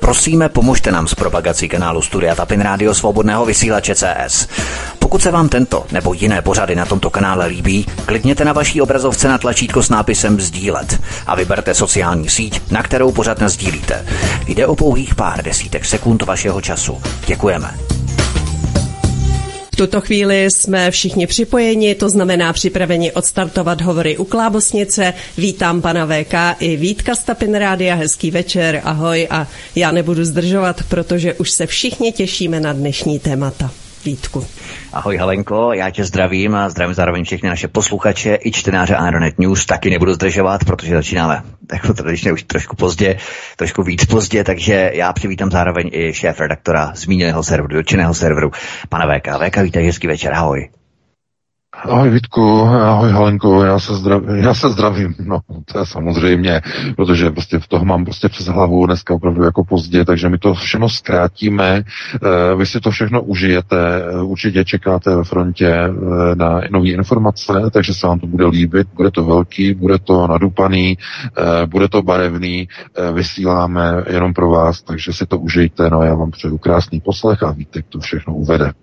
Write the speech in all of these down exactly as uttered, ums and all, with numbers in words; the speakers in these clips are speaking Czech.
Prosíme, pomožte nám s propagací kanálu Studia Tapin Rádio Svobodného vysílače C S. Pokud se vám tento nebo jiné pořady na tomto kanále líbí, klikněte na vaší obrazovce na tlačítko s nápisem sdílet a vyberte sociální síť, na kterou pořad nasdílíte. Jde o pouhých pár desítek sekund vašeho času. Děkujeme. V tuto chvíli jsme všichni připojeni, to znamená připraveni odstartovat hovory u Klábosnice. Vítám pana V K i Vítka z Tapin Rádia, hezký večer, ahoj, a já nebudu zdržovat, protože už se všichni těšíme na dnešní témata. Vítku. Ahoj Helenko, já tě zdravím a zdravím zároveň všechny naše posluchače i čtenáře Aeronet News. Taky nebudu zdržovat, protože začínáme jako tradičně už trošku pozdě, trošku víc pozdě, takže já přivítám zároveň i šéf redaktora zmíněného serveru, dotčeného serveru, pana V K. V K, vítej, hezký večer, ahoj. Ahoj Vítku, ahoj Halenko, já se zdravím, já se zdravím, no to je samozřejmě, protože prostě v toho mám prostě přes hlavu dneska opravdu jako pozdě, takže my to všechno zkrátíme, vy si to všechno užijete, určitě čekáte ve frontě na nové informace, takže se vám to bude líbit, bude to velký, bude to nadupaný, bude to barevný, vysíláme jenom pro vás, takže si to užijte, no já vám přeju krásný poslech a Vítek to všechno uvede.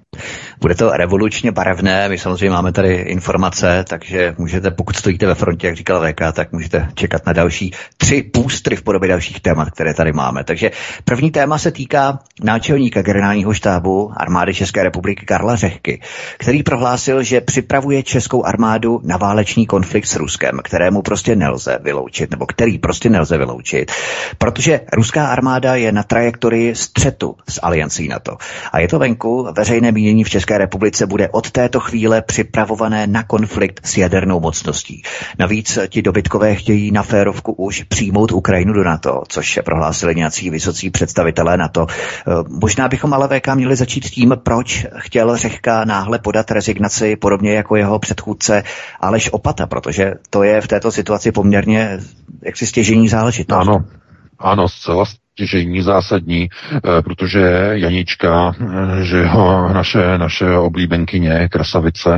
Bude to revolučně barevné, my samozřejmě máme tady informace, takže můžete, pokud stojíte ve frontě, jak říkal V K, tak můžete čekat na další tři půstry v podobě dalších témat, které tady máme. Takže první téma se týká náčelníka generálního štábu armády České republiky Karla Řehky, který prohlásil, že připravuje českou armádu na válečný konflikt s Ruskem, kterému prostě nelze vyloučit, nebo který prostě nelze vyloučit, protože ruská armáda je na trajektorii střetu s aliancí NATO. A je to venku, veřejné mínění v České republice bude od této chvíle připravované na konflikt s jadernou mocností. Navíc ti dobytkové chtějí na férovku už přijmout Ukrajinu do NATO, což prohlásili nějací vysocí představitelé NATO. Možná bychom ale V K měli začít tím, proč chtěl Řehka náhle podat rezignaci, podobně jako jeho předchůdce Aleš Opata, protože to je v této situaci poměrně jaksi stěžejní záležitost. Ano, ano, zcela stěžejní, zásadní, protože Janička, že jo, naše, naše oblíbenkyně, krasavice,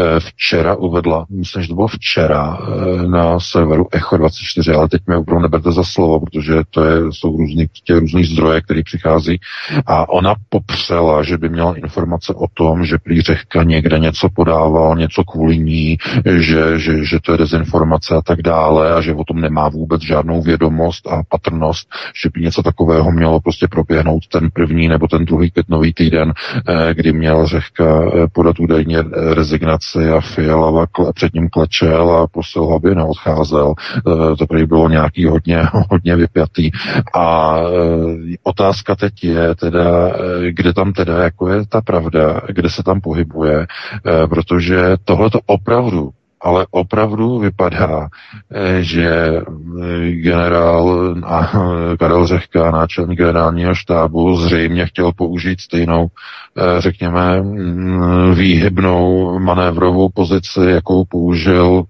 včera uvedla, myslím, že to bylo včera, na serveru Echo dvacet čtyři, ale teď mě opravdu neberte za slovo, protože to je, jsou různý, tě, různý zdroje, které přichází, a ona popřela, že by měla informace o tom, že prý Řehka někde něco podával, něco kvůli ní, že, že, že to je dezinformace a tak dále, a že o tom nemá vůbec žádnou vědomost a patrnost, že by něco takového mělo prostě proběhnout ten první nebo ten druhý květnový týden, kdy měl Řehka podat údajně rezignaci a Fiala před ním klečel a prosil, aby neodcházel. To prý bylo nějaký hodně, hodně vypjatý. A otázka teď je teda, kde tam teda jako je ta pravda, kde se tam pohybuje, protože tohle to opravdu ale opravdu vypadá, že generál Karel Řehka, náčelník generálního štábu, zřejmě chtěl použít stejnou, řekněme, výhybnou manévrovou pozici, jakou použil,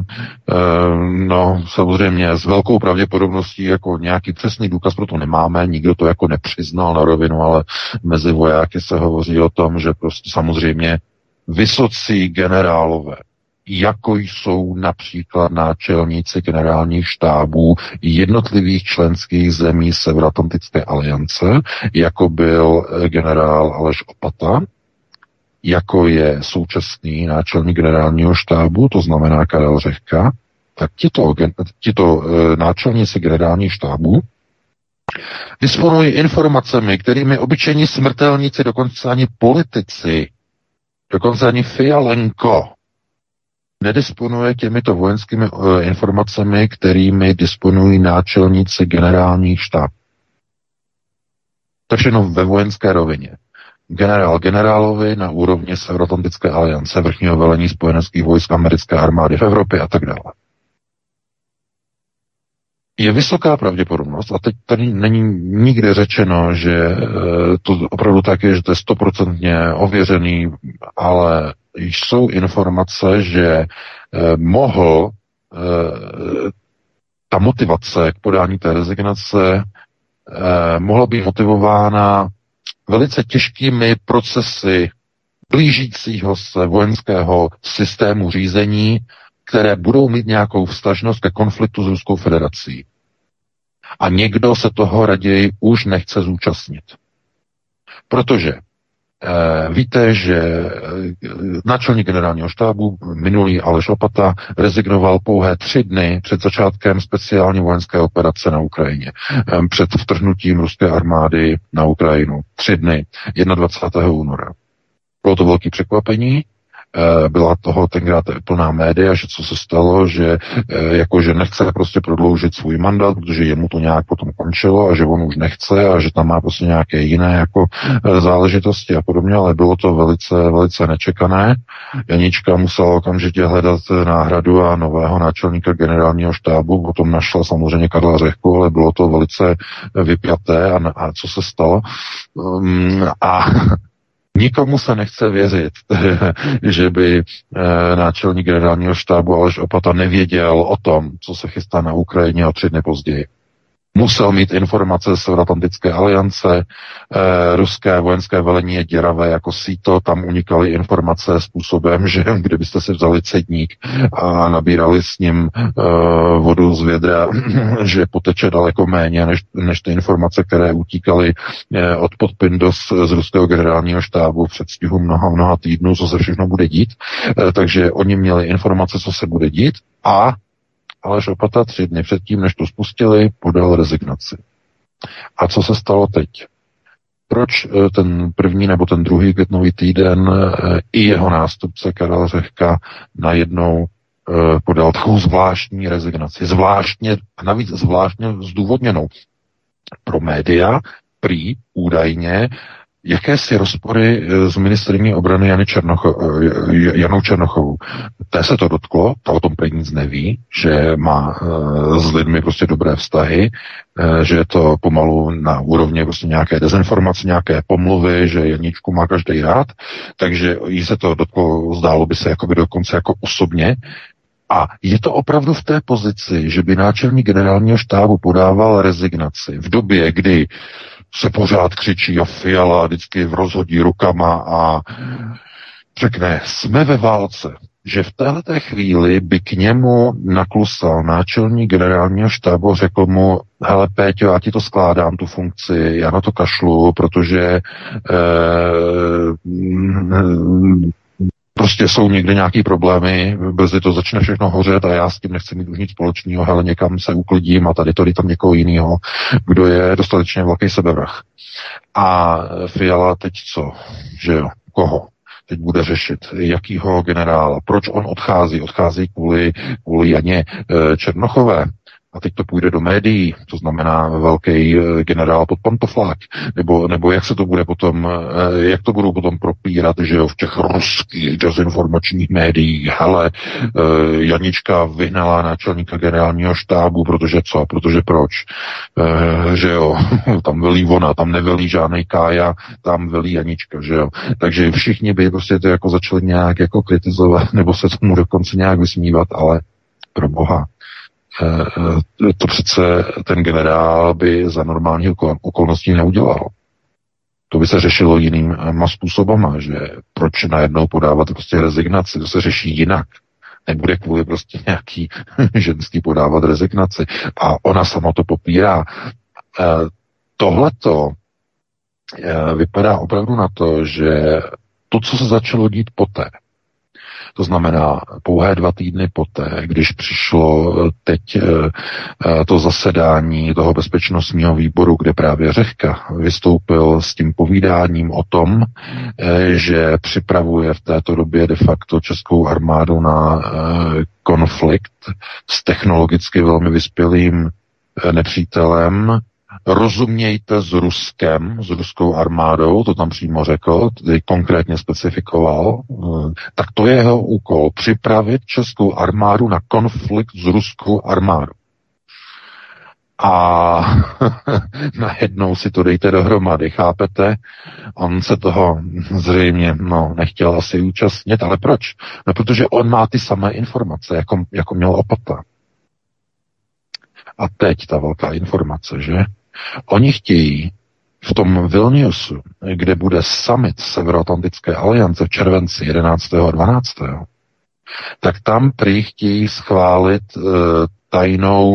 no samozřejmě s velkou pravděpodobností, jako nějaký přesný důkaz pro to nemáme, nikdo to jako nepřiznal na rovinu, ale mezi vojáky se hovoří o tom, že prostě samozřejmě vysocí generálové, jako jsou například náčelníci generálních štábů jednotlivých členských zemí Severoatlantické aliance, jako byl generál Aleš Opata, jako je současný náčelník generálního štábu, to znamená Karel Řehka, tak tito, tito náčelníci generálních štábů disponují informacemi, kterými obyčejní smrtelníci, dokonce ani politici, dokonce ani Fialenko nedisponuje těmito vojenskými uh, informacemi, kterými disponují náčelníci generálních štábů. To je všechno ve vojenské rovině. Generál generálovi na úrovni Severoatlantické aliance, vrchního velení spojeneckých vojsk americké armády v Evropě a tak dále. Je vysoká pravděpodobnost, a teď tady není nikde řečeno, že to opravdu tak je, že to je stoprocentně ověřený, ale jsou informace, že eh, mohl eh, ta motivace k podání té rezignace eh, mohla být motivována velice těžkými procesy blížícího se vojenského systému řízení, které budou mít nějakou vztažnost ke konfliktu s Ruskou federací. A někdo se toho raději už nechce zúčastnit. Protože eh, víte, že náčelník generálního štábu minulý Aleš Opata rezignoval pouhé tři dny před začátkem speciální vojenské operace na Ukrajině. Eh, před vtrhnutím ruské armády na Ukrajinu. Tři dny. dvacátého prvního února. Bylo to velké překvapení. Byla toho tenkrát plná média, že co se stalo, že jako, že nechce prostě prodloužit svůj mandát, protože jemu to nějak potom končilo a že on už nechce a že tam má prostě nějaké jiné jako záležitosti a podobně, ale bylo to velice, velice nečekané. Janička musela okamžitě hledat náhradu a nového náčelníka generálního štábu, potom našla samozřejmě Karla Řehku, ale bylo to velice vypjaté a, a co se stalo? Um, a Nikomu se nechce věřit, že by e, náčelník generálního štábu Aleš Opata nevěděl o tom, co se chystá na Ukrajině o tři dny později. Musel mít informace z Severoatlantické aliance, e, ruské vojenské velení je děravé jako síto, tam unikaly informace způsobem, že kdybyste si vzali cedník a nabírali s ním e, vodu z vědra, že poteče daleko méně, než, než ty informace, které utíkaly e, od Podpindos z ruského generálního štábu v předstihu mnoha, mnoha týdnů, co se všechno bude dít. E, takže oni měli informace, co se bude dít a Aleš Opata tři dny předtím, než to spustili, podal rezignaci. A co se stalo teď? Proč ten první nebo ten druhý květnový týden i jeho nástupce Karel Řehka najednou podal takovou zvláštní rezignaci? Zvláštně, a navíc zvláštně zdůvodněnou. Pro média prý údajně jakési rozpory s ministryní obrany Jany Černocho, Janou Černochovou. Té se to dotklo, ta o tom prý nic neví, že má s lidmi prostě dobré vztahy, že je to pomalu na úrovni prostě nějaké dezinformace, nějaké pomluvy, že Janičku má každý rád, takže jí se to dotklo, zdálo by se jakoby dokonce jako osobně. A je to opravdu v té pozici, že by náčelník generálního štábu podával rezignaci v době, kdy se pořád křičí a Fiala vždycky rozhodí rukama a řekne, jsme ve válce, že v téhleté chvíli by k němu naklusal náčelník generálního štábu, řekl mu, hele Péťo, já ti to skládám, tu funkci, já na to kašlu, protože eh, prostě jsou někde nějaký problémy, brzy to začne všechno hořet a já s tím nechci mít už nic společného, hele, někam se uklidím a tady to tam někoho jiného, kdo je dostatečně velký sebevrah. A Fiala teď co? Že jo? Koho? Teď bude řešit, jakýho generála, proč on odchází, odchází kvůli, kvůli Janě e, Černochové. A teď to půjde do médií, to znamená velký generál pod pantoflák, nebo, nebo jak se to bude potom, jak to budou potom propírat, že jo, v těch ruských dezinformačních médiích, hele, Janička vyhnala náčelníka generálního štábu, protože co, protože proč, že jo, tam velí ona, tam nevelí žádnej Kája, tam velí Janička, že jo, takže všichni by prostě to jako začali nějak jako kritizovat, nebo se tomu dokonce nějak vysmívat, ale pro boha, to přece ten generál by za normálních okolností neudělal. To by se řešilo jinýma způsobama, že proč najednou podávat prostě rezignaci, to se řeší jinak. Nebude kvůli prostě nějaký ženský podávat rezignaci. A ona sama to popírá. Tohleto vypadá opravdu na to, že to, co se začalo dít poté, to znamená pouhé dva týdny poté, když přišlo teď to zasedání toho bezpečnostního výboru, kde právě Řehka vystoupil s tím povídáním o tom, že připravuje v této době de facto českou armádu na konflikt s technologicky velmi vyspělým nepřítelem, rozumějte s Ruskem, s ruskou armádou, to tam přímo řekl, tedy konkrétně specifikoval, tak to je jeho úkol, připravit českou armádu na konflikt s ruskou armádou. A najednou si to dejte dohromady, chápete? On se toho zřejmě no, nechtěl asi účastnit, ale proč? No, protože on má ty samé informace, jako, jako měl Opata. A teď ta velká informace, že? Oni chtějí v tom Vilniusu, kde bude summit Severoatlantické aliance v červenci jedenáctého a dvanáctého tak tam prý chtějí schválit e, tajnou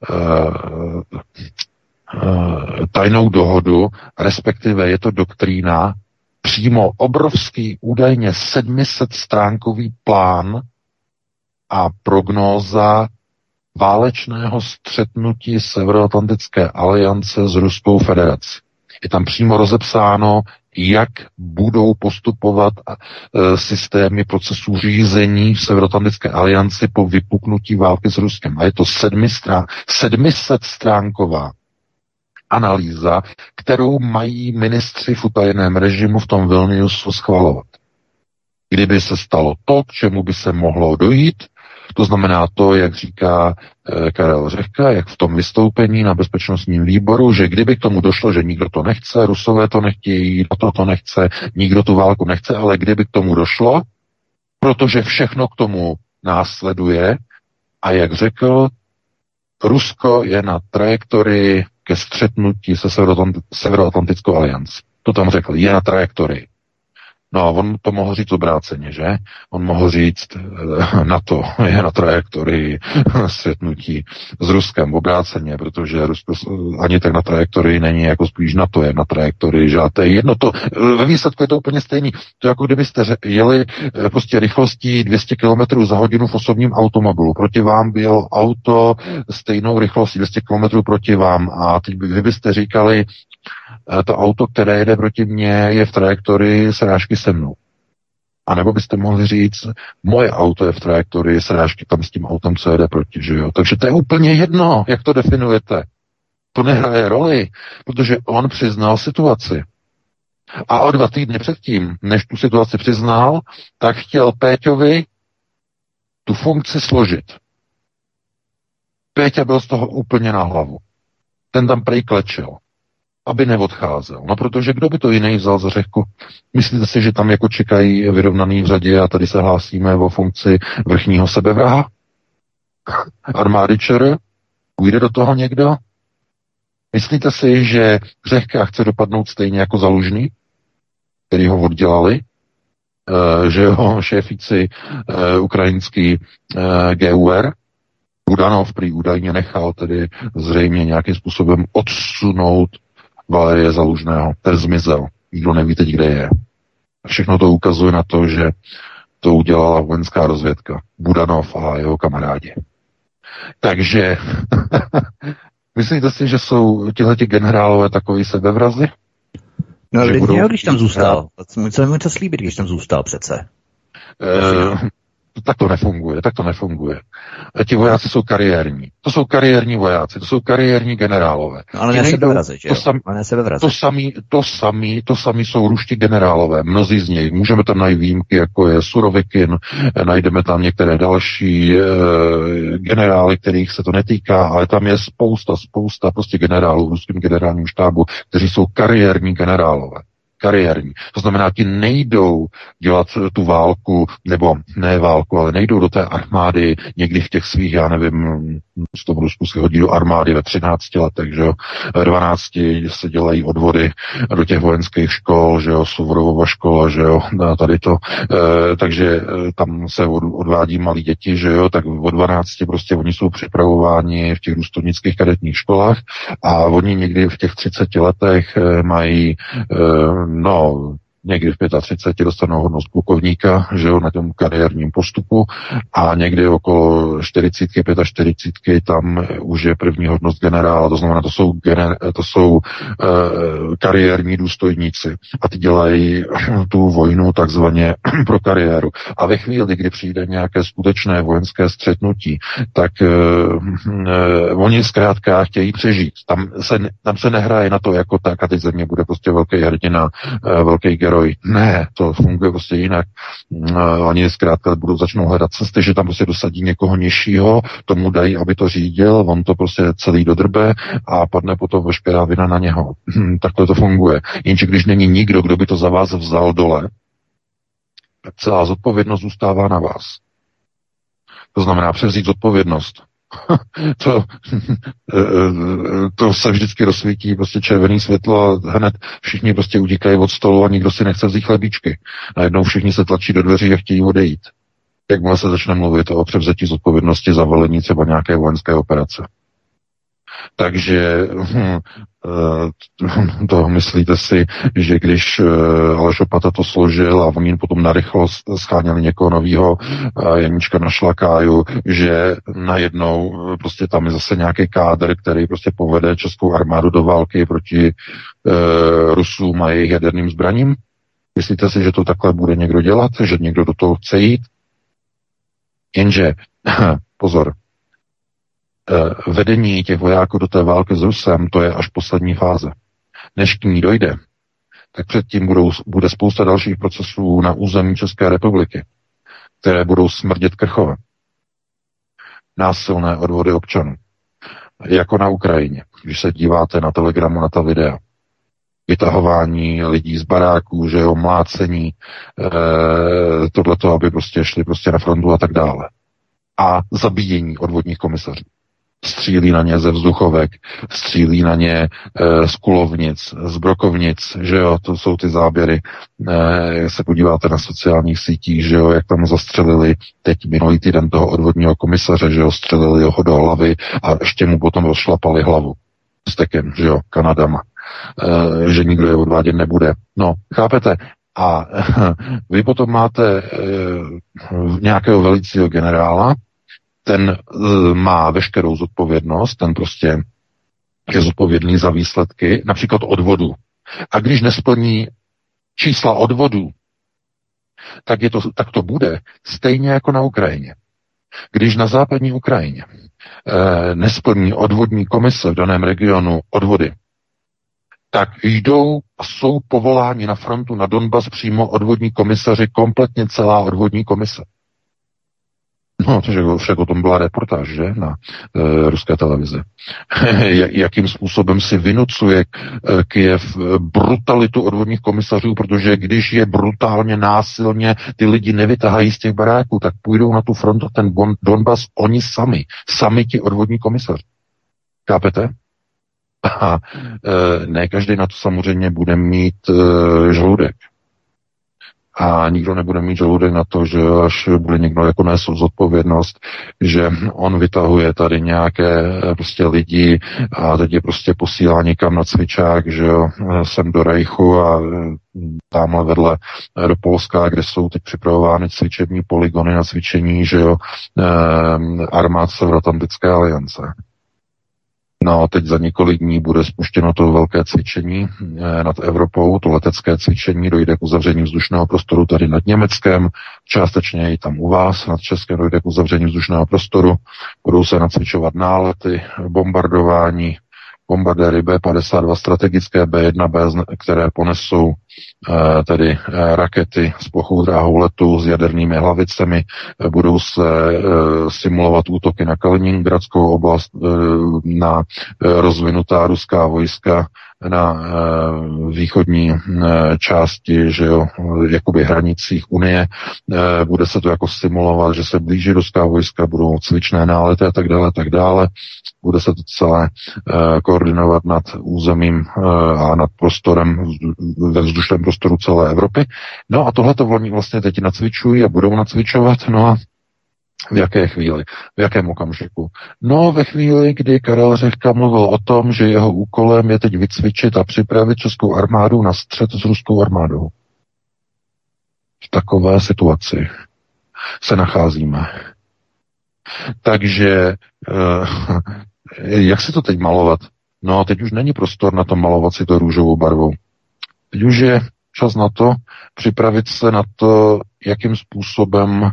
tajnou dohodu, respektive je to doktrína, přímo obrovský, údajně sedm set stránkový plán a prognóza válečného střetnutí Severoatlantické aliance s Ruskou federací. Je tam přímo rozepsáno, jak budou postupovat systémy procesů řízení v Severoatlantické alianci po vypuknutí války s Ruskem. A je to sedmiset stránková analýza, kterou mají ministři v utajeném režimu v tom Vilniusu schvalovat. Kdyby se stalo to, k čemu by se mohlo dojít, to znamená to, jak říká e, Karel Řehka, jak v tom vystoupení na bezpečnostním výboru, že kdyby k tomu došlo, že nikdo to nechce, Rusové to nechtějí, to to nechce, nikdo tu válku nechce, ale kdyby k tomu došlo, protože všechno k tomu následuje a jak řekl, Rusko je na trajektorii ke střetnutí se Severoatlantickou aliancí. To tam řekl, je na trajektorii. No a on to mohl říct obráceně, že? On mohl říct, NATO je na trajektorii střetnutí s Ruskem obráceně, protože Rusko ani tak na trajektorii není, jako spíš NATO je na trajektorii, že? A to je jedno, to, ve výsledku je to úplně stejný. To jako kdybyste jeli prostě rychlostí dvě stě kilometrů za hodinu v osobním automobilu. Proti vám byl auto stejnou rychlostí dvě stě kilometrů proti vám a teď vy byste říkali, to auto, které jede proti mně, je v trajektorii srážky se mnou. A nebo byste mohli říct, moje auto je v trajektorii srážky tam s tím autem, co jede proti, že jo. Takže to je úplně jedno, jak to definujete. To nehraje roli, protože on přiznal situaci. A o dva týdny předtím, než tu situaci přiznal, tak chtěl Péťovi tu funkci složit. Péťa byl z toho úplně na hlavu. Ten tam prej klečel, aby neodcházel. No protože kdo by to jiný vzal za Řehku? Myslíte si, že tam jako čekají vyrovnaný v řadě a tady se hlásíme o funkci vrchního sebevraha? Armády ČR? Půjde do toho někdo? Myslíte si, že Řehka chce dopadnout stejně jako Zalužný, který ho oddělali, e, že ho šéfíci e, ukrajinský e, G U R Budanov prý údajně nechal tedy zřejmě nějakým způsobem odsunout Valerie Zalužného. Ten zmizel. Nikdo neví teď, kde je. Všechno to ukazuje na to, že to udělala vojenská rozvědka. Budanov a jeho kamarádi. Takže myslíte si, že jsou tihleti generálové takový sebevrazi? No, že budou... když tam zůstal. Co mi to slíbit, když tam zůstal přece? E... Tak to nefunguje, tak to nefunguje. Ti vojáci jsou kariérní. To jsou kariérní vojáci, to jsou kariérní generálové. No, ale ne sebevrazi, že jo? To, sam, ne to samý, to samý, to samý jsou ruští generálové, mnozí z nich. Můžeme tam najít výjimky, jako je Surovikin, najdeme tam některé další e, generály, kterých se to netýká, ale tam je spousta, spousta prostě generálů v ruském generálním štábu, kteří jsou kariérní generálové. Kariérní. To znamená, ti nejdou dělat tu válku, nebo ne válku, ale nejdou do té armády někdy v těch svých, já nevím, z toho Rusku se hodí do armády ve třinácti letech, že jo, ve dvanácti se dělají odvody do těch vojenských škol, že jo, Suvorovova škola, že jo, tady to, e, takže e, tam se od, odvádí malí děti, že jo, tak od dvanácti prostě oni jsou připravováni v těch důstojnických kadetních školách a oni někdy v těch třiceti letech e, mají e, no, někdy v třiceti pěti dostanou hodnost plukovníka, že jo, na tom kariérním postupu a někdy okolo čtyřicítky, čtyřicítky pěti tam už je první hodnost generála, to znamená, to jsou, gener, to jsou uh, kariérní důstojníci a ty dělají tu vojnu takzvaně pro kariéru. A ve chvíli, kdy přijde nějaké skutečné vojenské střetnutí, tak uh, uh, oni zkrátka chtějí přežít. Tam se, tam se nehraje na to, jako tak a teď země bude prostě velký hrdina, uh, velký geroj. Ne, to funguje prostě jinak. Uh, oni zkrátka budou začnou hledat cesty, že tam prostě dosadí někoho nižšího, tomu dají, aby to řídil, on to prostě celý dodrbe a padne potom veškerá vina na něho. Takhle to funguje. Jenže když není nikdo, kdo by to za vás vzal dole, tak celá zodpovědnost zůstává na vás. To znamená převzít zodpovědnost. to, to se vždycky rozsvítí prostě červený světlo a hned všichni prostě utíkají od stolu a nikdo si nechce vzít chlebíčky. Najednou všichni se tlačí do dveří a chtějí odejít. Jakmile se začne mluvit o převzetí zodpovědnosti za velení třeba nějaké vojenské operace. Takže hm, to myslíte si, že když Aleš Opata to složil a oni potom narychlo scháněli někoho novýho, Janíčka na šlakáju, že najednou prostě tam je zase nějaký kádr, který prostě povede českou armádu do války proti e, Rusům a jejich jaderným zbraním? Myslíte si, že to takhle bude někdo dělat? Že někdo do toho chce jít? Jenže, pozor, vedení těch vojáků do té války s Rusem, to je až poslední fáze. Než k ní dojde, tak předtím budou, bude spousta dalších procesů na území České republiky, které budou smrdět krchovem. Násilné odvody občanů. Jako na Ukrajině, když se díváte na Telegramu na ta videa. Vytahování lidí z baráků, že jo, mlácení, e, tohleto, aby prostě šli prostě na frontu a tak dále. A zabíjení odvodních komisařů. Střílí na ně ze vzduchovek, střílí na ně e, z kulovnic, z brokovnic, že jo, to jsou ty záběry, e, jak se podíváte na sociálních sítích, že jo, jak tam zastřelili teď minulý týden toho odvodního komisaře, že jo, střelili ho do hlavy a ještě mu potom rozšlapali hlavu stekem, že jo, Kanadama, e, že nikdo je odvádět nebude. No, chápete? A vy potom máte e, nějakého velícího generála, ten e, má veškerou zodpovědnost, ten prostě je zodpovědný za výsledky, například odvodu. A když nesplní čísla odvodů, tak, je to, tak to bude stejně jako na Ukrajině. Když na západní Ukrajině e, nesplní odvodní komise v daném regionu odvody, tak jdou a jsou povoláni na frontu na Donbas přímo odvodní komisaři, kompletně celá odvodní komise. No, takže však o tom byla reportáž, že, na e, ruské televizi. Jakým způsobem si vynucuje e, Kyjev brutalitu odvodních komisařů, protože když je brutálně, násilně ty lidi nevytahají z těch baráků, tak půjdou na tu frontu, ten bon, Donbas, oni sami, sami ti odvodní komisaři. Chápete? A e, ne každý na to samozřejmě bude mít e, žaludek. A nikdo nebude mít žaludek na to, že až bude někdo jako nést zodpovědnost, že on vytahuje tady nějaké prostě lidi a teď je prostě posílá někam na cvičák, že jo, sem do Reichu a tamhle vedle do Polska, kde jsou teď připravovány cvičební polygony na cvičení, že jo, armád Severoatlantické aliance. No a teď za několik dní bude spuštěno to velké cvičení nad Evropou, to letecké cvičení, dojde k uzavření vzdušného prostoru tady nad Německem, částečně i tam u vás, nad Českem dojde k uzavření vzdušného prostoru, budou se nacvičovat nálety, bombardování, bombardéry bé padesát dva, strategické bé jedna bé, které ponesou eh, tedy eh, rakety s plochou dráhou letu s jadernými hlavicemi, eh, budou se eh, simulovat útoky na Kaliningradskou oblast, eh, na eh, rozvinutá ruská vojska na e, východní e, části, že jo, jakoby hranicích Unie. E, bude se to jako simulovat, že se blíží ruská vojska, budou cvičné nálety a tak dále, tak dále. Bude se to celé e, koordinovat nad územím e, a nad prostorem, ve vzdušném prostoru celé Evropy. No a tohle to vlastně teď nacvičují a budou nacvičovat, no a v jaké chvíli? V jakém okamžiku? No, ve chvíli, kdy Karel Řehka mluvil o tom, že jeho úkolem je teď vycvičit a připravit českou armádu na střet s ruskou armádou. V takové situaci se nacházíme. Takže, eh, jak si to teď malovat? No, teď už není prostor na to malovat si to růžovou barvou. Teď už je čas na to připravit se na to, jakým způsobem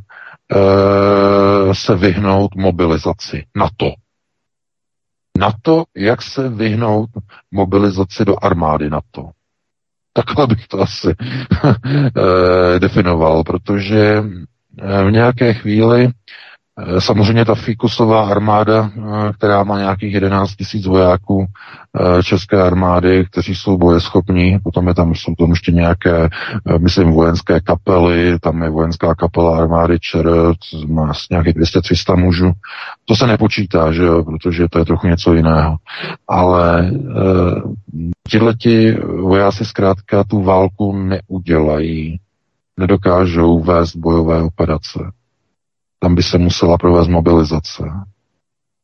se vyhnout mobilizaci. Na to. Na to, jak se vyhnout mobilizaci do armády na to. Takhle bych to asi definoval, protože v nějaké chvíli samozřejmě ta Fikusová armáda, která má nějakých jedenáct tisíc vojáků české armády, kteří jsou bojeschopní, potom je tam, jsou tam ještě nějaké, myslím, vojenské kapely, tam je vojenská kapela armády ČR, má nějakých dvě stě tři sta mužů. To se nepočítá, že jo, protože to je trochu něco jiného. Ale tihleti vojáci zkrátka tu válku neudělají, nedokážou vést bojové operace. Tam by se musela provést mobilizace.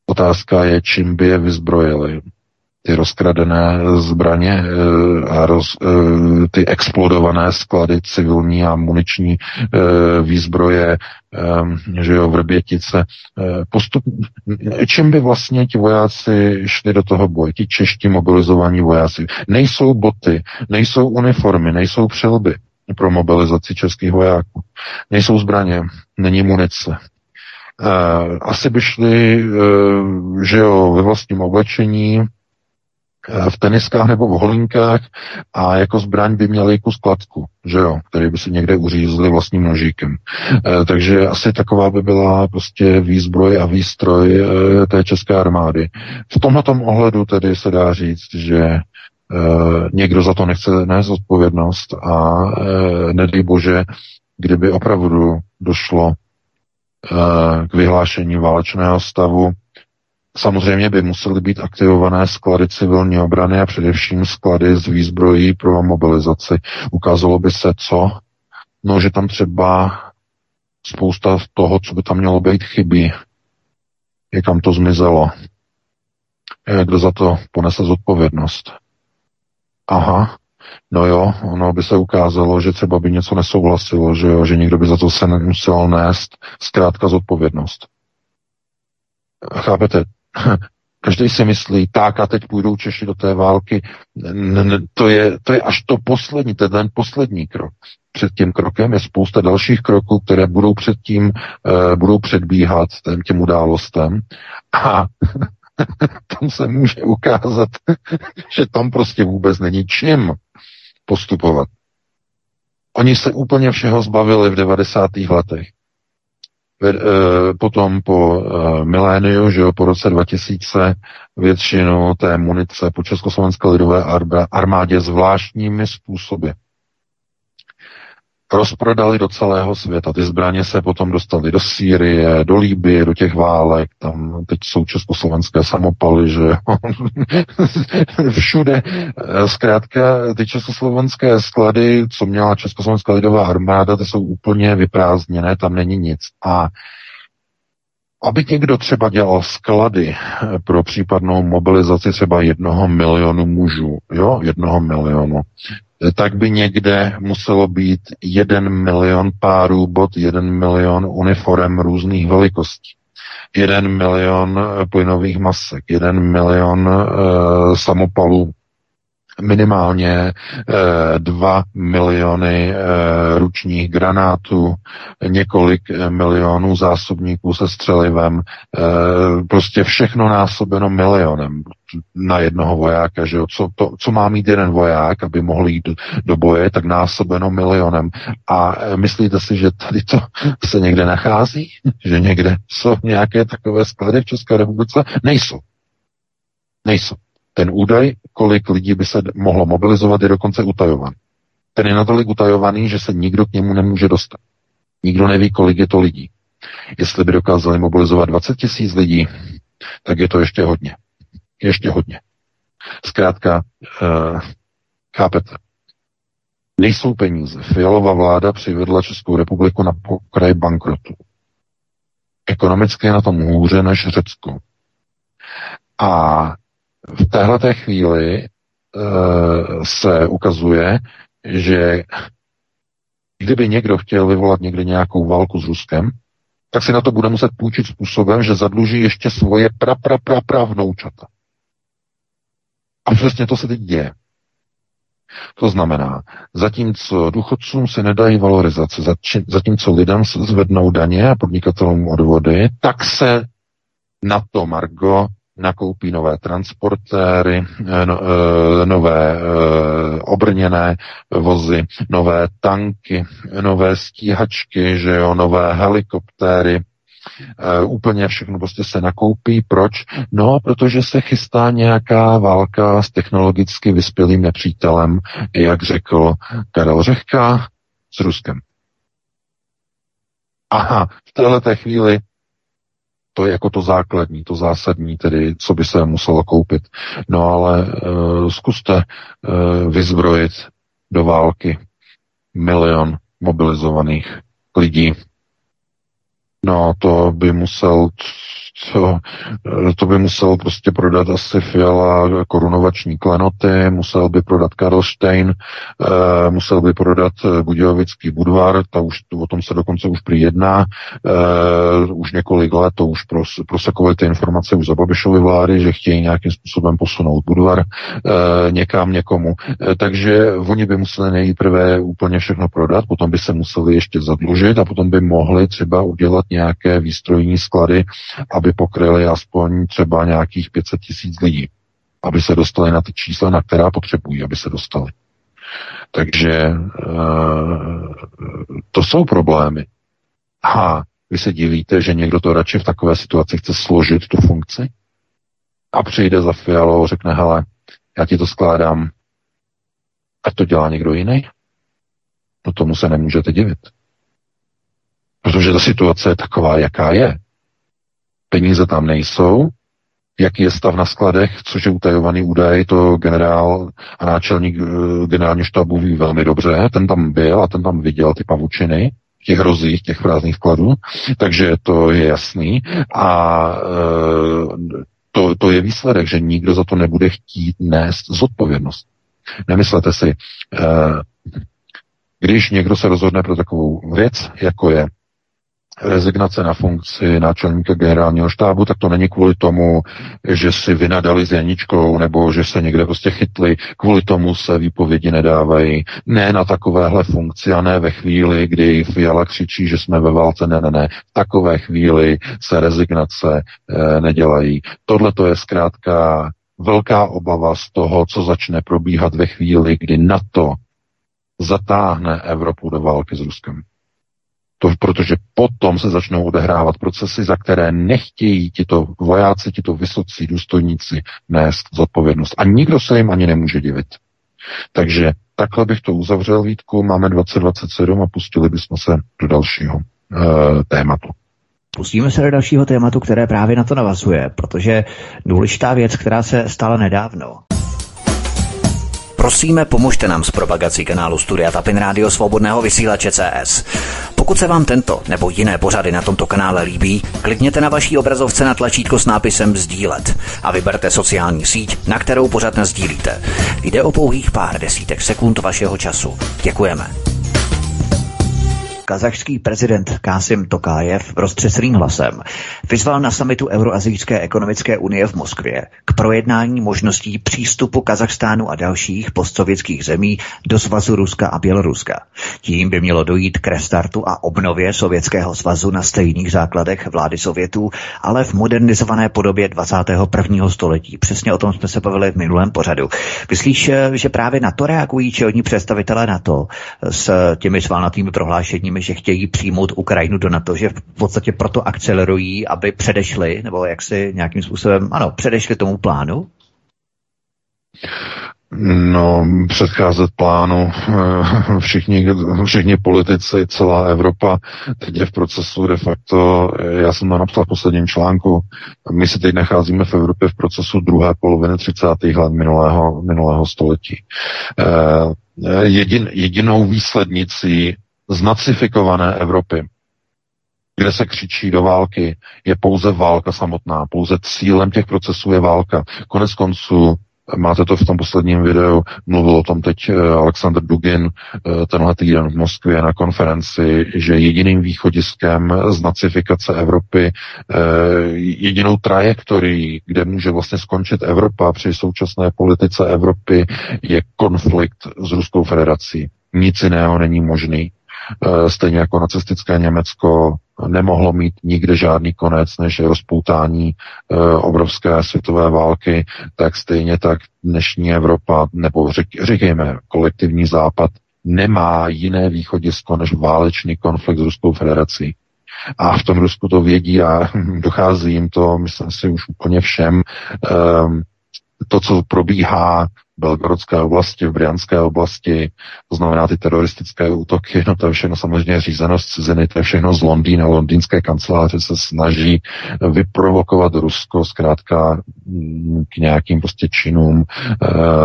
Otázka je, čím by je vyzbrojili. Ty rozkradené zbraně a roz, ty explodované sklady civilní a muniční výzbroje, že jo, Vrbětice. Postup, čím by vlastně ti vojáci šli do toho boje, ti čeští mobilizovaní vojáci? Nejsou boty, nejsou uniformy, nejsou přilby pro mobilizaci českých vojáků. Nejsou zbraně, není munice. Asi by šli, že jo, ve vlastním oblečení, v teniskách nebo v holínkách a jako zbraň by měli kus kladku, že jo, který by si někde uřízli vlastním nožíkem. E, takže asi taková by byla prostě výzbroj a výstroj e, té české armády. V tomhletom ohledu tedy se dá říct, že e, někdo za to nechce nést odpovědnost a e, nedej bože, kdyby opravdu došlo e, k vyhlášení válečného stavu. Samozřejmě by musely být aktivované sklady civilní obrany a především sklady z výzbrojí pro mobilizaci. Ukázalo by se co? No, že tam třeba spousta toho, co by tam mělo být, chybí. Je kam to zmizelo. Kdo za to ponese zodpovědnost? Aha, no jo, ono by se ukázalo, že třeba by něco nesouhlasilo, že jo, že někdo by za to se musel nést zkrátka zodpovědnost. Chápete? Každý si myslí, tak a teď půjdou Češi do té války. To je, to je až to poslední, to je ten poslední krok. Před tím krokem je spousta dalších kroků, které budou předtím, uh, budou předbíhat těm, těm událostem. A tam se může ukázat, že tam prostě vůbec není čím postupovat. Oni se úplně všeho zbavili v devadesátých letech. Potom po miléniu, že jo, po roce dva tisíce většinu té munice po Československé lidové armádě zvláštními způsoby rozprodali do celého světa. Ty zbraně se potom dostaly do Sýrie, do Libye, do těch válek, tam teď jsou československé samopaly, že všude. Zkrátka, ty československé sklady, co měla Československá lidová armáda, ty jsou úplně vyprázdněné, tam není nic. A aby někdo třeba dělal sklady pro případnou mobilizaci třeba jednoho milionu mužů, jo, jednoho milionu, tak by někde muselo být jeden milion párů bot, jeden milion uniform různých velikostí, jeden milion plynových masek, jeden milion uh, samopalů, minimálně eh, dva miliony eh, ručních granátů, několik eh, milionů zásobníků se střelivem, eh, prostě všechno násobeno milionem na jednoho vojáka, že jo? Co, to, co má mít jeden voják, aby mohl jít do, do boje, tak násobeno milionem. A eh, myslíte si, že tady to se někde nachází? Že někde jsou nějaké takové sklady v České republice? Nejsou. Nejsou. Ten údaj, kolik lidí by se mohlo mobilizovat, je dokonce utajovaný. Ten je natolik utajovaný, že se nikdo k němu nemůže dostat. Nikdo neví, kolik je to lidí. Jestli by dokázali mobilizovat dvacet tisíc lidí, tak je to ještě hodně. Ještě hodně. Zkrátka, uh, chápete, nejsou peníze. Fialová vláda přivedla Českou republiku na pokraj bankrotu. Ekonomicky je na tom hůře než Řecko. A v téhleté chvíli uh, se ukazuje, že kdyby někdo chtěl vyvolat někdy nějakou válku s Ruskem, tak si na to bude muset půjčit způsobem, že zadluží ještě svoje pra, pra, pra, pra vnoučata. A přesně to se teď děje. To znamená, zatímco důchodcům se nedají valorizace, zatímco lidem se zvednou daně a podnikatelům odvody, tak se na to margo nakoupí nové transportéry, no, nové obrněné vozy, nové tanky, nové stíhačky, že jo, nové helikoptéry. Úplně všechno prostě se nakoupí. Proč? No, protože se chystá nějaká válka s technologicky vyspělým nepřítelem, jak řekl Karel Řehka, s Ruskem. Aha, v téhleté chvíli to je jako to základní, to zásadní, tedy co by se muselo koupit. No ale uh, zkuste uh, vyzbrojit do války milion mobilizovaných lidí. No to by musel to, to by musel prostě prodat asi Fiala korunovační klenoty, musel by prodat Karlštejn, eh, musel by prodat Budějovický Budvar, ta už, o tom se dokonce už prý jedná, eh, už několik let, to už pros, prosakovaly ty informace už za Babišovy vlády, že chtějí nějakým způsobem posunout Budvar eh, někam někomu. Eh, takže oni by museli nejprve úplně všechno prodat, potom by se museli ještě zadlužit a potom by mohli třeba udělat nějaké výstrojní sklady, aby pokryli aspoň třeba nějakých pět set tisíc lidí, aby se dostali na ty čísla, na která potřebují, aby se dostali. Takže e, to jsou problémy. A vy se divíte, že někdo to radši v takové situaci chce složit tu funkci a přijde za Fialou a řekne, hele, já ti to skládám, ať to dělá někdo jiný. No tomu se nemůžete divit. Protože ta situace je taková, jaká je. Peníze tam nejsou, jaký je stav na skladech, což je utajovaný údaj, to generál a náčelník generálního štábu ví velmi dobře, ten tam byl a ten tam viděl ty pavučiny, těch hrozích, těch prázdných skladů, takže to je jasný a e, to, to je výsledek, že nikdo za to nebude chtít nést zodpovědnost. Nemyslete si, e, když někdo se rozhodne pro takovou věc, jako je rezignace na funkci náčelníka generálního štábu, tak to není kvůli tomu, že si vynadali s Janičkou, nebo že se někde prostě chytli, kvůli tomu se výpovědi nedávají. Ne na takovéhle funkci a ne ve chvíli, kdy Fiala křičí, že jsme ve válce, ne, ne, ne. V takové chvíli se rezignace e, nedělají. Tohle to je zkrátka velká obava z toho, co začne probíhat ve chvíli, kdy NATO zatáhne Evropu do války s Ruskem. To, protože potom se začnou odehrávat procesy, za které nechtějí tito vojáci, tito vysocí důstojníci nést zodpovědnost. A nikdo se jim ani nemůže divit. Takže takhle bych to uzavřel, Vítku. Máme dvacet dvacet sedm a pustili bychom se do dalšího e, tématu. Pustíme se do dalšího tématu, které právě na to navazuje, protože důležitá věc, která se stala nedávno. Prosíme, pomožte nám s propagací kanálu Studia Tapin Rádio Svobodného vysílače C S. Pokud se vám tento nebo jiné pořady na tomto kanále líbí, klikněte na vaší obrazovce na tlačítko s nápisem sdílet a vyberte sociální síť, na kterou pořad nasdílíte. Jde o pouhých pár desítek sekund vašeho času. Děkujeme. Kazachský prezident Kasim Tokajev roztřeseným hlasem vyzval na summitu Euroazijské ekonomické unie v Moskvě k projednání možností přístupu Kazachstánu a dalších postsovětských zemí do svazu Ruska a Běloruska. Tím by mělo dojít k restartu a obnově Sovětského svazu na stejných základech vlády Sovětů, ale v modernizované podobě dvacátého prvního století. Přesně o tom jsme se bavili v minulém pořadu. Myslíš, že právě na to reagují čelní představitelé NATO s těmi svalnatými prohlášeními, že chtějí přijmout Ukrajinu do NATO, že v podstatě proto akcelerují, aby předešli, nebo jak si nějakým způsobem, ano, předešli tomu plánu? No, předcházet plánu, všichni, všichni politici, celá Evropa teď je v procesu de facto, já jsem to napsal v posledním článku, my se teď nacházíme v Evropě v procesu druhé poloviny třicátých let minulého, minulého století. Jedin, jedinou výslednicí znacifikované Evropy, kde se křičí do války, je pouze válka samotná. Pouze cílem těch procesů je válka. Konec konců, máte to v tom posledním videu, mluvil o tom teď Alexander Dugin tenhle týden v Moskvě na konferenci, že jediným východiskem z nacifikace Evropy, jedinou trajektorií, kde může vlastně skončit Evropa při současné politice Evropy, je konflikt s Ruskou federací. Nic jiného není možný. Stejně jako nacistické Německo nemohlo mít nikde žádný konec, než rozpoutání obrovské světové války, tak stejně tak dnešní Evropa, nebo řek, říkejme kolektivní západ, nemá jiné východisko než válečný konflikt s Ruskou federací. A v tom Rusku to vědí a dochází jim to, myslím si, už úplně všem. To, co probíhá Belgorodské oblasti, v Bryanské oblasti, to znamená ty teroristické útoky, no to je všechno samozřejmě řízeno z ciziny, to je všechno z Londýna, londýnské kanceláře se snaží vyprovokovat Rusko zkrátka k nějakým prostě činům eh,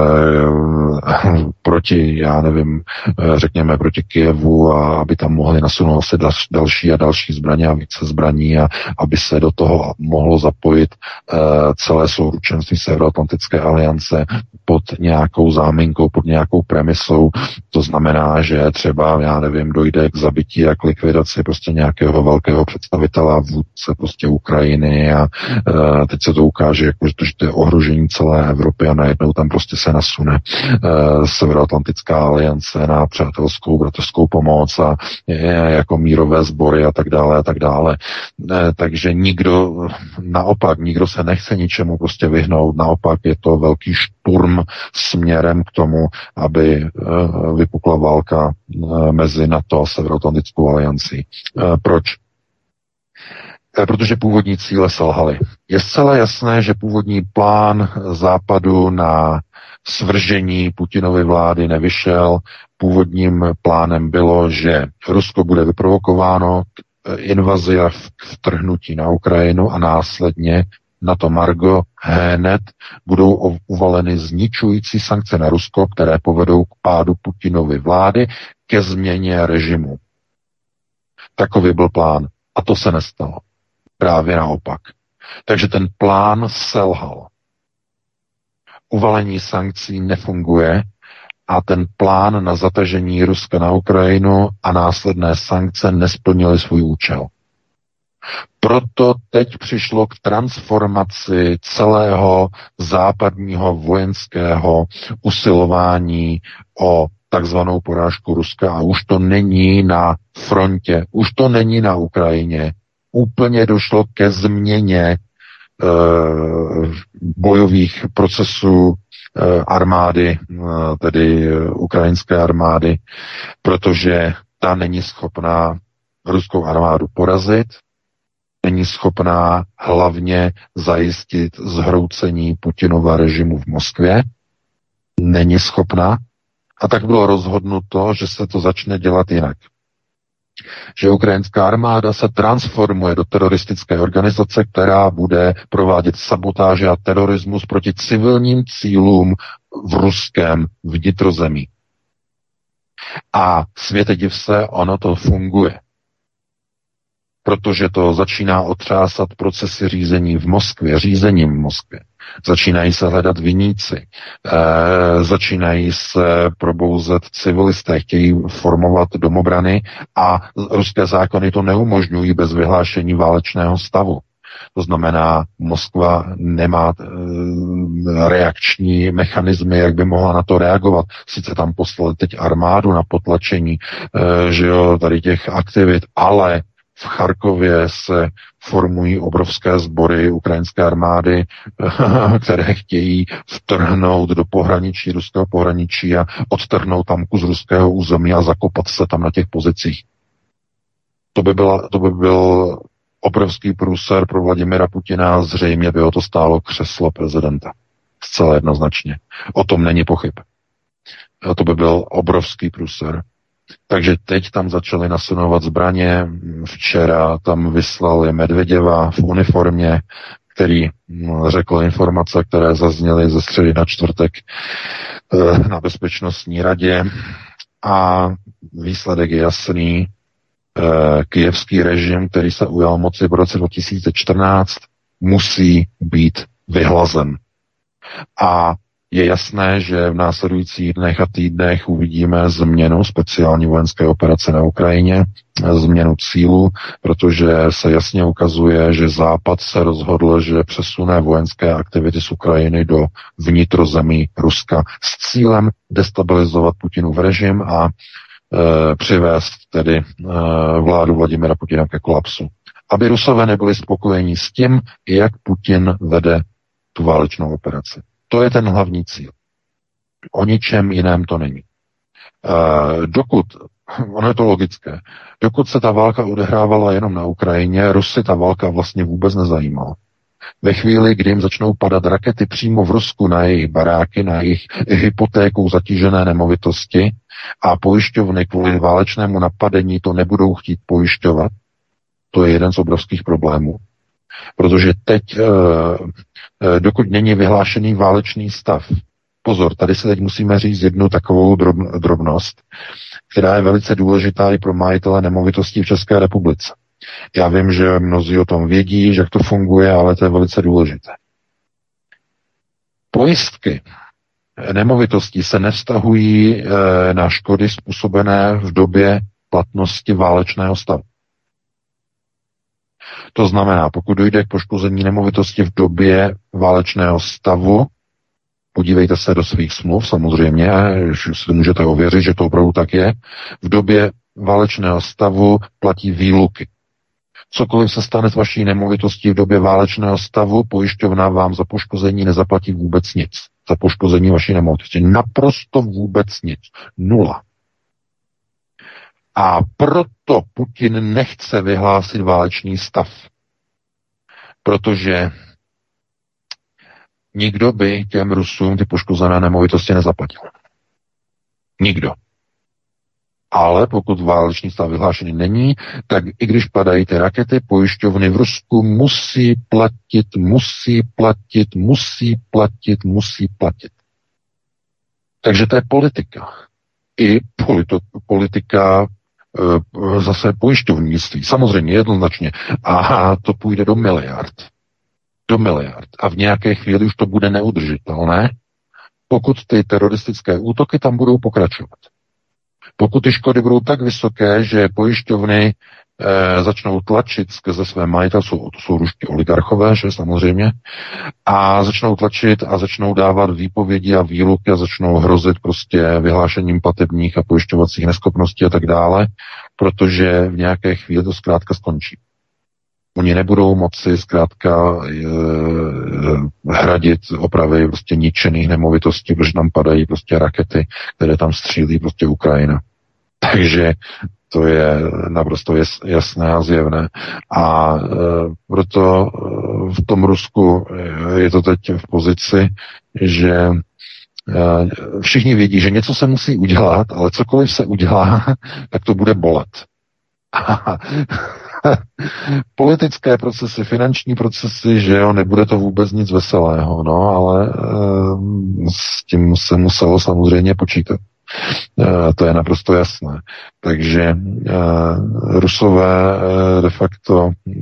proti, já nevím, řekněme proti Kyjevu, a aby tam mohli nasunout se další a další zbraně a více zbraní a aby se do toho mohlo zapojit eh, celé souručenství Severoatlantické aliance pod nějakou záminkou, pod nějakou premisou. To znamená, že třeba, já nevím, dojde k zabití a k likvidaci prostě nějakého velkého představitele a vůdce prostě Ukrajiny a e, teď se to ukáže, jako, že, to, že to je ohrožení celé Evropy a najednou tam prostě se nasune e, Severoatlantická aliance na přátelskou, bratrskou pomoc a je, jako mírové sbory a tak dále a tak dále. E, takže nikdo, naopak, nikdo se nechce ničemu prostě vyhnout, naopak je to velký šturm směrem k tomu, aby e, vypukla válka e, mezi NATO a Severoatlantickou aliancí. E, proč? E, protože původní cíle selhaly. Je zcela jasné, že původní plán Západu na svržení Putinovy vlády nevyšel. Původním plánem bylo, že Rusko bude vyprovokováno k invazi a vtrhnutí na Ukrajinu a následně na to margo hned budou uvaleny zničující sankce na Rusko, které povedou k pádu Putinovy vlády, ke změně režimu. Takový byl plán. A to se nestalo. Právě naopak. Takže ten plán selhal. Uvalení sankcí nefunguje a ten plán na zatažení Ruska na Ukrajinu a následné sankce nesplnily svůj účel. Proto teď přišlo k transformaci celého západního vojenského usilování o takzvanou porážku Ruska a už to není na frontě, už to není na Ukrajině. Úplně došlo ke změně e, bojových procesů e, armády, e, tedy e, ukrajinské armády, protože ta není schopná ruskou armádu porazit, není schopná hlavně zajistit zhroucení Putinova režimu v Moskvě, není schopná, a tak bylo rozhodnuto, že se to začne dělat jinak. Že ukrajinská armáda se transformuje do teroristické organizace, která bude provádět sabotáže a terorismus proti civilním cílům v ruském vnitrozemí. A světe div se, ono to funguje. Protože to začíná otřásat procesy řízení v Moskvě, řízením v Moskvě. Začínají se hledat viníci, e, začínají se probouzet civilisté, chtějí formovat domobrany a ruské zákony to neumožňují bez vyhlášení válečného stavu. To znamená, Moskva nemá e, reakční mechanismy, jak by mohla na to reagovat. Sice tam poslali teď armádu na potlačení e, že jo, tady těch aktivit, ale v Charkově se formují obrovské sbory ukrajinské armády, které chtějí vtrhnout do pohraničí, ruského pohraničí a odtrhnout tam kus ruského území a zakopat se tam na těch pozicích. To by, byla, to by byl obrovský průser pro Vladimira Putina, zřejmě by ho to stálo křeslo prezidenta. Zcela jednoznačně. O tom není pochyb. To by byl obrovský průser. Takže teď tam začali nasunovat zbraně. Včera tam vyslali Medveděva v uniformě, který řekl informace, které zazněly ze středy na čtvrtek na Bezpečnostní radě. A výsledek je jasný. Kyjevský režim, který se ujal moci v roce dva tisíce čtrnáct, musí být vyhlazen. A je jasné, že v následujících dnech a týdnech uvidíme změnu speciální vojenské operace na Ukrajině, změnu cílu, protože se jasně ukazuje, že Západ se rozhodl, že přesune vojenské aktivity z Ukrajiny do vnitrozemí Ruska s cílem destabilizovat Putinův režim a e, přivést tedy e, vládu Vladimira Putina ke kolapsu. Aby Rusové nebyli spokojeni s tím, jak Putin vede tu válečnou operaci. To je ten hlavní cíl. O ničem jiném to není. E, dokud, ono je to logické, dokud se ta válka odehrávala jenom na Ukrajině, Rusy ta válka vlastně vůbec nezajímala. Ve chvíli, kdy jim začnou padat rakety přímo v Rusku na jejich baráky, na jejich hypotékou zatížené nemovitosti a pojišťovny kvůli válečnému napadení to nebudou chtít pojišťovat, to je jeden z obrovských problémů. Protože teď, dokud není vyhlášený válečný stav, pozor, tady se teď musíme říct jednu takovou drobnost, která je velice důležitá i pro majitele nemovitostí v České republice. Já vím, že mnozí o tom vědí, že jak to funguje, ale to je velice důležité. Pojistky nemovitostí se nevztahují na škody způsobené v době platnosti válečného stavu. To znamená, pokud dojde k poškození nemovitosti v době válečného stavu, podívejte se do svých smluv, samozřejmě, že si můžete ověřit, že to opravdu tak je, v době válečného stavu platí výluky. Cokoliv se stane s vaší nemovitostí v době válečného stavu, pojišťovna vám za poškození nezaplatí vůbec nic. Za poškození vaší nemovitosti. Naprosto vůbec nic. Nula. A proto Putin nechce vyhlásit válečný stav. Protože nikdo by těm Rusům ty poškozené nemovitosti nezaplatil. Nikdo. Ale pokud válečný stav vyhlášený není, tak i když padají ty rakety, pojišťovny v Rusku musí platit, musí platit, musí platit, musí platit. Takže to je politika. I polito, politika e, zase pojišťovnictví. Samozřejmě jednoznačně. A to půjde do miliard. Do miliard. A v nějaké chvíli už to bude neudržitelné, pokud ty teroristické útoky tam budou pokračovat. Pokud ty škody budou tak vysoké, že pojišťovny e, začnou tlačit skrze své majitele, jsou, to jsou ruští oligarchové, že samozřejmě, a začnou tlačit a začnou dávat výpovědi a výluky a začnou hrozit prostě vyhlášením platebních a pojišťovacích neschopností a tak dále, protože v nějaké chvíli to zkrátka skončí. Oni nebudou moci zkrátka e, hradit opravy prostě ničených nemovitostí, protože tam padají prostě rakety, které tam střílí prostě Ukrajina. Takže to je naprosto jasné a zjevné. A e, proto v tom Rusku je to teď v pozici, že e, všichni vědí, že něco se musí udělat, ale cokoliv se udělá, tak to bude bolet. Politické procesy, finanční procesy, že jo, nebude to vůbec nic veselého, no, ale e, s tím se muselo samozřejmě počítat. E, to je naprosto jasné. Takže e, Rusové e, de facto e,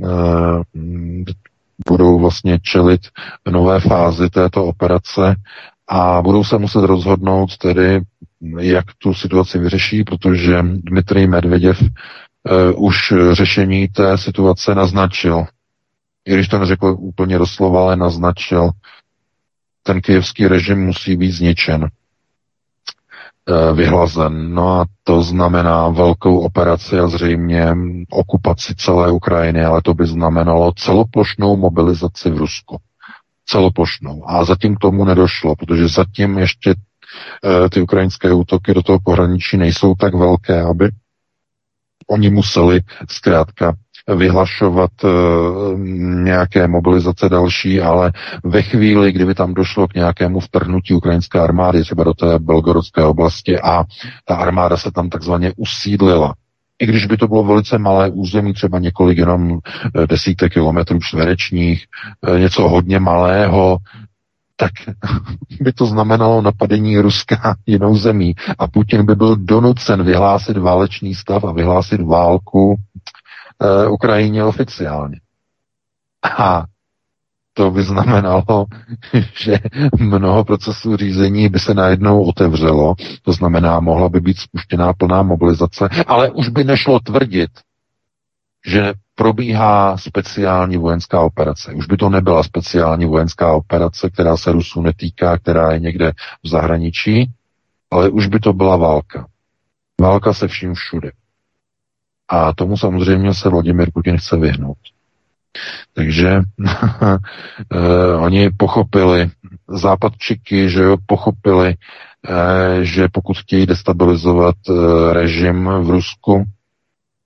budou vlastně čelit nové fázi této operace a budou se muset rozhodnout tedy, jak tu situaci vyřeší, protože Dmitrij Medveděv Uh, už řešení té situace naznačil. I když to neřekl úplně doslova, ale naznačil. Ten kyjevský režim musí být zničen. Uh, vyhlazen. No a to znamená velkou operaci a zřejmě okupaci celé Ukrajiny, ale to by znamenalo celoplošnou mobilizaci v Rusku. Celoplošnou. A zatím k tomu nedošlo, protože zatím ještě uh, ty ukrajinské útoky do toho pohraničí nejsou tak velké, aby oni museli zkrátka vyhlašovat e, nějaké mobilizace další, ale ve chvíli, kdyby tam došlo k nějakému vtrhnutí ukrajinské armády, třeba do té belgorodské oblasti a ta armáda se tam takzvaně usídlila, i když by to bylo velice malé území, třeba několik jenom desítek kilometrů čtverečních, e, něco hodně malého, tak by to znamenalo napadení Ruska jinou zemí a Putin by byl donucen vyhlásit válečný stav a vyhlásit válku e, Ukrajině oficiálně. A to by znamenalo, že mnoho procesů řízení by se najednou otevřelo, to znamená, mohla by být spuštěná plná mobilizace, ale už by nešlo tvrdit, že probíhá speciální vojenská operace. Už by to nebyla speciální vojenská operace, která se Rusů netýká, která je někde v zahraničí, ale už by to byla válka. Válka se vším všude. A tomu samozřejmě se Vladimír Putin chce vyhnout. Takže eh, oni pochopili, západčiky, že jo, pochopili, eh, že pokud chtějí destabilizovat eh, režim v Rusku,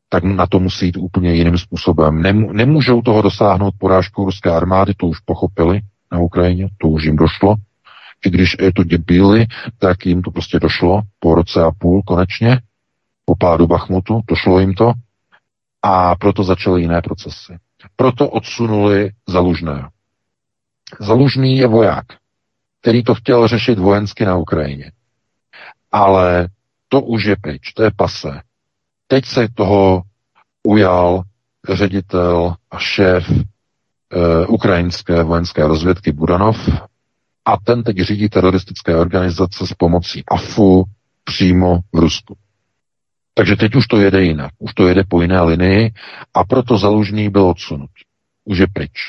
tak na to musí jít úplně jiným způsobem. Nemůžou toho dosáhnout porážkou ruské armády, to už pochopili na Ukrajině, to už jim došlo. I když je to děbili, tak jim to prostě došlo po roce a půl konečně, po pádu Bachmutu, došlo jim to a proto začaly jiné procesy. Proto odsunuli Zalužného. Zalužný je voják, který to chtěl řešit vojensky na Ukrajině. Ale to už je pryč, to je pase. Teď se toho ujal ředitel a šéf e, ukrajinské vojenské rozvědky Budanov a ten teď řídí teroristické organizace s pomocí A F U přímo v Rusku. Takže teď už to jede jinak, už to jede po jiné linii a proto Zalužný byl odsunut. Už je pryč.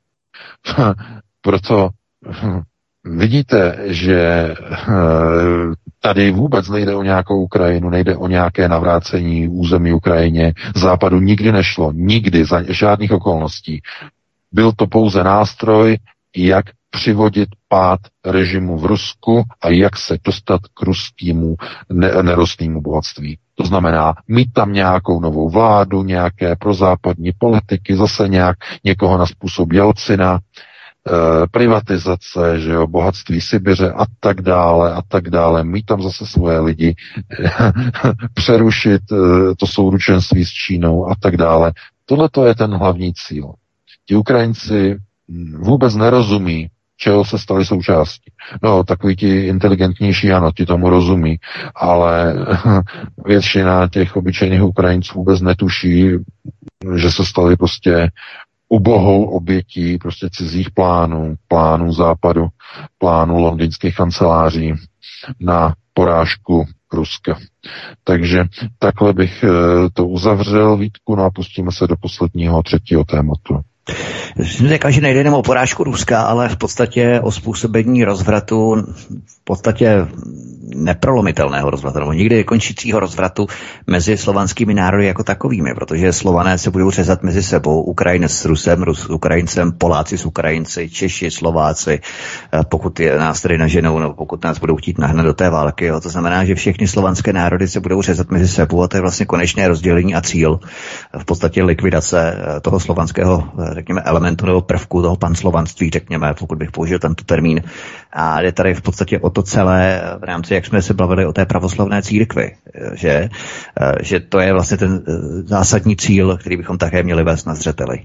Proto vidíte, že tady vůbec nejde o nějakou Ukrajinu, nejde o nějaké navrácení území Ukrajině. Západu nikdy nešlo, nikdy, za žádných okolností. Byl to pouze nástroj, jak přivodit pád režimu v Rusku a jak se dostat k ruskému nerostnému bohatství. To znamená mít tam nějakou novou vládu, nějaké prozápadní politiky, zase nějak někoho na způsob Jelcina, privatizace, že jo, bohatství Sibiře a tak dále a tak dále, mít tam zase svoje lidi, přerušit to souručenství s Čínou a tak dále. Tohle to je ten hlavní cíl. Ti Ukrajinci vůbec nerozumí, čeho se stali součástí. No, takový ti inteligentnější, ano, ti tomu rozumí, ale většina těch obyčejných Ukrajinců vůbec netuší, že se stali prostě ubohou obětí prostě cizích plánů, plánů západu, plánů londýnských kanceláří na porážku Ruska. Takže takhle bych to uzavřel, Vítku, no a pustíme se do posledního třetího tématu. Jsem řekl, že nejde jenom o porážku Ruska, ale v podstatě o způsobení rozvratu, v podstatě neprolomitelného rozvratu, nebo nikdy nekončícího rozvratu mezi slovanskými národy jako takovými, protože Slované se budou řezat mezi sebou, Ukrajinec s Rusem, Rus s Ukrajincem, Poláci s Ukrajinci, Češi, Slováci, pokud je nás tedy naženou, nebo pokud nás budou chtít nahnat do té války. Jo. To znamená, že všechny slovanské národy se budou řezat mezi sebou a to je vlastně konečné rozdělení a cíl, v podstatě likvidace toho slovanského, řekněme, elementu nebo prvku toho panslovanství, řekněme, pokud bych použil tento termín. A jde tady v podstatě o to celé v rámci, jak jsme se bavili o té pravoslavné církvi, že, že to je vlastně ten zásadní cíl, který bychom také měli vést na zřeteli.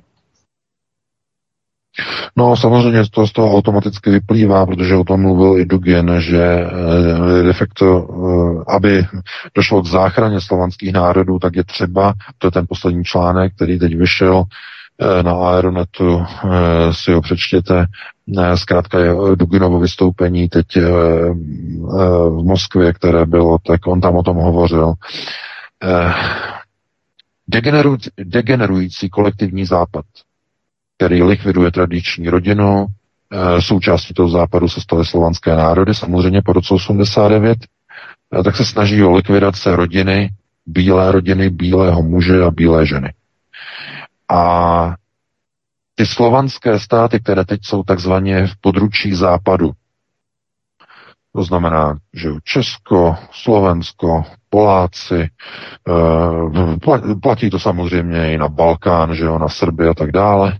No samozřejmě to z toho automaticky vyplývá, protože o tom mluvil i Dugin, že de facto, aby došlo k záchraně slovanských národů, tak je třeba, to je ten poslední článek, který teď vyšel na Aeronetu, si ho přečtěte, zkrátka je Duginovo vystoupení teď v Moskvě, které bylo, tak on tam o tom hovořil. Degeneru, degenerující kolektivní západ, který likviduje tradiční rodinu, součástí toho západu se staly slovanské národy, samozřejmě po roce osmdesát devět, tak se snaží o likvidace rodiny, bílé rodiny, bílého muže a bílé ženy. A ty slovanské státy, které teď jsou takzvaně v područí západu, to znamená, že Česko, Slovensko, Poláci, platí to samozřejmě i na Balkán, že jo, na Srby a tak dále,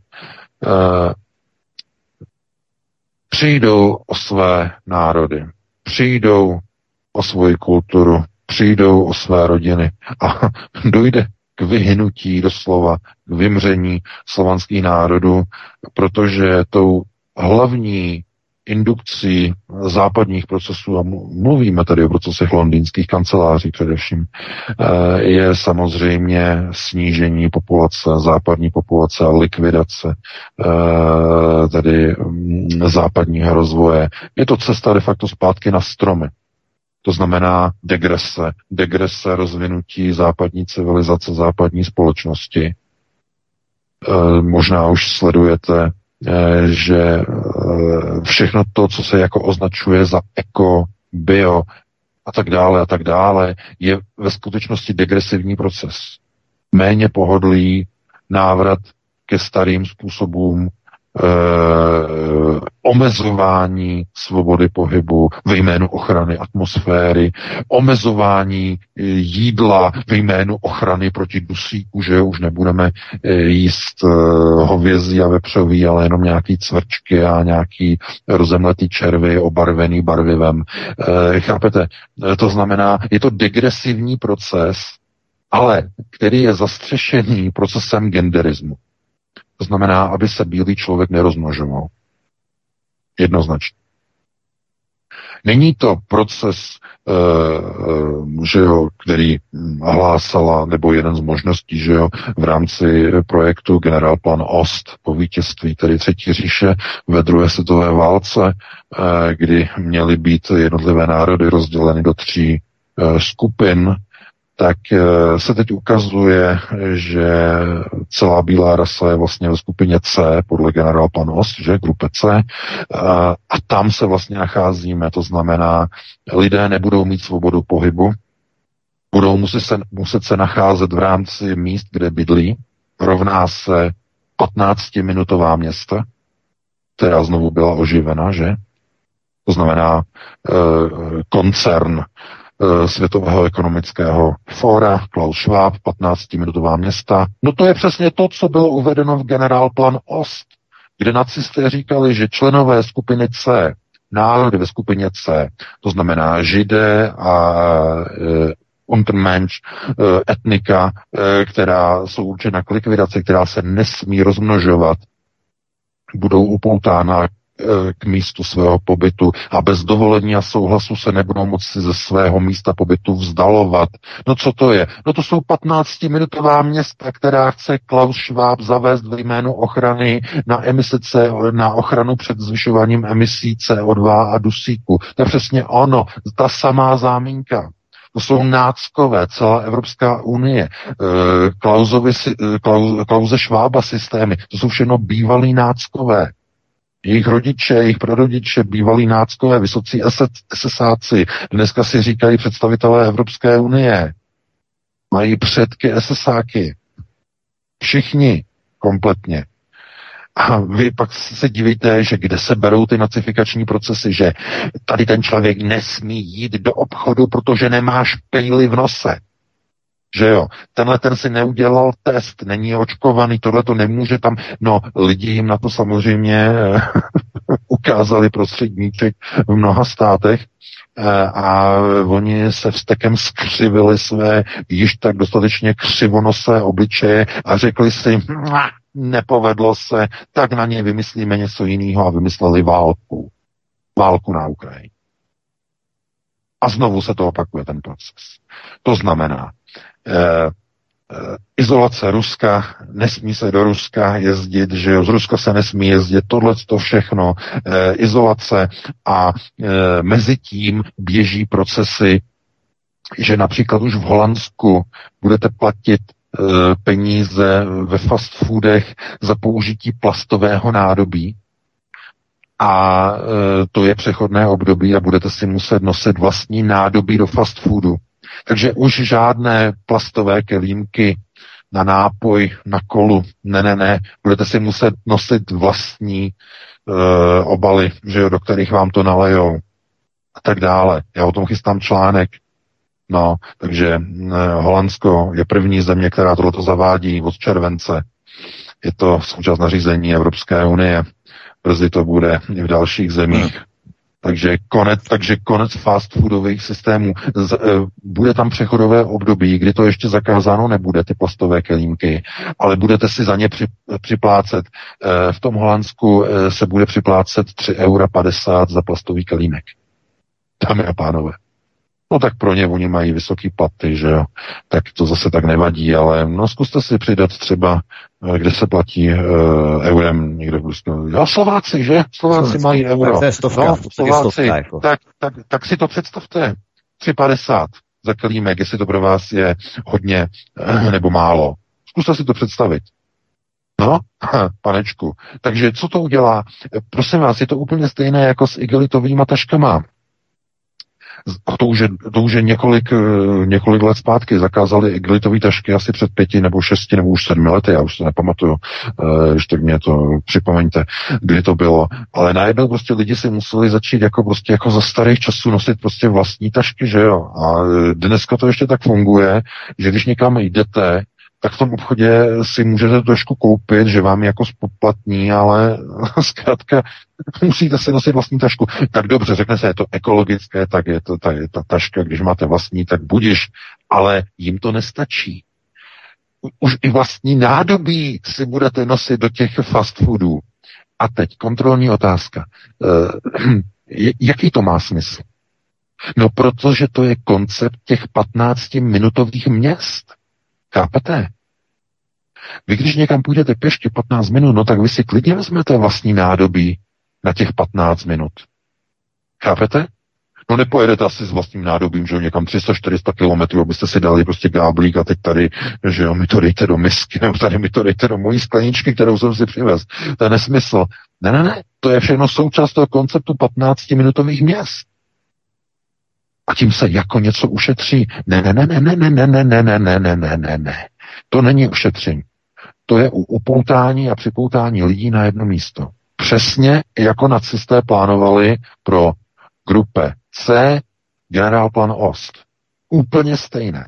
přijdou o své národy, přijdou o svoji kulturu, přijdou o své rodiny a dojde k vyhnutí doslova, k vymření slovanských národů, protože tou hlavní indukcí západních procesů, a mluvíme tady o procesech londýnských kanceláří především, je samozřejmě snížení populace, západní populace a likvidace tedy západního rozvoje. Je to cesta de facto zpátky na stromy. To znamená degrese, degrese rozvinutí západní civilizace, západní společnosti. E, možná už sledujete, e, že e, všechno to, co se jako označuje za eko, bio a tak dále a tak dále, je ve skutečnosti degresivní proces. Méně pohodlí, návrat ke starým způsobům eh, omezování svobody pohybu ve jménu ochrany atmosféry, omezování eh, jídla ve jménu ochrany proti dusíku, že už nebudeme eh, jíst eh, hovězí a vepřový, ale jenom nějaký cvrčky a nějaký rozemletý červy obarvený barvivem. Eh, chápete? Eh, to znamená, je to degresivní proces, ale který je zastřešený procesem genderismu. To znamená, aby se bílý člověk nerozmnožoval. Jednoznačně. Není to proces, uh, že jo, který hlásala, nebo jeden z možností, že jo, v rámci projektu Generálplan Ost po vítězství, tedy Třetí říše ve druhé světové válce, uh, kdy měly být jednotlivé národy rozděleny do tří uh, skupin, tak se teď ukazuje, že celá bílá rasa je vlastně ve skupině C, podle Generálplan Ost, že, grupe C, a tam se vlastně nacházíme, to znamená, lidé nebudou mít svobodu pohybu, budou muset se, muset se nacházet v rámci míst, kde bydlí, rovná se patnáctiminutová města, která znovu byla oživena, že? To znamená koncern Světového ekonomického fóra, Klaus Schwab, patnáctiminutová města. No to je přesně to, co bylo uvedeno v Generálplan Ost, kde nacisté říkali, že členové skupiny C, národy ve skupině C, to znamená Židé a e, Untermensch, e, etnika, e, která jsou určena k likvidaci, která se nesmí rozmnožovat, budou upoutána k místu svého pobytu a bez dovolení a souhlasu se nebudou moci ze svého místa pobytu vzdalovat. No co to je? No to jsou patnáctiminutová města, která chce Klaus Schwab zavést ve jménu ochrany na emise C, na ochranu před zvyšováním emisí C O dva a dusíku. To je přesně ono, ta samá záminka. To jsou náckové, celá Evropská unie, Klausovi, Klaus, Klause Schwaba systémy, to jsou všechno bývalí náckové. Jejich rodiče, jejich prarodiče, bývalí náckové, vysocí esesáci, dneska si říkají představitelé Evropské unie. Mají předky esesáky. Všichni kompletně. A vy pak se divíte, že kde se berou ty nacifikační procesy, že tady ten člověk nesmí jít do obchodu, protože nemá špejly v nose. Že jo, tenhle ten si neudělal test, není očkovaný, tohle to nemůže tam, no lidi jim na to samozřejmě ukázali prostředníček v mnoha státech a oni se vztekem skřivili své již tak dostatečně křivonosé obličeje a řekli si, nepovedlo se, tak na ně vymyslíme něco jiného a vymysleli válku. Válku na Ukrajině. A znovu se to opakuje ten proces. To znamená, Eh, eh, izolace Ruska, nesmí se do Ruska jezdit, že jo, z Ruska se nesmí jezdit, tohle to všechno, eh, izolace a eh, mezi tím běží procesy, že například už v Holandsku budete platit eh, peníze ve fast foodech za použití plastového nádobí a eh, to je přechodné období a budete si muset nosit vlastní nádobí do fast foodu. Takže už žádné plastové kelímky na nápoj, na kolu, ne, ne, ne, budete si muset nosit vlastní e, obaly, že jo, do kterých vám to nalejou a tak dále. Já o tom chystám článek. No, takže e, Holandsko je první země, která tohleto zavádí od července. Je to součást nařízení Evropské unie. Brzy to bude i v dalších zemích. Hmm. Takže konec, takže konec fast foodových systémů. Z, e, bude tam přechodové období, kdy to ještě zakázáno nebude, ty plastové kelímky, ale budete si za ně při, připlácet. E, v tom Holandsku e, se bude připlácet tři eura padesát za plastový kelímek. Dámy a pánové. No tak pro ně oni mají vysoký platy, že jo. Tak to zase tak nevadí, ale no zkuste si přidat třeba, kde se platí uh, eurem někde v Rusku. Jo, Slováci, že? Slováci Slováci mají euro. To je stovka, no, Slováci, stovka, jako. tak, tak, tak si to představte. tři padesát za kelímek, jestli to pro vás je hodně nebo málo. Zkuste si to představit. No, panečku. Takže co to udělá? Prosím vás, je to úplně stejné jako s igelitovýma taškama. A to už je, to už je několik, několik let zpátky. Zakázali igelitové tašky asi před pěti nebo šesti nebo už sedmi lety, já už to nepamatuju, když tak mě to připomeňte, kdy to bylo. Ale najednou prostě lidi si museli začít jako prostě jako za starých časů nosit prostě vlastní tašky, že jo. A dneska to ještě tak funguje, že když někam jdete, tak v tom obchodě si můžete trošku koupit, že vám je jako spoplatní, ale zkrátka musíte si nosit vlastní tašku. Tak dobře, řekne se, je to ekologické, tak je to ta, je ta taška, když máte vlastní, tak budiš, ale jim to nestačí. Už i vlastní nádobí si budete nosit do těch fast foodů. A teď kontrolní otázka. E, jaký to má smysl? No, protože to je koncept těch patnáctiminutových měst. Chápete? Vy když někam půjdete pěšky patnáct minut, no tak vy si klidně vezmete vlastní nádobí na těch patnáct minut. Chápete? No nepojedete asi s vlastním nádobím, že jo, někam tři sta čtyři sta kilometrů, abyste si dali prostě gáblík a teď tady, že jo, mi to dejte do misky, nebo tady mi to dejte do mojí skleničky, kterou jsem si přivez. To je nesmysl. Ne, ne, ne, to je všechno součást toho konceptu patnáctiminutových měst. A tím se jako něco ušetří. Ne, ne, ne, ne, ne, ne, ne, ne, ne, ne, ne, ne, ne, ne, ne. To není ušetření. To je upoutání a připoutání lidí na jedno místo. Přesně jako nacisté plánovali pro grupe C generálplan Ost. Úplně stejné.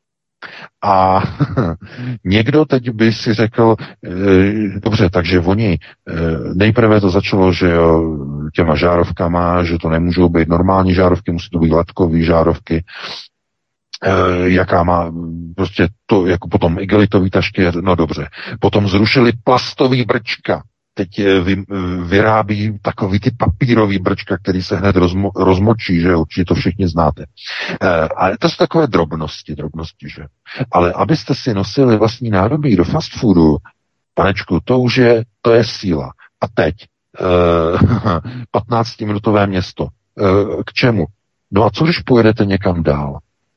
A někdo teď by si řekl, e, dobře, takže oni, e, nejprve to začalo, že jo, těma žárovkama, že to nemůžou být normální žárovky, musí to být letkové žárovky, e, jaká má, prostě to, jako potom igelitový tašky, no dobře. Potom zrušili plastový brčka, teď vy, vyrábí takový ty papírový brčka, který se hned rozmo, rozmočí, že určitě to všichni znáte. E, ale to jsou takové drobnosti, drobnosti, že? Ale abyste si nosili vlastní nádobí do fast foodu, panečku, to už je, to je síla. A teď, e, patnáctiminutové město. E, k čemu? No a co, když pojedete někam dál?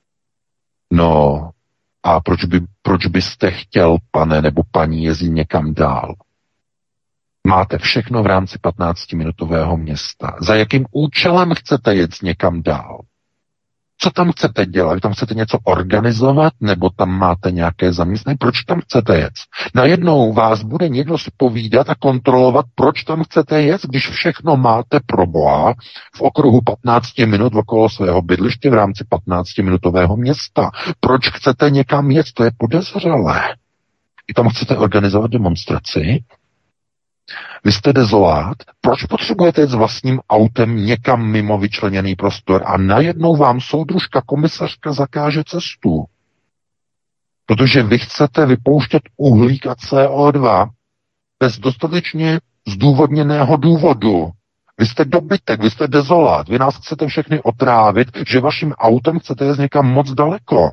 No, a proč, by, proč byste chtěl, pane nebo paní, jezdit někam dál? Máte všechno v rámci patnáctiminutového města. Za jakým účelem chcete jet někam dál? Co tam chcete dělat? Vy tam chcete něco organizovat, nebo tam máte nějaké zaměstnání? Proč tam chcete jet? Najednou vás bude někdo zpovídat a kontrolovat, proč tam chcete jet, když všechno máte pro boha v okruhu patnáct minut okolo svého bydliště v rámci patnáctiminutového města. Proč chcete někam jet? To je podezřelé. Vy tam chcete organizovat demonstraci? Vy jste dezolát, proč potřebujete jít s vlastním autem někam mimo vyčleněný prostor a najednou vám soudružka komisařka zakáže cestu? Protože vy chcete vypouštět uhlík a C O dva bez dostatečně zdůvodněného důvodu. Vy jste dobytek, vy jste dezolát, vy nás chcete všechny otrávit, že vaším autem chcete jít někam moc daleko.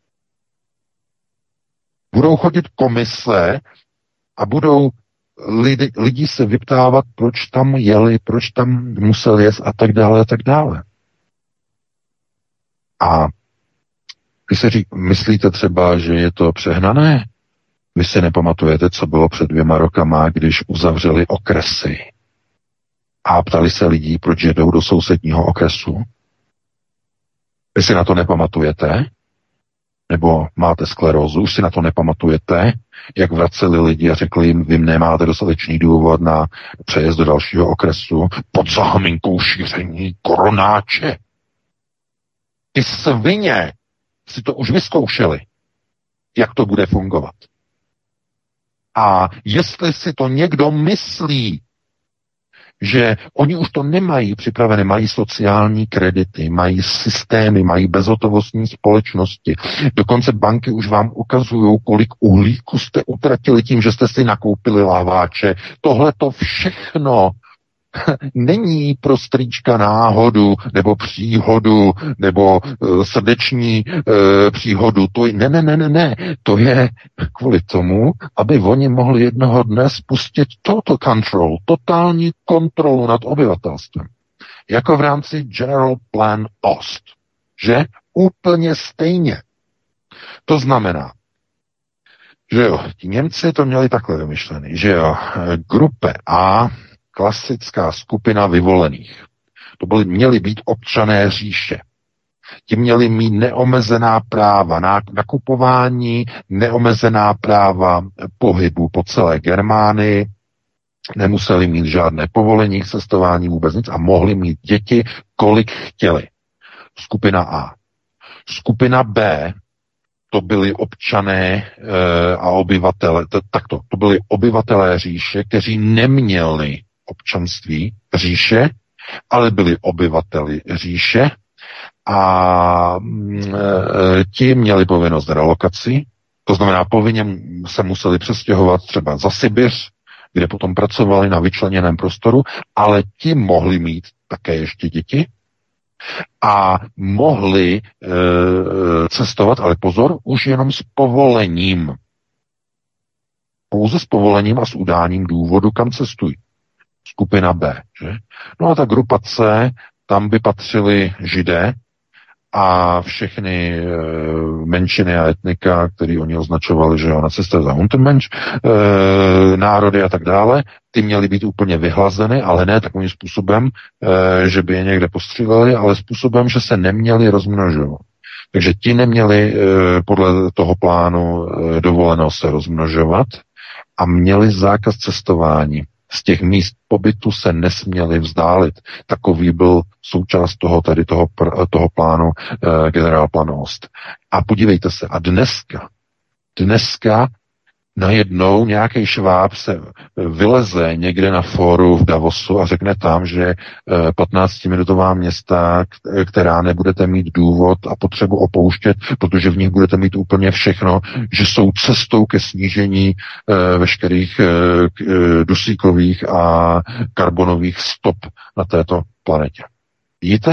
Budou chodit komise a budou lidi, lidi se vyptávat, proč tam jeli, proč tam museli jet a tak dále a tak dále. A vy se řík, myslíte třeba, že je to přehnané? Vy si nepamatujete, co bylo před dvěma rokama, když uzavřeli okresy a ptali se lidí, proč jedou do sousedního okresu? Vy si na to nepamatujete? Nebo máte sklerózu, už si na to nepamatujete, jak vraceli lidi a řekli jim, vy nemáte dostatečný důvod na přejezd do dalšího okresu pod záminkou šíření koronáče. Ty svině si to už vyzkoušeli, jak to bude fungovat. A jestli si to někdo myslí, že oni už to nemají připravené, mají sociální kredity, mají systémy, mají bezhotovostní společnosti. Dokonce banky už vám ukazují, kolik uhlíku jste utratili tím, že jste si nakoupili láváče. Tohle to všechno není pro strýčka náhodu, nebo příhodu, nebo uh, srdeční uh, příhodu. To je, ne, ne, ne, ne, ne. To je kvůli tomu, aby oni mohli jednoho dne spustit total control, totální kontrolu nad obyvatelstvem. Jako v rámci General Plan Ost. Že? Úplně stejně. To znamená, že jo, ti Němci to měli takhle vymyšlený, že jo, grupe A, klasická skupina vyvolených. To byly, měli být občané říše. Ti měli mít neomezená práva na nakupování, neomezená práva pohybu po celé Germánii, nemuseli mít žádné povolení k cestování, vůbec nic a mohli mít děti, kolik chtěli. Skupina A. Skupina B, to byli občané e, a obyvatele, to, takto, to byli obyvatelé říše, kteří neměli občanství říše, ale byli obyvateli říše a e, ti měli povinnost relokaci, to znamená povinně se museli přestěhovat třeba za Sibiř, kde potom pracovali na vyčleněném prostoru, ale ti mohli mít také ještě děti a mohli e, cestovat, ale pozor, už jenom s povolením. Pouze s povolením a s udáním důvodu, kam cestují. Skupina B. Že? No a ta grupa C, tam by patřili Židé a všechny e, menšiny a etnika, který oni označovali, že jo, nacisté za Untermensch, e, národy a tak dále, ty měly být úplně vyhlazeny, ale ne takovým způsobem, e, že by je někde postříleli, ale způsobem, že se neměli rozmnožovat. Takže ti neměli e, podle toho plánu e, dovoleno se rozmnožovat a měli zákaz cestování. Z těch míst pobytu se nesměli vzdálit. Takový byl součást toho, tady toho, toho plánu e, generálplan Ost. A podívejte se, a dneska, dneska najednou nějaký šváb se vyleze někde na fóru v Davosu a řekne tam, že patnáctiminutová města, která nebudete mít důvod a potřebu opouštět, protože v nich budete mít úplně všechno, že jsou cestou ke snížení veškerých dusíkových a karbonových stop na této planetě. Vidíte?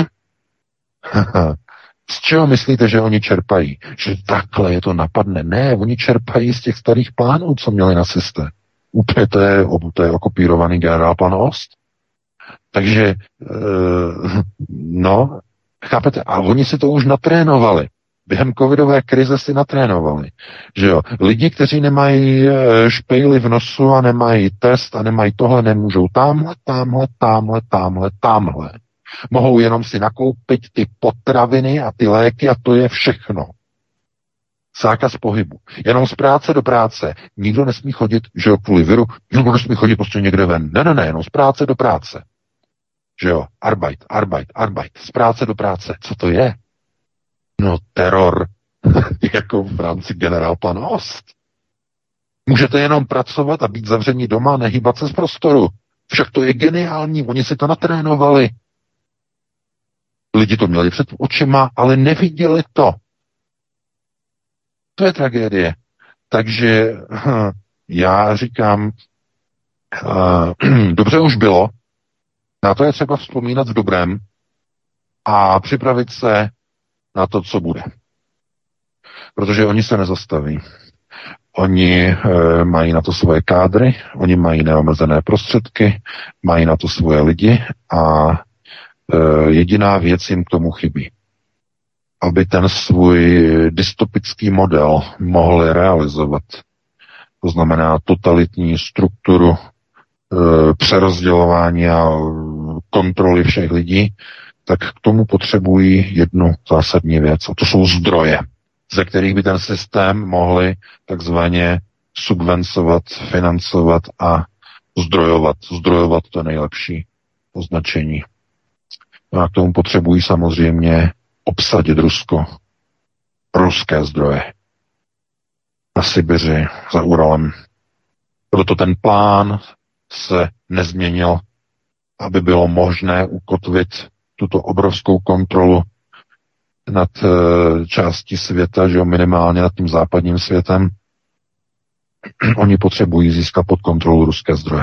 Z čeho myslíte, že oni čerpají? Že takhle je to napadne? Ne, oni čerpají z těch starých plánů, co měli nacisté. Úplně to je, to je okopírovaný generálplan Ost. Takže, no, chápete? A oni si to už natrénovali. Během covidové krize si natrénovali. Že jo? Lidi, kteří nemají špejly v nosu a nemají test a nemají tohle, nemůžou tamhle, tamhle, tamhle, tamhle, tamhle. Mohou jenom si nakoupit ty potraviny a ty léky a to je všechno. Zákaz pohybu. Jenom z práce do práce. Nikdo nesmí chodit, že jo, kvůli viru, nikdo nesmí chodit prostě někde ven. Ne, ne, ne, jenom z práce do práce. Že jo, Arbeit, Arbeit, Arbeit. Z práce do práce. Co to je? No, teror. Jako v rámci generálplan Ost. Můžete jenom pracovat a být zavření doma a nehýbat se z prostoru. Však to je geniální, oni si to natrénovali. Lidi to měli před očima, ale neviděli to. To je tragédie. Takže hm, já říkám, uh, dobře už bylo, na to je třeba vzpomínat v dobrém a připravit se na to, co bude. Protože oni se nezastaví. Oni e, mají na to svoje kádry, oni mají neomezené prostředky, mají na to svoje lidi a e, jediná věc jim k tomu chybí. Aby ten svůj dystopický model mohli realizovat. To znamená totalitní strukturu e, přerozdělování a kontroly všech lidí, tak k tomu potřebují jednu zásadní věc. A to jsou zdroje, ze kterých by ten systém mohli takzvaně subvencovat, financovat a zdrojovat. Zdrojovat to je nejlepší označení. A k tomu potřebují samozřejmě obsadit Rusko. Ruské zdroje. Na Sibiři, za Uralem. Proto ten plán se nezměnil, aby bylo možné ukotvit tuto obrovskou kontrolu nad e, částí světa, že jo, minimálně nad tím západním světem. Oni potřebují získat pod kontrolu ruské zdroje.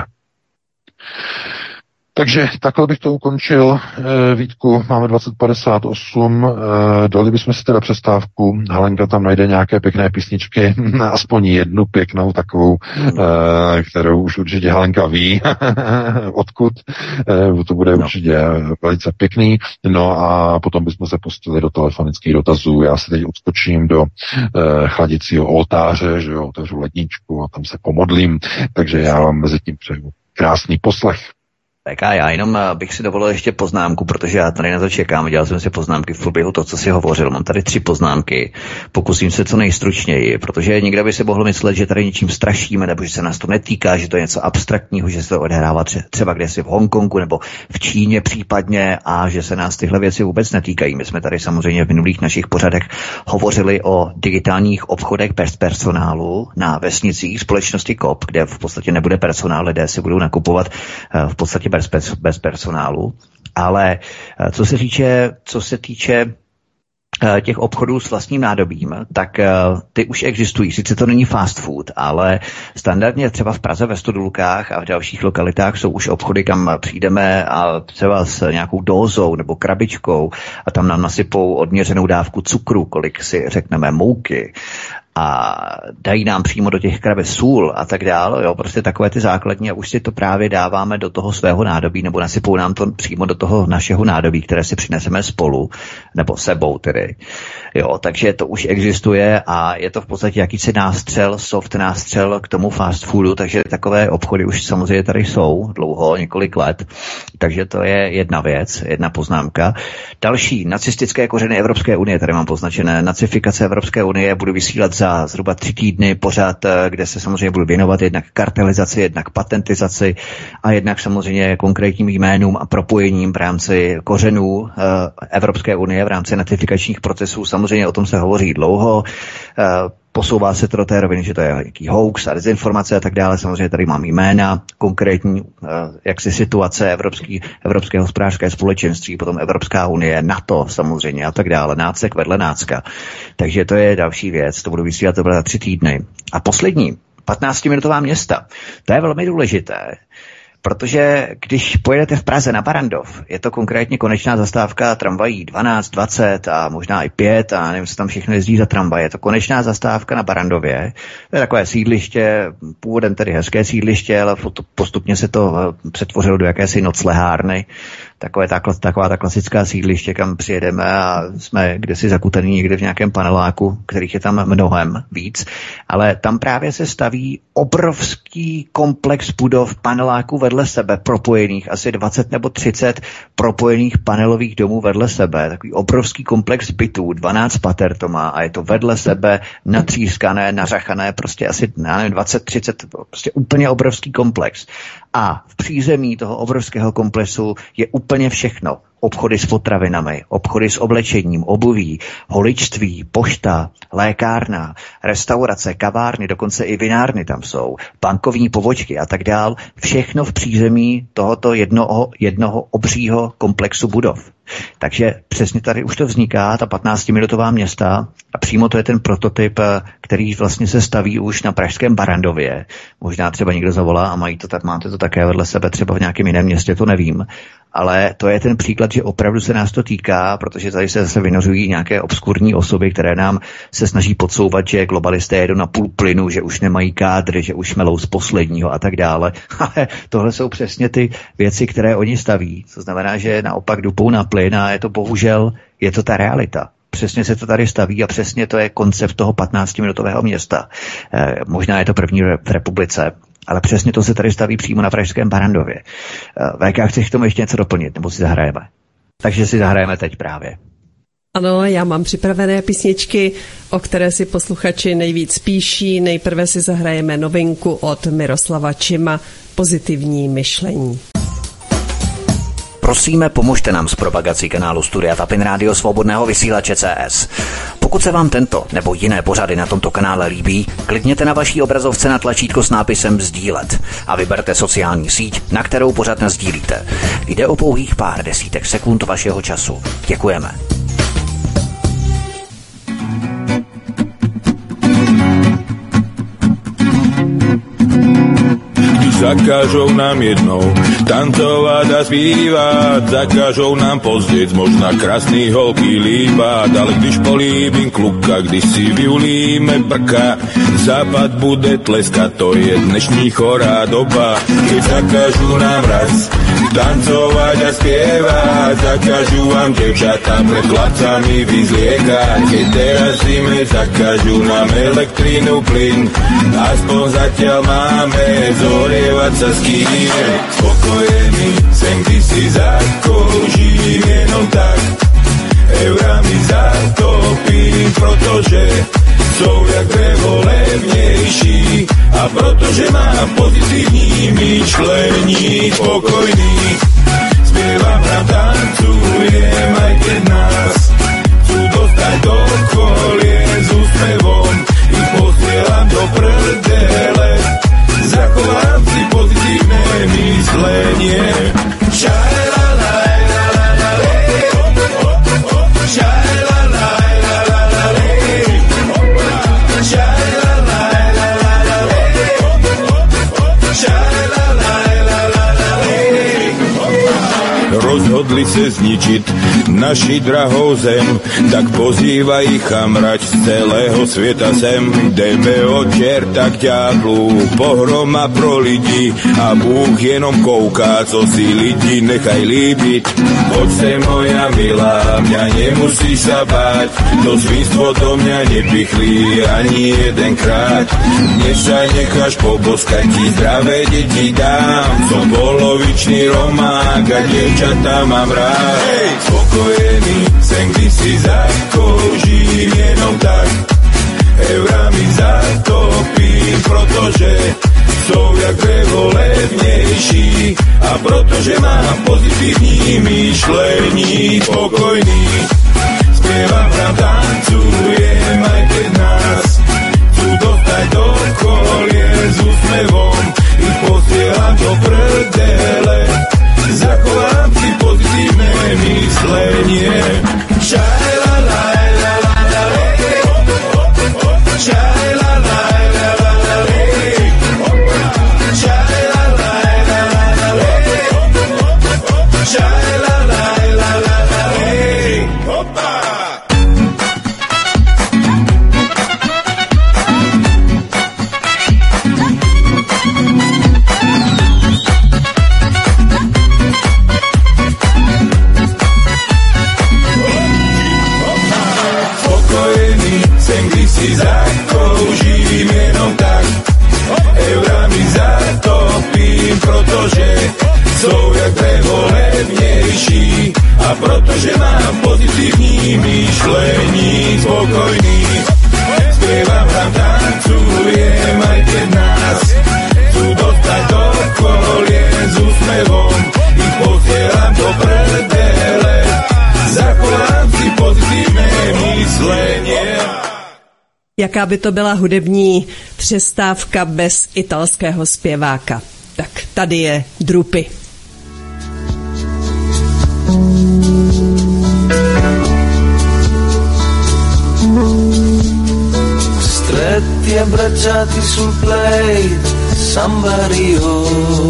Takže takhle bych to ukončil. E, Vítku, máme dvacet padesát osm, e, dali bychom si teda přestávku. Helenka tam najde nějaké pěkné písničky, aspoň jednu pěknou takovou, e, kterou už určitě Helenka ví, odkud. E, to bude no. určitě velice pěkný. No a potom bychom se pustili do telefonických dotazů. Já se teď odskočím do e, chladicího oltáře, že jo, otevřu ledničku a tam se pomodlím. Takže já vám mezi tím přeju krásný poslech. Tak a já jenom bych si dovolil ještě poznámku, protože já tady na to čekám, dělal jsem si poznámky v průběhu to, co si hovořil. Mám tady tři poznámky, pokusím se co nejstručněji, protože někdo by si mohl myslet, že tady něčím strašíme, nebo že se nás to netýká, že to je něco abstraktního, že se to odehrává třeba kdesi v Hongkongu nebo v Číně případně a že se nás tyhle věci vůbec netýkají. My jsme tady samozřejmě v minulých našich pořadech hovořili o digitálních obchodech bez personálu na vesnicích společnosti C O P, kde v podstatě nebude personál, lidé si budou nakupovat v podstatě bez, bez, bez personálu. Ale co se týče, co se týče těch obchodů s vlastním nádobím, tak ty už existují. Sice to není fast food, ale standardně třeba v Praze ve Stodulkách a v dalších lokalitách jsou už obchody, kam přijdeme a třeba s nějakou dózou nebo krabičkou a tam nám nasypou odměřenou dávku cukru, kolik si řekneme mouky, a dají nám přímo do těch krabic sůl a tak dále, jo, prostě takové ty základní a už si to právě dáváme do toho svého nádobí, nebo nasypou nám to přímo do toho našeho nádobí, které si přineseme spolu, nebo sebou tedy, jo, takže to už existuje a je to v podstatě jakýsi nástřel, soft nástřel k tomu fast foodu, takže takové obchody už samozřejmě tady jsou dlouho, několik let, takže to je jedna věc, jedna poznámka. Další, nacistické kořeny Evropské unie, tady mám poznačené, nacifikace Evropské unie, budu vysílat za zhruba tři týdny pořád, kde se samozřejmě budu věnovat jednak kartelizaci, jednak patentizaci a jednak samozřejmě konkrétním jménům a propojením v rámci kořenů Evropské unie, v rámci notifikačních procesů. Samozřejmě o tom se hovoří dlouho. Posouvá se to do té roviny, že to je nějaký hoax a dezinformace a tak dále. Samozřejmě tady mám jména, konkrétní jaksi situace Evropský, Evropské hospodářské společenství, potom Evropská unie, NATO samozřejmě a tak dále. Nácek vedle nácka. Takže to je další věc, to budu vysílat to za tři týdny. A poslední, patnáctiminutová města. To je velmi důležité. Protože když pojedete v Praze na Barrandov, je to konkrétně konečná zastávka tramvají dvanáct, dvacet a možná i pět a nevím, co tam všechno jezdí za tramvaj. Je to konečná zastávka na Barrandově. To je takové sídliště, původem tedy hezké sídliště, ale postupně se to přetvořilo do jakési noclehárny. Takové ta, taková ta klasická sídliště, kam přijedeme a jsme kdesi zakutení někde v nějakém paneláku, kterých je tam mnohem víc. Ale tam právě se staví obrovský komplex budov paneláků vedle sebe, propojených, asi dvacet nebo třicet propojených panelových domů vedle sebe. Takový obrovský komplex bytů, dvanáct pater to má a je to vedle sebe natřískané, nařachané, prostě asi nevím, dvacet třicet, prostě úplně obrovský komplex. A v přízemí toho obrovského komplexu je úplně všechno. Obchody s potravinami, obchody s oblečením, obuví, holičství, pošta, lékárna, restaurace, kavárny, dokonce i vinárny tam jsou, bankovní pobočky a tak dál. Všechno v přízemí tohoto jednoho, jednoho obřího komplexu budov. Takže přesně tady už to vzniká, ta patnáctiminutová města a přímo to je ten prototyp, který vlastně se staví už na pražském Barrandově. Možná třeba někdo zavolá a mají to, tak máte to také vedle sebe třeba v nějakém jiném městě, to nevím. Ale to je ten příklad, že opravdu se nás to týká, protože tady se zase vynořují nějaké obskurní osoby, které nám se snaží podsouvat, že globalisté jedou na půl plynu, že už nemají kádry, že už melou z posledního a tak dále. Ale tohle jsou přesně ty věci, které oni staví. To znamená, že naopak dupou na plyn a je to bohužel, je to ta realita. Přesně se to tady staví a přesně to je koncept toho patnáctiminutového města. E, možná je to první v republice, ale přesně to se tady staví přímo na pražském Barrandově. E, V K, chceš k tomu ještě něco doplnit, nebo si zahrajeme? Takže si zahrajeme teď právě. Ano, já mám připravené písničky, o které si posluchači nejvíc píší. Nejprve si zahrajeme novinku od Miroslava Čima, Pozitivní myšlení. Prosíme, pomožte nám s propagací kanálu Studia Tapin Rádio Svobodného vysílače C S. Pokud se vám tento nebo jiné pořady na tomto kanále líbí, klikněte na vaší obrazovce na tlačítko s nápisem sdílet a vyberte sociální síť, na kterou pořad nasdílíte. Jde o pouhých pár desítek sekund vašeho času. Děkujeme. Zakážou nám jednou tancovať a zpívat, zakážou nám pozděc možná krásný holky líbat, ale když políbím kluka, když si vyulíme brka, západ bude tleskat, to je dnešní chorá doba. Keď zakážu nám raz tancovať a spievať, zakážu vám devčatá pred chlapcami vyzliekať. Keď teraz zime zakážu nám elektrínu, plyn, aspoň zatiaľ máme zorievať sa s kým. Spokojený sem kdysi zakoužím jenom tak, eurami zatopím, protože jsou jak drevo levnější a protože mám pozitivní myšlení. Spokojný zpěvám, hrám, tancujem, aj keď nás chcú dostať do kolie s úsmevom, ich posielam do prdele, zachovám si pozitívne myslenie. Šajlalaj, rozhodli se zničiť naši drahou zem, tak pozývaj ich chamrať z celého sveta sem. Jdeme od čerta k ďáblu, pohroma pro lidi a Bůh jenom kouká, co si lidi nechaj líbiť. Poď sem moja milá, mňa nemusíš sa báť, to svinstvo do mňa nepichlí ani jedenkrát. Dnes sa necháš poboskať, ti zdravé deti dám, som polovičný romák a dievčatá mám rád. Hej, spokojený sem kdysi zakoužím jenom tak, eurami zatopím, protože jsou jak drevo levnější a protože mám pozitivní myšlení. Spokojný zpěvám, hrám, tancujem, aj keď nás chcú dostať do kolie s úsmevom, ich posielam do prdele, zachovám si pozitívne myslenie. Šajlalaj, zakoužím jenom tak, eurami zatopím, protože jsou jak drevo levnější a protože mám pozitivní myšlení. Spokojný zpěvám, hrám, tancujem, aj keď nás chcú dostať do kolie s úsmevom, ich posielam do prdele, zachovám si pozitívne myslenie. Jaká by to byla hudební přestávka bez italského zpěváka? Tak tady je Drupi. Stretti abbracciati sul play Samba Rio,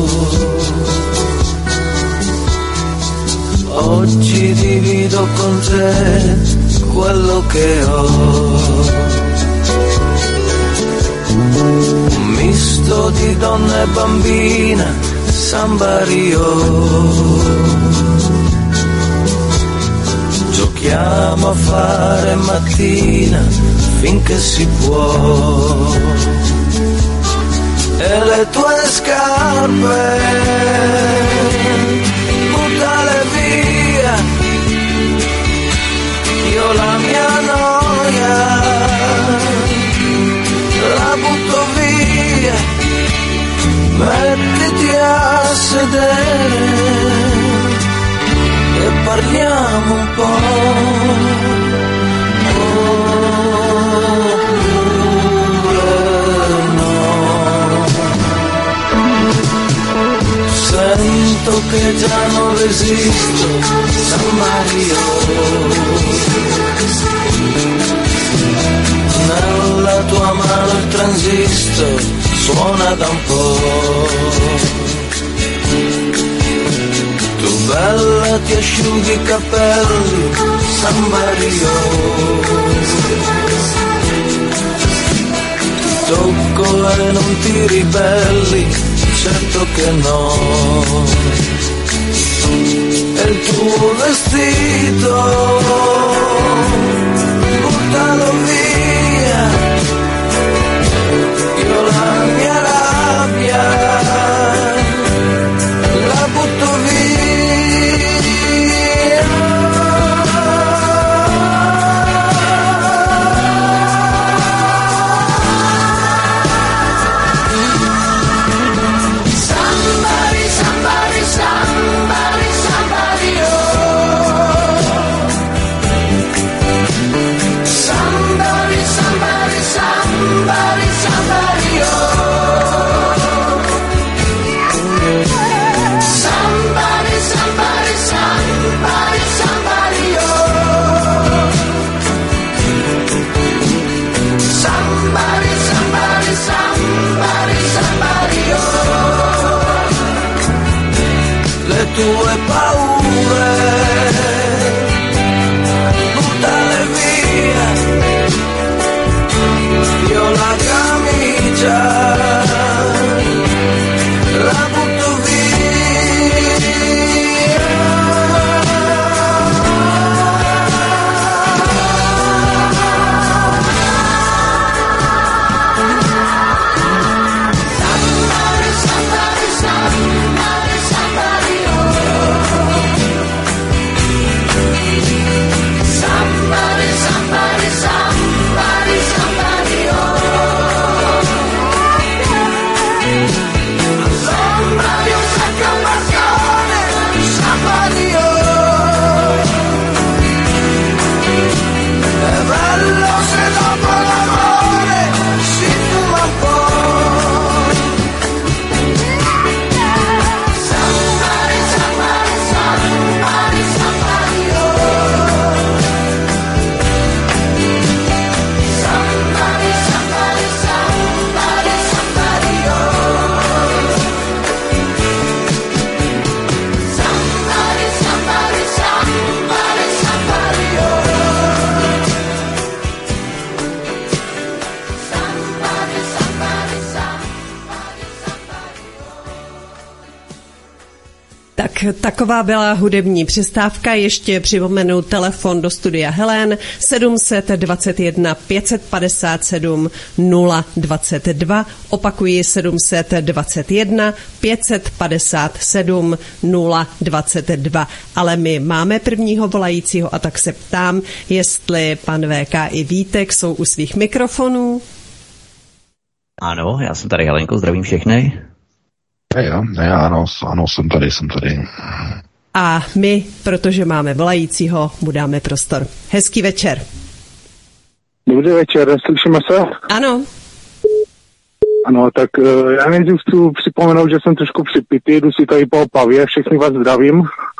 oggi divido con te quello che ho, un misto di donna e bambina, Samba Rio. Giochiamo a fare mattina finché si può, e le tue scarpe buttale via, io la mia noia la butto via, mettiti a sedere e parliamo un po'. Sento che già non resisto, San Mario, nella tua mano il transistor suona da un po', tu bella ti asciughi i capelli, San Mario, tocco e non ti ribelli, certo che no. del tuo vestito, buttalo via, io la mia rabbia la butto tue paure, buttale via, io la camicia la butto Taková byla hudební přestávka. Ještě připomenu telefon do studia Helen sedm dva jedna pět padesát sedm nula dvacet dva. Opakuji sedm dva jedna pět padesát sedm nula dvacet dva. Ale my máme prvního volajícího a tak se ptám, jestli pan V K i Vítek jsou u svých mikrofonů. Ano, já jsem tady, Helenko, zdravím všechny. Já, já, ano, ano, jsem tady, jsem tady. A my, protože máme volajícího, mu dáme prostor. Hezký večer. Dobrý večer, slyšíme se? Ano. Ano, tak já nejdřív chci připomenout, že jsem trošku připitý, jdu si tady po Opavě, všechny vás zdravím.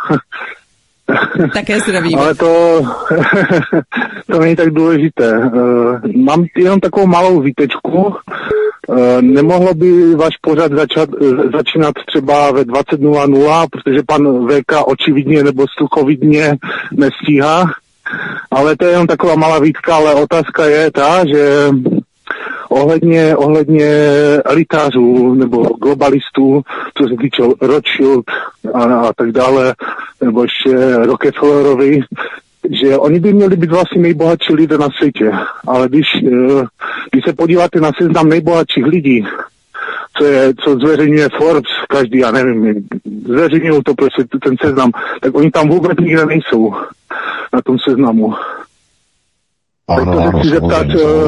Také zdravím. Ale to, to není tak důležité. Mám jenom takovou malou výtečku. Nemohlo by váš pořad začat, začínat třeba ve dvacet nula nula, protože pan V K očividně nebo sluchovidně nestíhá. Ale to je jenom taková malá výtka, ale otázka je ta, že ohledně, ohledně elitářů nebo globalistů, co se týče Rothschild a, a tak dále, nebo ještě Rockefellerovi, že oni by měli být vlastně nejbohatší lidé na světě. Ale když, když se podíváte na seznam nejbohatších lidí, co, je, co zveřejňuje Forbes, každý, já nevím, zveřejňují to prostě ten seznam, tak oni tam vůbec nikde nejsou na tom seznamu. Ano, tak to ano, se chci zeptat,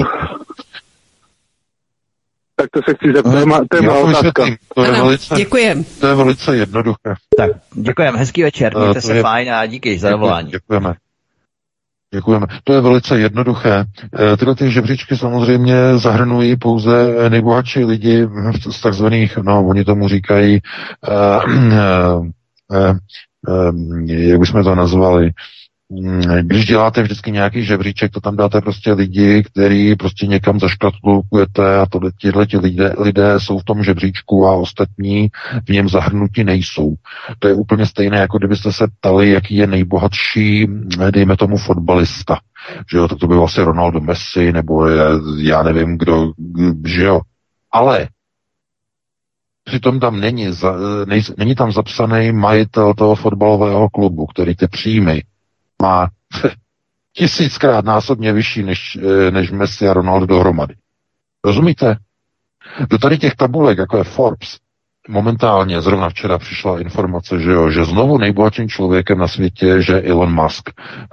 tak to se chci zeptat, no, to je má otázka. To je, ano, velice, děkujem. To je velice jednoduché. Tak, děkujeme, hezký večer, mějte se je... fajn a díky za zavolání. Děkujeme. Děkujeme. To je velice jednoduché. Tyhle ty žebříčky samozřejmě zahrnují pouze nejbohatší lidi z takzvaných, no, oni tomu říkají, uh, uh, uh, uh, jak bychom to nazvali, když děláte vždycky nějaký žebříček, to tam dáte prostě lidi, který prostě někam zaškatulkujete a tohle, tyhle ti lidé, lidé jsou v tom žebříčku a ostatní v něm zahrnuti nejsou. To je úplně stejné, jako kdybyste se ptali, jaký je nejbohatší, dejme tomu, fotbalista. Že jo, tak to byl asi Ronaldo Messi, nebo je, já nevím kdo, že jo. Ale Přitom tam není, za, nej, není tam zapsaný majitel toho fotbalového klubu, který ty příjmy má tisíckrát násobně vyšší než, než Messi a Ronaldo dohromady. Rozumíte? Do tady těch tabulek, jako je Forbes, momentálně, zrovna včera přišla informace, že jo, že znovu nejbohatším člověkem na světě je, že Elon Musk. E,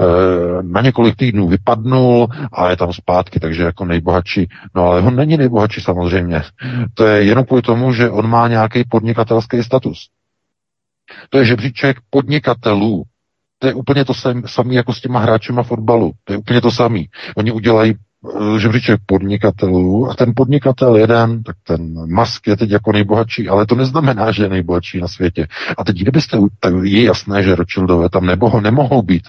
na několik týdnů vypadnul a je tam zpátky, takže jako nejbohatší. No ale on není nejbohatší samozřejmě. To je jenom kvůli tomu, že on má nějaký podnikatelský status. To je žebříček podnikatelů. To je úplně to samé jako s těma hráčima fotbalu. To je úplně to samé. Oni udělají žebříček podnikatelů a ten podnikatel jeden, tak ten Musk je teď jako nejbohatší, ale to neznamená, že je nejbohatší na světě. A teď kdybyste, tak je jasné, že Rothschildové tam nebo, nemohou být.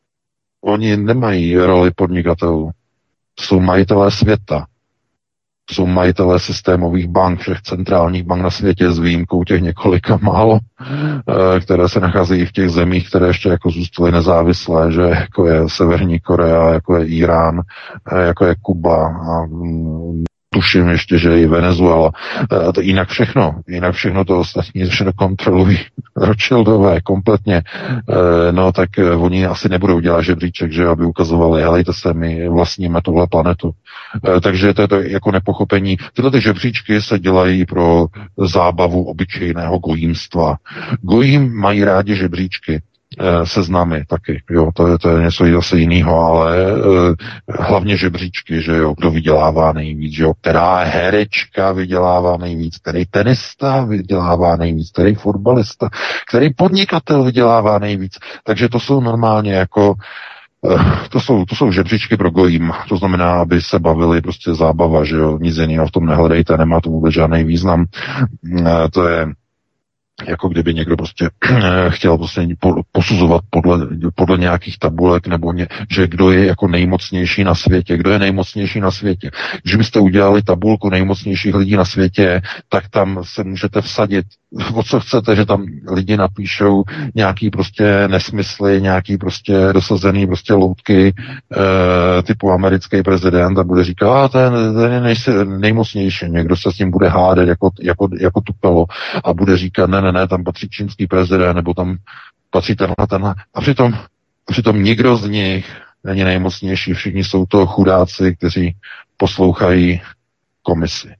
Oni nemají roli podnikatelů. Jsou majitelé světa. Jsou majitelé systémových bank, všech centrálních bank na světě s výjimkou těch několika málo, které se nacházejí v těch zemích, které ještě jako zůstaly nezávislé, že jako je Severní Korea, jako je Irán, jako je Kuba a tuším ještě, že i Venezuela. To jinak všechno, jinak všechno to ostatní všechno kontrolují Rothschildové kompletně. No tak oni asi nebudou dělat žebříček, že aby ukazovali, helejte se, my vlastníme tuhle planetu. Takže to je to jako nepochopení. Tyhle ty žebříčky se dělají pro zábavu obyčejného gojímstva. Gojím mají rádi žebříčky, seznamy taky, jo, to je, to je něco zase jiného, ale eh, hlavně žebříčky, že jo, kdo vydělává nejvíc, že jo, která herečka vydělává nejvíc, který tenista vydělává nejvíc, který fotbalista, který podnikatel vydělává nejvíc, takže to jsou normálně jako eh, to jsou, to jsou žebříčky pro gojím, to znamená, aby se bavili prostě zábava, že jo, nic jiného v tom nehledejte, nemá to vůbec žádný význam, eh, to je jako kdyby někdo prostě chtěl prostě posuzovat podle, podle nějakých tabulek, nebo ně, že kdo je jako nejmocnější na světě, kdo je nejmocnější na světě. Když byste udělali tabulku nejmocnějších lidí na světě, tak tam se můžete vsadit, o co chcete, že tam lidi napíšou nějaký prostě nesmysly, nějaký prostě dosazený prostě loutky e, typu americký prezident a bude říkat, a ten, ten je nej, nejmocnější, někdo se s ním bude hádat jako, jako, jako tupelo a bude říkat, ne, ne, ne, tam patří čínský prezident, nebo tam patří tenhle, tenhle. A přitom, přitom nikdo z nich není nejmocnější, všichni jsou to chudáci, kteří poslouchají komisi.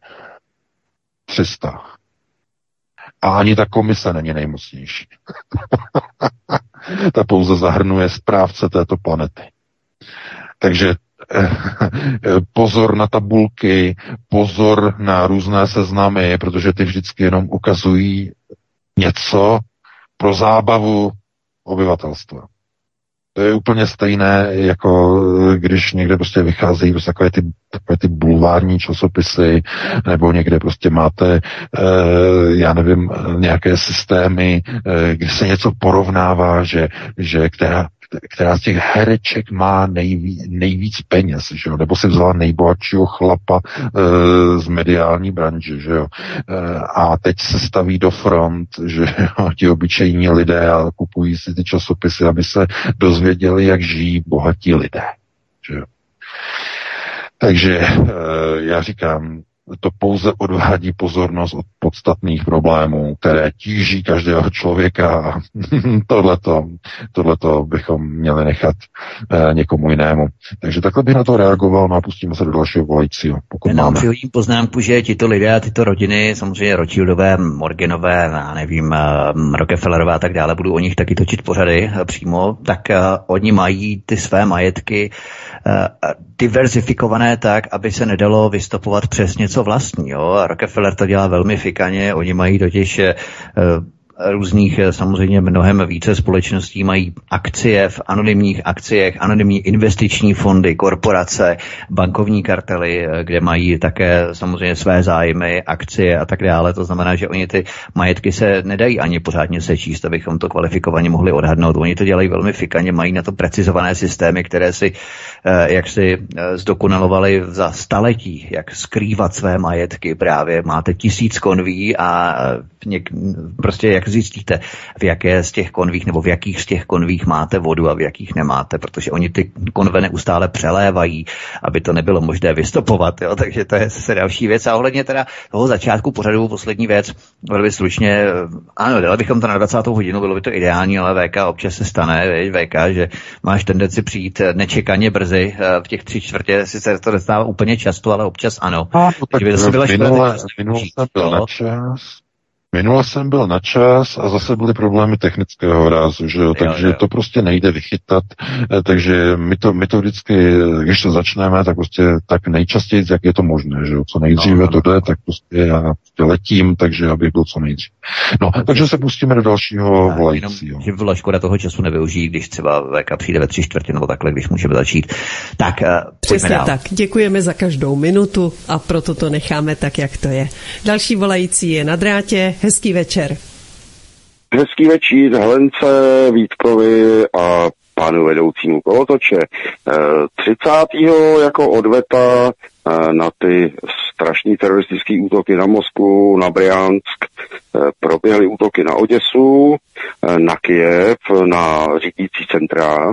tři sta. A ani ta komise není nejmocnější. Ta pouze zahrnuje správce této planety. Takže pozor na tabulky, pozor na různé seznamy, protože ty vždycky jenom ukazují něco pro zábavu obyvatelstva. To je úplně stejné, jako když někde prostě vycházejí prostě takové ty, takové ty bulvární časopisy, nebo někde prostě máte, e, já nevím, nějaké systémy, e, kde se něco porovnává, že, že která, která z těch hereček má nejví, nejvíc peněz, že jo? Nebo si vzala nejbohatšího chlapa e, z mediální branže, že jo? E, a teď se staví do front, že jo, ti obyčejní lidé a kupují si ty časopisy, aby se dozvěděli, jak žijí bohatí lidé, že jo? Takže e, já říkám, to pouze odvádí pozornost od podstatných problémů, které tíží každého člověka a tohleto, tohleto bychom měli nechat eh, někomu jinému. Takže takhle bych na to reagoval, no a pustíme se do dalšího volajícího. Pokud no, máme. Přihodím poznámku, že tito lidé a tyto rodiny, samozřejmě Rothschildové, Morganové, já nevím, Rockefellerové a tak dále, budu o nich taky točit pořady přímo, tak uh, oni mají ty své majetky uh, diverzifikované tak, aby se nedalo vystopovat přes něco vlastního. Rockefeller to dělá velmi fikaně, oni mají totiž uh, různých samozřejmě mnohem více společností, mají akcie v anonymních akciích, anonymní investiční fondy, korporace, bankovní kartely, kde mají také samozřejmě své zájmy, akcie a tak dále. To znamená, že oni ty majetky se nedají ani pořádně sečíst, abychom to kvalifikovaně mohli odhadnout. Oni to dělají velmi fikaně, mají na to precizované systémy, které si jak si zdokonalovali za staletí, jak skrývat své majetky právě. Máte tisíc konví a něk, prostě jak jak zjistíte, v jaké z těch konvích nebo v jakých z těch konvích máte vodu a v jakých nemáte, protože oni ty konve neustále přelévají, aby to nebylo možné vystopovat, jo? Takže to je zase další věc. A ohledně teda toho začátku pořadu, poslední věc, velmi stručně, ano, dali bychom to na dvacátou hodinu, bylo by to ideální, ale V K občas se stane, víš, V K, že máš tendenci přijít nečekaně brzy, v těch tři čtvrtě, sice to nestává úplně často, ale občas ano. A, no, tak by zase byla minule, minule jsem byl na čas, minule jsem byl na čas a zase byly problémy technického rázu, že jo, takže jo, jo. to prostě nejde vychytat, takže my to, my to vždycky, když to začneme, tak prostě tak nejčastěji, jak je to možné, že jo, co nejdříve no, to jde, tak prostě já prostě letím, takže abych byl co nejdřív. No, takže se pustíme do dalšího volajícího. Že byla škoda toho času nevyužít, když třeba V K přijde ve tři čtvrtě nebo takhle, když můžeme začít. Tak, uh, přesně dál. tak. Děkujeme za každou minutu a proto to necháme tak, jak to je. Další volající je na drátě. Hezký večer. Hezký večer Helence, Vítkovi a pánu vedoucímu kolotoče. třicátého jako odveta na ty strašný teroristické útoky na Moskvu, na Bryansk, proběhly útoky na Oděsu, na Kyjev, na řídící centra.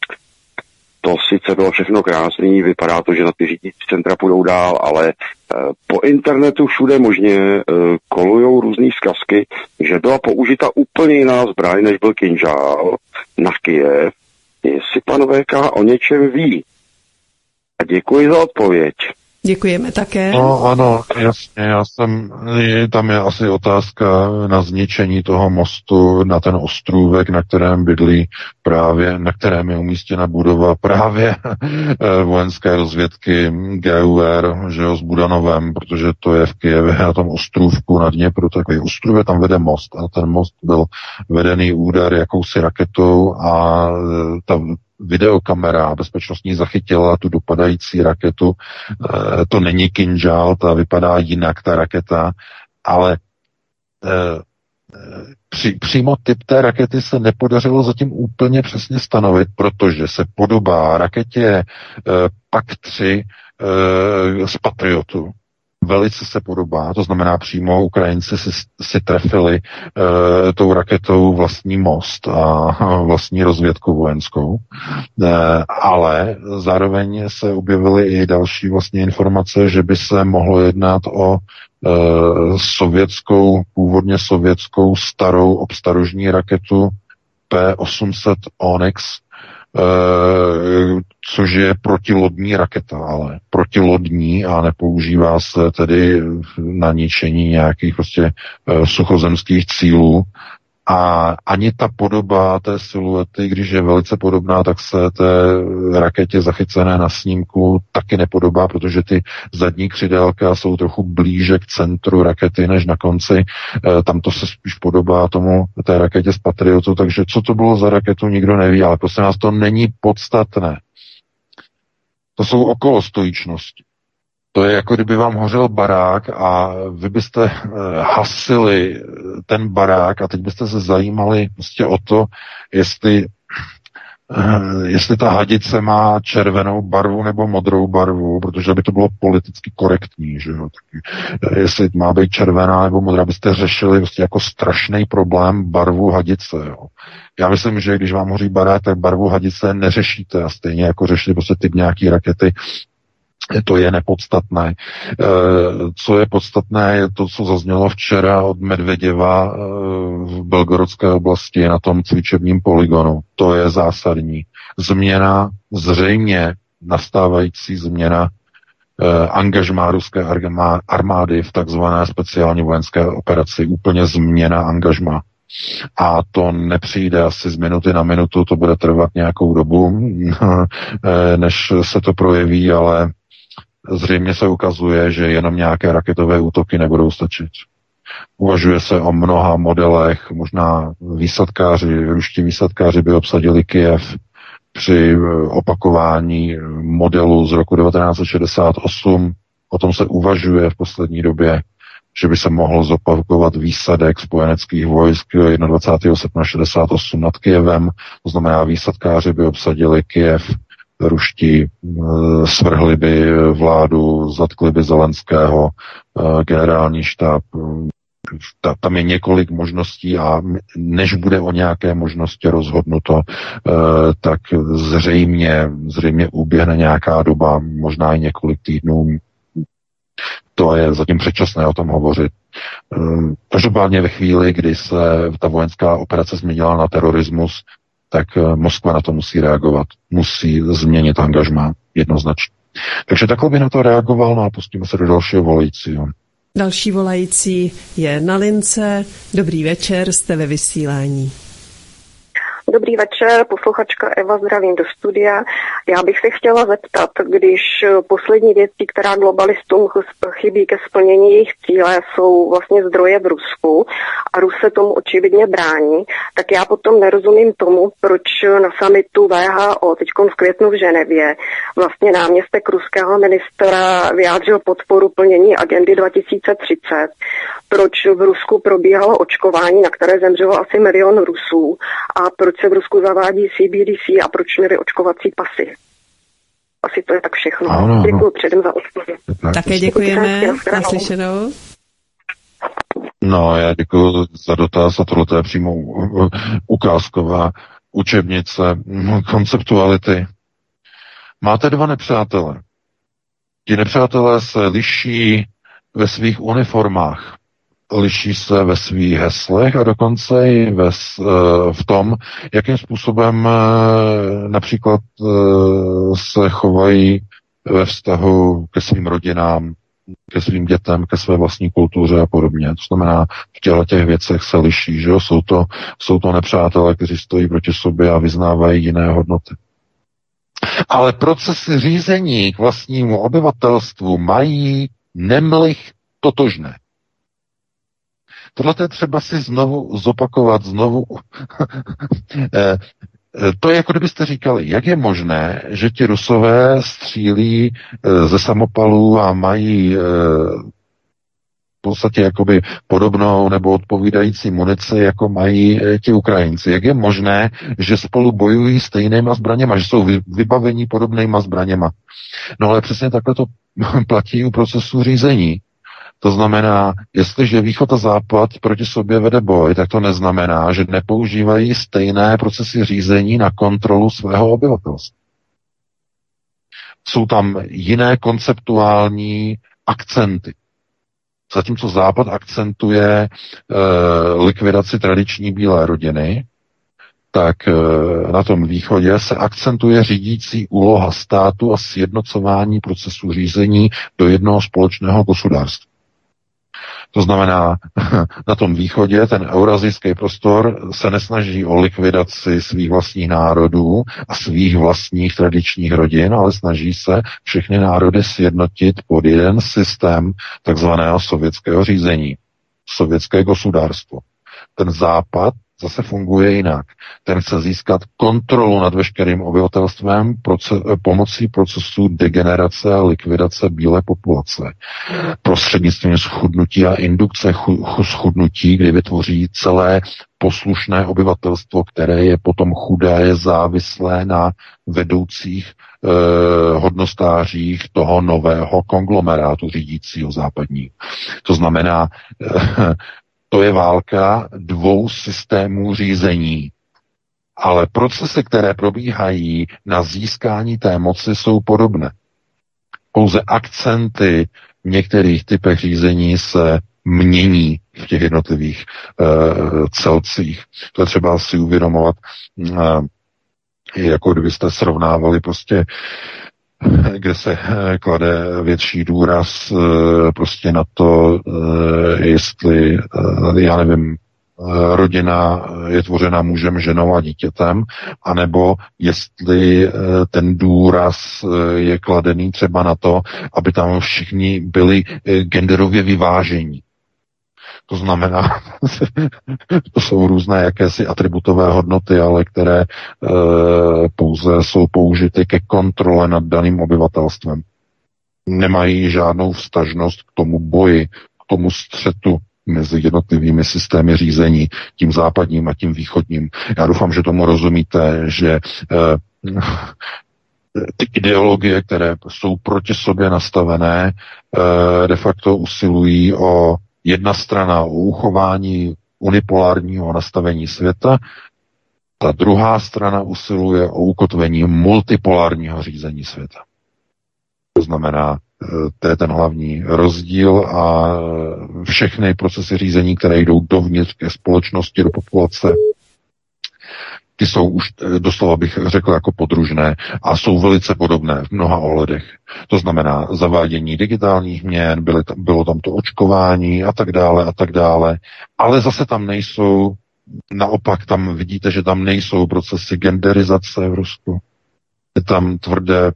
To sice bylo všechno krásný, vypadá to, že na ty řídící centra půjdou dál, ale po internetu všude možně kolujou různý zkazky, že byla použita úplně jiná zbraň, než byl kinžál na Kyjev. Jestli pan V K o něčem ví. A děkuji za odpověď. Děkujeme také. No ano, jasně, já jsem, tam je asi otázka na zničení toho mostu, na ten ostrůvek, na kterém bydlí právě, na kterém je umístěna budova právě vojenské rozvědky G U R, že jo, s Budanovem, protože to je v Kyjevě na tom ostrůvku na Dněpru, takový ostrůvek, tam vede most a ten most byl vedený úder jakousi raketou a ta videokamera bezpečnostní zachytila tu dopadající raketu. E, to není kinžál, ta vypadá jinak, ta raketa, ale e, při, přímo typ té rakety se nepodařilo zatím úplně přesně stanovit, protože se podobá raketě e, Pak tři e, z Patriotu. Velice se podobá, to znamená přímo Ukrajinci si, si trefili e, tou raketou vlastní most a vlastní rozvědku vojenskou, e, ale zároveň se objevily i další vlastně informace, že by se mohlo jednat o e, sovětskou, původně sovětskou starou obstarožní raketu P osm set Onyx, což je protilodní raketa, ale protilodní a nepoužívá se tedy na ničení nějakých prostě suchozemských cílů. A ani ta podoba té siluety, když je velice podobná, tak se té raketě zachycené na snímku taky nepodobá, protože ty zadní křidélka jsou trochu blíže k centru rakety než na konci. Tam to se spíš podobá tomu té raketě z Patriotu, takže co to bylo za raketu, nikdo neví, ale prostě nás to není podstatné. To jsou okolostojíčnosti. To je jako kdyby vám hořel barák a vy byste hasili ten barák a teď byste se zajímali prostě o to, jestli, jestli ta hadice má červenou barvu nebo modrou barvu, protože by to bylo politicky korektní, že jo. Tak jestli má být červená nebo modrá, byste řešili prostě jako strašný problém barvu hadice, jo. Já myslím, že když vám hoří barák, tak barvu hadice neřešíte a stejně jako řešili prostě typ nějaký rakety. To je nepodstatné. Co je podstatné, je to, co zaznělo včera od Medveděva v Belgorodské oblasti na tom cvičebním poligonu. To je zásadní. Změna, zřejmě nastávající změna angažmá ruské armády v takzvané speciální vojenské operaci. Úplně změna angažmá. A to nepřijde asi z minuty na minutu, to bude trvat nějakou dobu, než se to projeví, ale zřejmě se ukazuje, že jenom nějaké raketové útoky nebudou stačit. Uvažuje se o mnoha modelech, možná výsadkáři, ruští výsadkáři by obsadili Kyjev při opakování modelu z roku devatenáct set šedesát osm. O tom se uvažuje v poslední době, že by se mohl zopakovat výsadek spojeneckých vojsk dvacátého prvního srpna šedesát osm nad Kyjevem, to znamená výsadkáři by obsadili Kyjev, ruští svrhli by vládu, zatkli by Zelenského, generální štáb ta, tam je několik možností a než bude o nějaké možnosti rozhodnuto, eh, tak zřejmě, zřejmě uběhne nějaká doba, možná i několik týdnů. To je zatím předčasné o tom hovořit. Každopádně ve chvíli, kdy se ta vojenská operace změnila na terorismus, tak Moskva na to musí reagovat. Musí změnit angažmá jednoznačně. Takže takhle by na to reagoval, no a pustíme se do dalšího volajícího. Další volající je na lince. Dobrý večer, jste ve vysílání. Dobrý večer, posluchačka Eva, zdravím do studia. Já bych se chtěla zeptat, když poslední věcí, která globalistům chybí ke splnění jejich cíle, jsou vlastně zdroje v Rusku a Rus se tomu očividně brání, tak já potom nerozumím tomu, proč na summitu V H O teďkom v květnu v Ženevě vlastně náměstek ruského ministra vyjádřil podporu plnění agendy dva tisíce třicet. Proč v Rusku probíhalo očkování, na které zemřelo asi milion Rusů a proč se v Rusku zavádí C B D C a proč měly očkovací pasy. Asi to je tak všechno. Ano, děkuji předem za odpověď. Také děkujeme. Naslyšenou. No, já děkuji za dotaz a tohle je přímo ukázková učebnice konceptuality. Máte dva nepřátele. Ti nepřátelé se liší ve svých uniformách. Liší se ve svých heslech a dokonce i ve, v tom, jakým způsobem například se chovají ve vztahu ke svým rodinám, ke svým dětem, ke své vlastní kultuře a podobně. To znamená, v těchto těch věcech se liší, že jo? Jsou to, jsou to nepřátelé, kteří stojí proti sobě a vyznávají jiné hodnoty. Ale procesy řízení k vlastnímu obyvatelstvu mají nemlich totožné. Tohle je třeba si znovu zopakovat, znovu. To je, jako kdybyste říkali, jak je možné, že ti Rusové střílí ze samopalů a mají v podstatě jakoby podobnou nebo odpovídající munici, jako mají ti Ukrajinci. Jak je možné, že spolu bojují stejnýma zbraněma, že jsou vybavení podobnýma zbraněma. No ale přesně takhle to platí u procesu řízení. To znamená, jestliže východ a západ proti sobě vede boj, tak to neznamená, že nepoužívají stejné procesy řízení na kontrolu svého obyvatelstva. Jsou tam jiné konceptuální akcenty. Zatímco západ akcentuje e, likvidaci tradiční bílé rodiny, tak e, na tom východě se akcentuje řídící úloha státu a sjednocování procesu řízení do jednoho společného gospodárství. To znamená, na tom východě ten eurazijský prostor se nesnaží o likvidaci svých vlastních národů a svých vlastních tradičních rodin, ale snaží se všechny národy sjednotit pod jeden systém takzvaného sovětského řízení. Sovětské gospodárstvo. Ten západ zase funguje jinak. Ten chce získat kontrolu nad veškerým obyvatelstvem proces, pomocí procesu degenerace a likvidace bílé populace. Prostřednictvím schudnutí a indukce schudnutí, kdy vytvoří celé poslušné obyvatelstvo, které je potom chudé, je závislé na vedoucích eh, hodnostářích toho nového konglomerátu řídícího západního. To znamená, eh, to je válka dvou systémů řízení. Ale procesy, které probíhají na získání té moci, jsou podobné. Pouze akcenty v některých typech řízení se mění v těch jednotlivých uh, celcích. To je třeba si uvědomovat, uh, jako kdybyste srovnávali prostě kde se klade větší důraz prostě na to, jestli, já nevím, rodina je tvořena mužem, ženou a dítětem, anebo jestli ten důraz je kladený třeba na to, aby tam všichni byli genderově vyvážení. To znamená, to jsou různé jakési atributové hodnoty, ale které e, pouze jsou použity ke kontrole nad daným obyvatelstvem. Nemají žádnou vztažnost k tomu boji, k tomu střetu mezi jednotlivými systémy řízení, tím západním a tím východním. Já doufám, že tomu rozumíte, že e, ty ideologie, které jsou proti sobě nastavené, e, de facto usilují o jedna strana o uchování unipolárního nastavení světa, ta druhá strana usiluje o ukotvení multipolárního řízení světa. To znamená, to je ten hlavní rozdíl a všechny procesy řízení, které jdou dovnitř ke společnosti, do populace, ty jsou už, doslova bych řekl, jako podružné a jsou velice podobné v mnoha ohledech. To znamená zavádění digitálních měn, byly, bylo tam to očkování a tak dále a tak dále, ale zase tam nejsou, naopak tam vidíte, že tam nejsou procesy genderizace v Rusku. Je tam tvrdé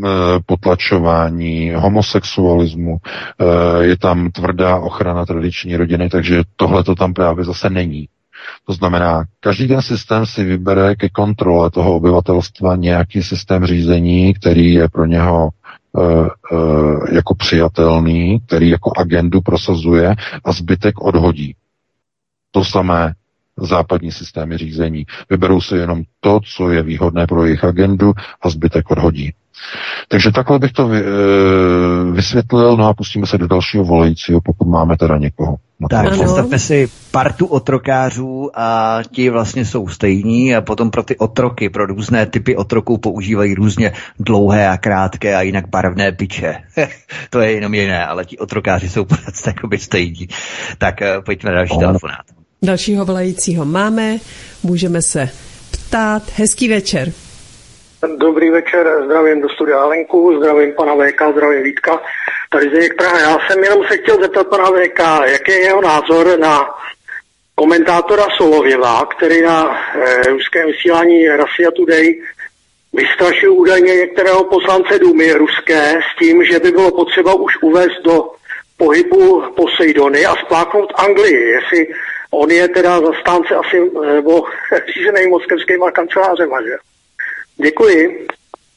potlačování homosexualismu, je tam tvrdá ochrana tradiční rodiny, takže tohle to tam právě zase není. To znamená, každý ten systém si vybere ke kontrole toho obyvatelstva nějaký systém řízení, který je pro něho e, e, jako přijatelný, který jako agendu prosazuje a zbytek odhodí. To samé západní systémy řízení. Vyberou si jenom to, co je výhodné pro jejich agendu a zbytek odhodí. Takže takhle bych to vy, vysvětlil, no a pustíme se do dalšího volajícího, pokud máme teda někoho. Tak představme si partu otrokářů a ti vlastně jsou stejní a potom pro ty otroky, pro různé typy otroků používají různě dlouhé a krátké a jinak barevné biče. To je jenom jiné, ale ti otrokáři jsou pořád jakoby stejní. Tak pojďme na další telefonát. Dalšího volajícího máme, můžeme se ptát. Hezký večer. Dobrý večer, zdravím do studia Alenku, zdravím pana V K, zdravím Vítka. Tady Zdeněk Praha. Já jsem jenom se chtěl zeptat pana V K, jaký je jeho názor na komentátora Solověva, který na e, ruském vysílání Russia Today vystrašil údajně některého poslance Dumy ruské s tím, že by bylo potřeba už uvést do pohybu Poseidony a spláknout Anglii, jestli on je teda zastánce asi, nebo řízený moskevskýma kancelářema, že? Děkuji.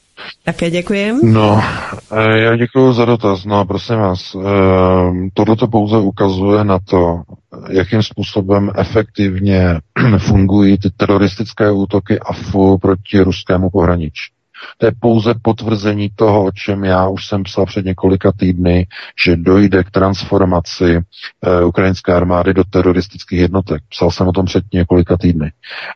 Také děkuji. No, já děkuji za dotaz. No, prosím vás, tohle to pouze ukazuje na to, jakým způsobem efektivně fungují ty teroristické útoky A F U proti ruskému pohraničí. To je pouze potvrzení toho, o čem já už jsem psal před několika týdny, že dojde k transformaci e, ukrajinské armády do teroristických jednotek. Psal jsem o tom před několika týdny.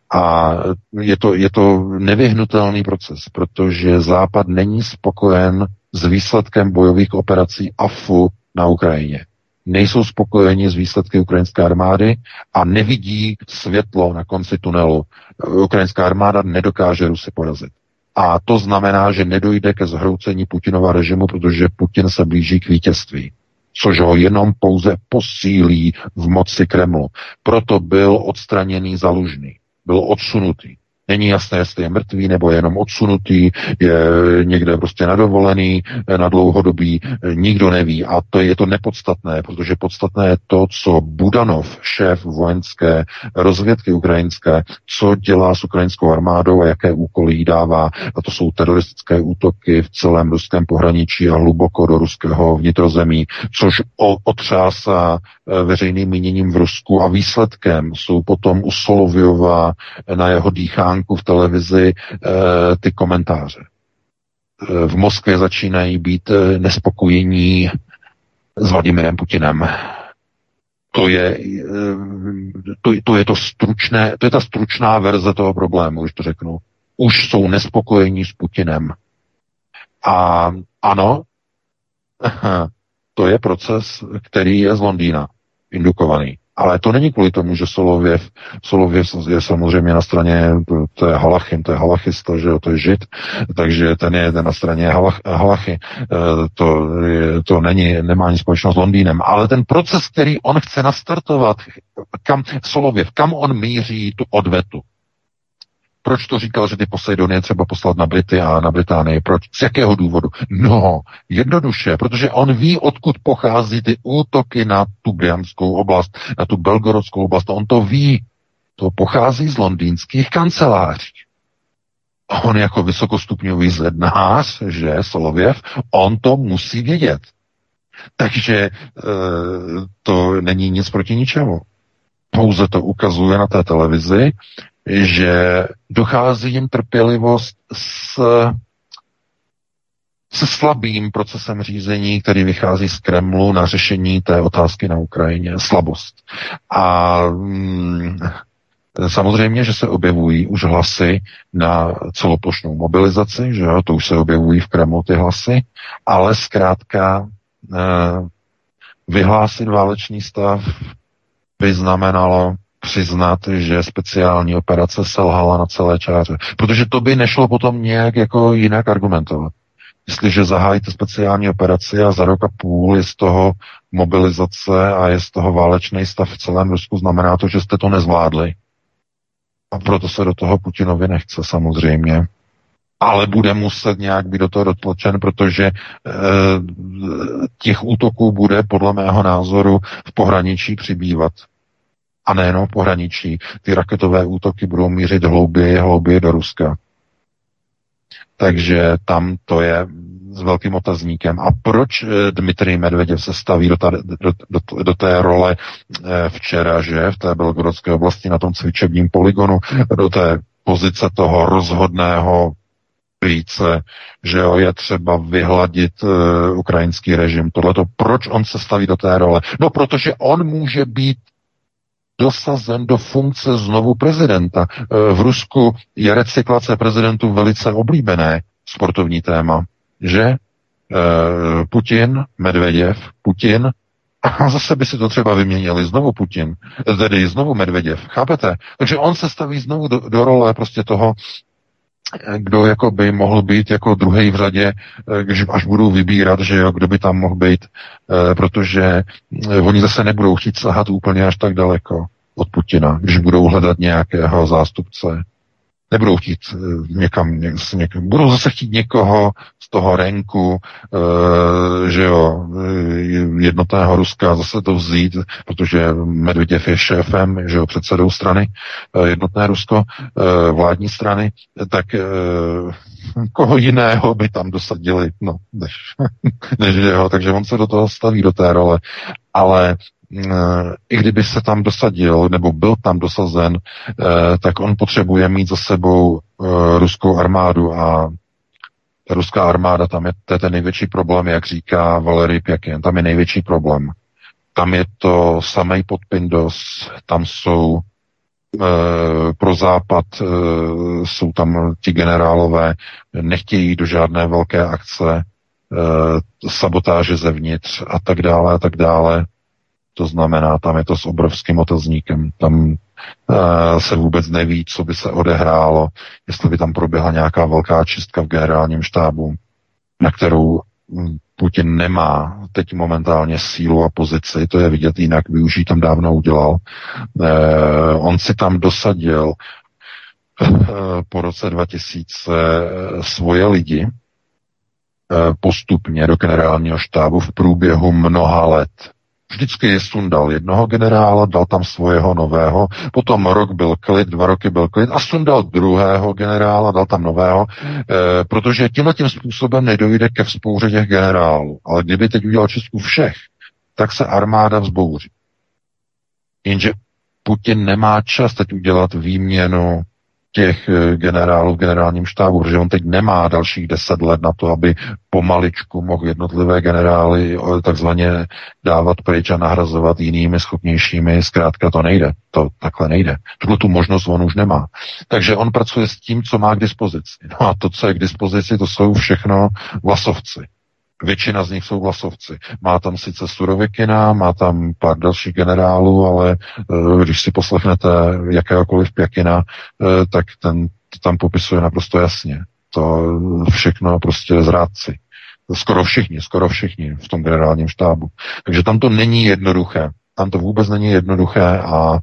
A je to, je to nevyhnutelný proces, protože Západ není spokojen s výsledkem bojových operací A F U na Ukrajině. Nejsou spokojeni s výsledky ukrajinské armády a nevidí světlo na konci tunelu. Ukrajinská armáda nedokáže Rusy porazit. A to znamená, že nedojde ke zhroucení Putinova režimu, protože Putin se blíží k vítězství, což ho jenom pouze posílí v moci Kremlu. Proto byl odstraněný Zalužný, byl odsunutý. Není jasné, jestli je mrtvý nebo je jenom odsunutý, je někde prostě nadovolený, na dlouhodobí, nikdo neví. A to je to nepodstatné, protože podstatné je to, co Budanov, šéf vojenské rozvědky ukrajinské, co dělá s ukrajinskou armádou a jaké úkoly jí dává. A to jsou teroristické útoky v celém ruském pohraničí a hluboko do ruského vnitrozemí, což otřásá veřejným míněním v Rusku a výsledkem jsou potom u Solovyova na jeho dýchání v televizi e, ty komentáře. E, v Moskvě začínají být e, nespokojení s Vladimirem Putinem. To je, e, to, to je to stručné, to je ta stručná verze toho problému, když to řeknu. Už jsou nespokojení s Putinem. A ano, to je proces, který je z Londýna indukovaný. Ale to není kvůli tomu, že Solověv, Solověv je samozřejmě na straně, to, to je Halachim, to je halachista, že jo, to je žid, takže ten je ten na straně halach, halachy. To, je, to není, nemá nic společného s Londýnem. Ale ten proces, který on chce nastartovat, kam, Solověv, kam on míří tu odvetu? Proč to říkal, že ty Poseidony je třeba poslat na Brity a na Británii? Proč? Z jakého důvodu? No, jednoduše, protože on ví, odkud pochází ty útoky na tu Bryanskou oblast, na tu Belgorodskou oblast. On to ví. To pochází z londýnských kanceláří. On jako vysokostupňový zednář, že Solověv, on to musí vědět. Takže e, to není nic proti ničemu. Pouze to ukazuje na té televizi, že dochází jim trpělivost s se slabým procesem řízení, který vychází z Kremlu na řešení té otázky na Ukrajině. Slabost. A mm, samozřejmě, že se objevují už hlasy na celoplošnou mobilizaci, že jo, to už se objevují v Kremlu ty hlasy, ale zkrátka eh, vyhlásit válečný stav by znamenalo přiznat, že speciální operace selhala na celé čáře. Protože to by nešlo potom nějak jako jinak argumentovat. Jestliže zahájíte speciální operaci a za rok a půl je z toho mobilizace a je z toho válečný stav v celém Rusku, znamená to, že jste to nezvládli. A proto se do toho Putinovi nechce samozřejmě. Ale bude muset nějak být do toho dotlačen, protože e, těch útoků bude podle mého názoru v pohraničí přibývat. A nejenom v pohraničí. Ty raketové útoky budou mířit hlouběji, hlouběji do Ruska. Takže tam to je s velkým otazníkem. A proč Dmitrij Medveděv se staví do, ta, do, do, do té role včera, že v té Belgorodské oblasti na tom cvičebním poligonu, do té pozice toho rozhodného více, že jo, je třeba vyhladit uh, ukrajinský režim. Tohleto, proč on se staví do té role? No, protože on může být dosazen do funkce znovu prezidenta. V Rusku je recyklace prezidentů velice oblíbené sportovní téma, že Putin, Medveděv, Putin, a zase by si to třeba vyměnili znovu Putin, tedy znovu Medveděv, chápete? Takže on se staví znovu do, do role prostě toho, kdo jako by mohl být jako druhý v řadě, když až budou vybírat, že jo, kdo by tam mohl být, protože oni zase nebudou chtít sahat úplně až tak daleko od Putina, když budou hledat nějakého zástupce. Nebudou chtít někam, někam budou zase chtít někoho z toho renku, že jo, jednotného Ruska zase to vzít, protože Medveděv je šéfem, že jo, předsedou strany, jednotné Rusko, vládní strany, tak koho jiného by tam dosadili, no, než, než jeho, takže on se do toho staví, do té role, ale i kdyby se tam dosadil, nebo byl tam dosazen, tak on potřebuje mít za sebou ruskou armádu a ta ruská armáda, tam je, to je ten největší problém, jak říká Valerij Pjakin, tam je největší problém. Tam je to samej Podpindos, tam jsou e, pro západ, e, jsou tam ti generálové, nechtějí do žádné velké akce, e, sabotáže zevnitř a tak dále a tak dále. To znamená, tam je to s obrovským otazníkem. Tam uh, se vůbec neví, co by se odehrálo, jestli by tam proběhla nějaká velká čistka v generálním štábu, na kterou Putin nemá teď momentálně sílu a pozici, to je vidět, jinak by už ji tam dávno udělal. Uh, on si tam dosadil uh, po roce dva tisíce svoje lidi uh, postupně do generálního štábu v průběhu mnoha let. Vždycky sundal jednoho generála, dal tam svého nového, potom rok byl klid, dva roky byl klid a sundal druhého generála, dal tam nového, e, protože tímhle tím způsobem nedojde ke vzpouře těch generálů. Ale kdyby teď udělal čistku všech, tak se armáda vzbouří. Jenže Putin nemá čas teď udělat výměnu těch generálů v generálním štábu, protože on teď nemá dalších deset let na to, aby pomaličku mohl jednotlivé generály takzvaně dávat pryč a nahrazovat jinými schopnějšími. Zkrátka to nejde. To takhle nejde. Tuto tu možnost on už nemá. Takže on pracuje s tím, co má k dispozici. No a to, co je k dispozici, to jsou všechno vlasovci. Většina z nich jsou vlasovci. Má tam sice Surovikina, má tam pár dalších generálů, ale když si poslechnete jakéhokoliv Pjakina, tak ten to tam popisuje naprosto jasně. To všechno prostě zrádci. Skoro všichni, skoro všichni v tom generálním štábu. Takže tam to není jednoduché. Tam to vůbec není jednoduché a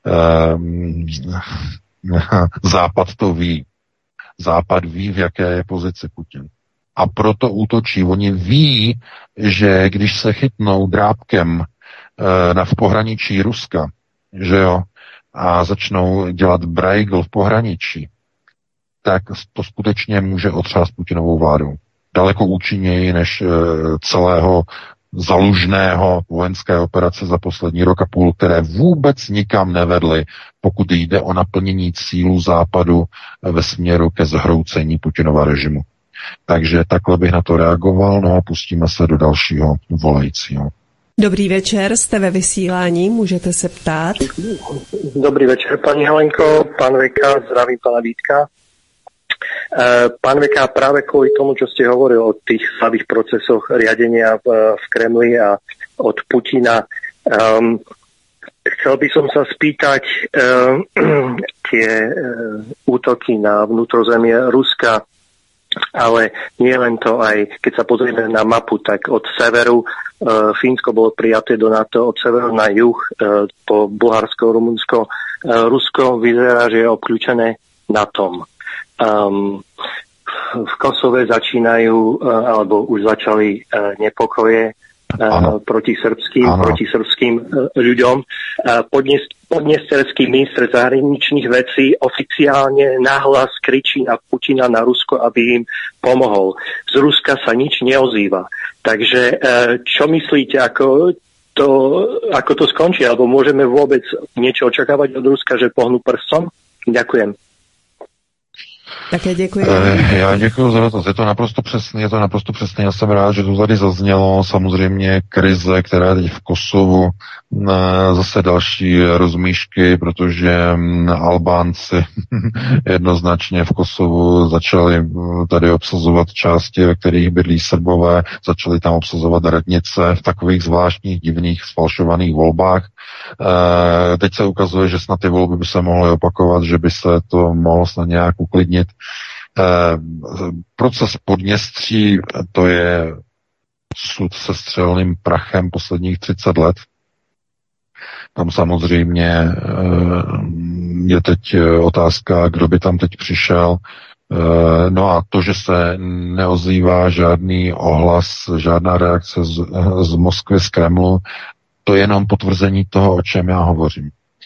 eh, Západ to ví. Západ ví, v jaké je pozici Putin. A proto útočí. Oni ví, že když se chytnou drápkem e, na v pohraničí Ruska, že jo, a začnou dělat brajgl v pohraničí, tak to skutečně může otřást Putinovou vládou. Daleko účinněji než e, celého zalužného vojenské operace za poslední rok a půl, které vůbec nikam nevedly, pokud jde o naplnění cílů Západu ve směru ke zhroucení Putinova režimu. Takže takhle bych na to reagoval, no a pustíme se do dalšího volajícího. Dobrý večer, jste ve vysílání, můžete se ptát. Dobrý večer, paní Helenko, pán Veka, zdravím pana Vítka. Pán Veka, práve kvôli tomu, čo ste hovoril o tých slabých procesoch riadenia v, v Kremli a od Putina, um, chcel by som sa spýtať um, tie um, útoky na vnútrozemie Ruska, ale nie len to, aj keď sa pozrieme na mapu, tak od severu uh, Fínsko bolo prijaté do NATO, od severu na juh uh, po Bulharsko, Rumunsko. Uh, Rusko vyzerá, že je obklúčené NATOm. Um, v Kosove začínajú, uh, alebo už začali uh, nepokoje uh, proti srbským, proti srbským uh, ľuďom. Uh, podnes, podnesterský minister zahraničných vecí oficiálne nahlas kričí na Putina, na Rusko, aby im pomohol. Z Ruska sa nič neozýva. Takže uh, čo myslíte, ako to, ako to skončí? Alebo môžeme vôbec niečo očakávať od Ruska, že pohnú prstom? Ďakujem. Také děkuji. Já děkuji za dotaz. Je to naprosto přesně, je to naprosto přesně. Já jsem rád, že to tady zaznělo. Samozřejmě krize, která je teď v Kosovu, zase další rozmíšky, protože Albánci jednoznačně v Kosovu začali tady obsazovat části, ve kterých bydlí Srbové, začali tam obsazovat radnice v takových zvláštních, divných, sfalšovaných volbách. Teď se ukazuje, že snad ty volby by se mohly opakovat, že by se to mohlo snad nějak uklidnit. Proces Podněstří, to je sud se střelným prachem posledních třicet let. Tam samozřejmě je teď otázka, kdo by tam teď přišel. No a to, že se neozývá žádný ohlas, žádná reakce z, z Moskvy, z Kremlu, to je jenom potvrzení toho, o čem já hovořím.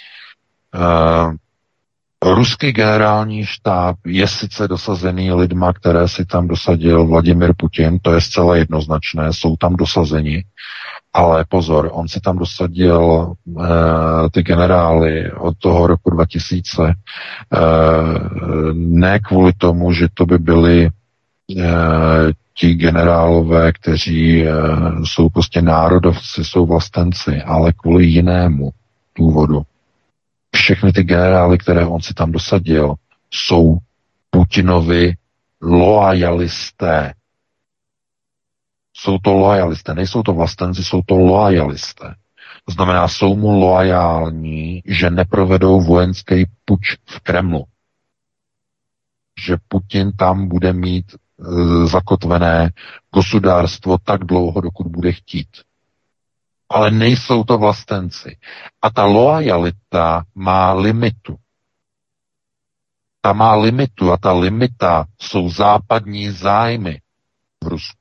Ruský generální štáb je sice dosazený lidma, které si tam dosadil Vladimir Putin, to je zcela jednoznačné, jsou tam dosazeni, ale pozor, on si tam dosadil eh, ty generály od toho roku dva tisíce, eh, ne kvůli tomu, že to by byli eh, ti generálové, kteří eh, jsou prostě národovci, jsou vlastenci, ale kvůli jinému důvodu. Všechny ty generály, které on si tam dosadil, jsou Putinovi loajalisté. Jsou to loajalisté, nejsou to vlastenci, jsou to loajalisté. To znamená, jsou mu loajální, že neprovedou vojenský puč v Kremlu. Že Putin tam bude mít e, zakotvené gosudárstvo tak dlouho, dokud bude chtít. Ale nejsou to vlastenci. A ta loajalita má limitu. Ta má limitu a ta limita jsou západní zájmy v Rusku.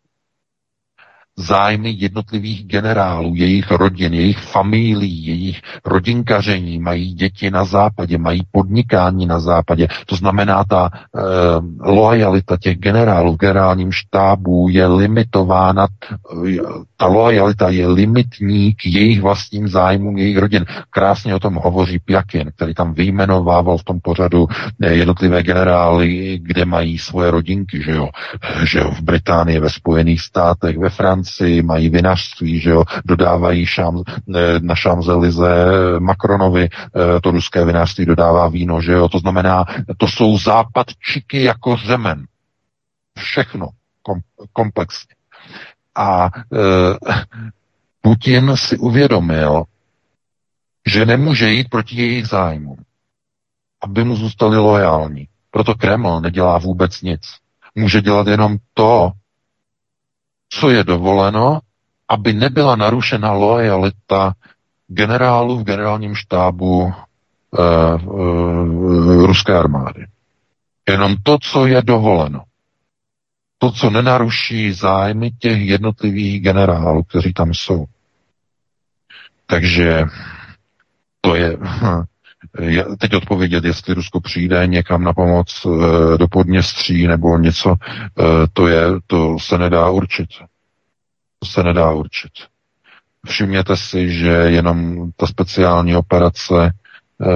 Zájmy jednotlivých generálů, jejich rodin, jejich familií, jejich rodinkaření, mají děti na západě, mají podnikání na západě. To znamená, ta e, loajalita těch generálů v generálním štábu je limitována, ta loajalita je limitní k jejich vlastním zájmům, jejich rodin. Krásně o tom hovoří Pjakin, který tam vyjmenovával v tom pořadu jednotlivé generály, kde mají svoje rodinky, že jo, že jo v Británii, ve Spojených státech, ve Francii, mají vinařství, že jo, dodávají šám, na Champs-Élysées Macronovi, to ruské vinařství dodává víno, že jo, to znamená, to jsou západčiky jako řemen. Všechno kom, komplexně. A e, Putin si uvědomil, že nemůže jít proti jejich zájmům, aby mu zůstali loajální. Proto Kreml nedělá vůbec nic. Může dělat jenom to, co je dovoleno, aby nebyla narušena loajalita generálů v generálním štábu e, e, ruské armády. Jenom to, co je dovoleno. To, co nenaruší zájmy těch jednotlivých generálů, kteří tam jsou. Takže to je... Teď odpovědět, jestli Rusko přijde někam na pomoc e, do Podněstří nebo něco, e, to, je, to se nedá určit. To se nedá určit. Všimněte si, že jenom ta speciální operace e,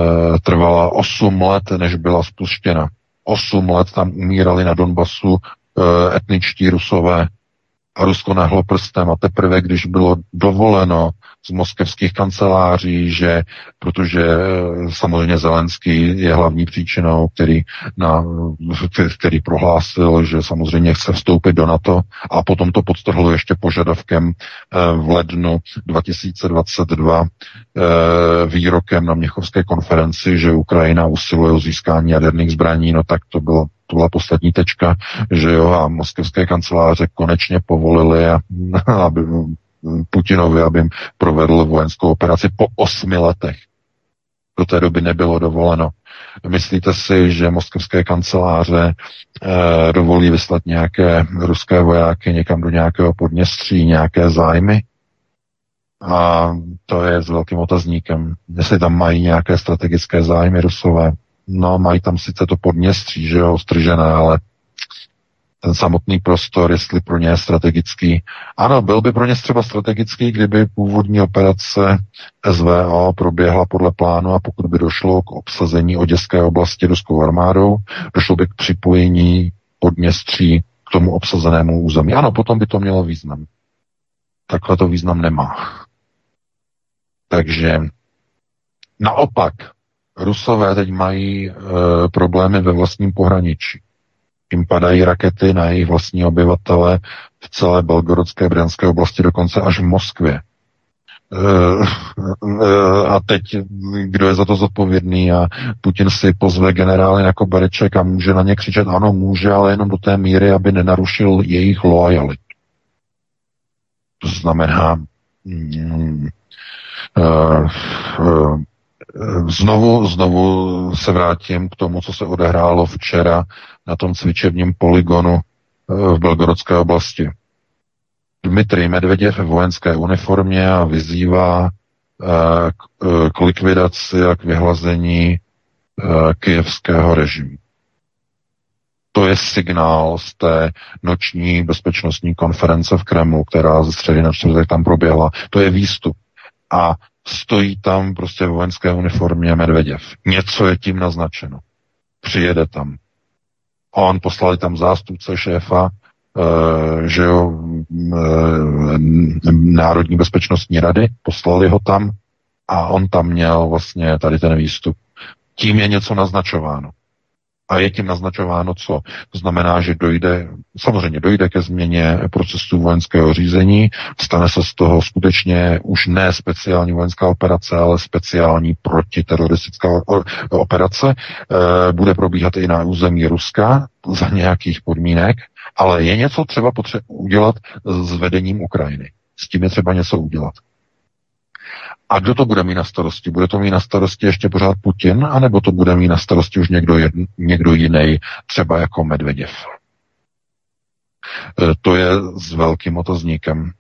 trvala osm let, než byla spuštěna. Osm let tam umírali na Donbasu etničtí Rusové a Rusko nahlo prstem a teprve, když bylo dovoleno z moskevských kanceláří, že protože samozřejmě Zelenský je hlavní příčinou, který, na, který prohlásil, že samozřejmě chce vstoupit do NATO a potom to podtrhl ještě požadavkem v lednu dva tisíce dvacet dva výrokem na Mnichovské konferenci, že Ukrajina usiluje o získání jaderných zbraní, no tak to bylo to byla poslední tečka, že jo, a moskevské kanceláře konečně povolili, a, aby Putinovi, aby jim provedl vojenskou operaci po osmi letech. Do té doby nebylo dovoleno. Myslíte si, že moskevské kanceláře eh, dovolí vyslat nějaké ruské vojáky někam do nějakého Podněstří, nějaké zájmy? A to je s velkým otazníkem. Jestli tam mají nějaké strategické zájmy Rusové, no, mají tam sice to Podněstří, že jo, stržené, ale ten samotný prostor, jestli pro ně je strategický. Ano, byl by pro ně třeba strategický, kdyby původní operace S V O proběhla podle plánu a pokud by došlo k obsazení Oděské oblasti ruskou armádou, došlo by k připojení Podněstří k tomu obsazenému území. Ano, potom by to mělo význam. Takhle to význam nemá. Takže naopak, Rusové teď mají e, problémy ve vlastním pohraničí. Jim padají rakety na jejich vlastní obyvatele v celé Belgorodské, Brянské oblasti, dokonce až v Moskvě. E, e, a teď, kdo je za to zodpovědný? A Putin si pozve generály jako Bereček a může na ně křičet, ano, může, ale jenom do té míry, aby nenarušil jejich loajalitu. To znamená, mm, uh, uh, Znovu, znovu se vrátím k tomu, co se odehrálo včera na tom cvičebním poligonu v Belgorodské oblasti. Dmitrij Medveděv v vojenské uniformě a vyzývá k likvidaci a k vyhlazení kyjevského režimu. To je signál z té noční bezpečnostní konference v Kremlu, která ze středy na čtvrtek tam proběhla. To je výstup. A stojí tam prostě v vojenské uniformě Medveděv. Něco je tím naznačeno. Přijede tam. On poslali tam zástupce šéfa, e, že jo, e, Národní bezpečnostní rady, poslali ho tam a on tam měl vlastně tady ten výstup. Tím je něco naznačováno. A je tím naznačováno co? To znamená, že dojde, samozřejmě dojde ke změně procesu vojenského řízení, stane se z toho skutečně už ne speciální vojenská operace, ale speciální protiteroristická operace. E, bude probíhat i na území Ruska za nějakých podmínek, ale je něco třeba potře- udělat s vedením Ukrajiny. S tím je třeba něco udělat. A kdo to bude mít na starosti? Bude to mít na starosti ještě pořád Putin, anebo to bude mít na starosti už někdo, jedn, někdo jiný, třeba jako Medveděv? E, to je s velkým otazníkem,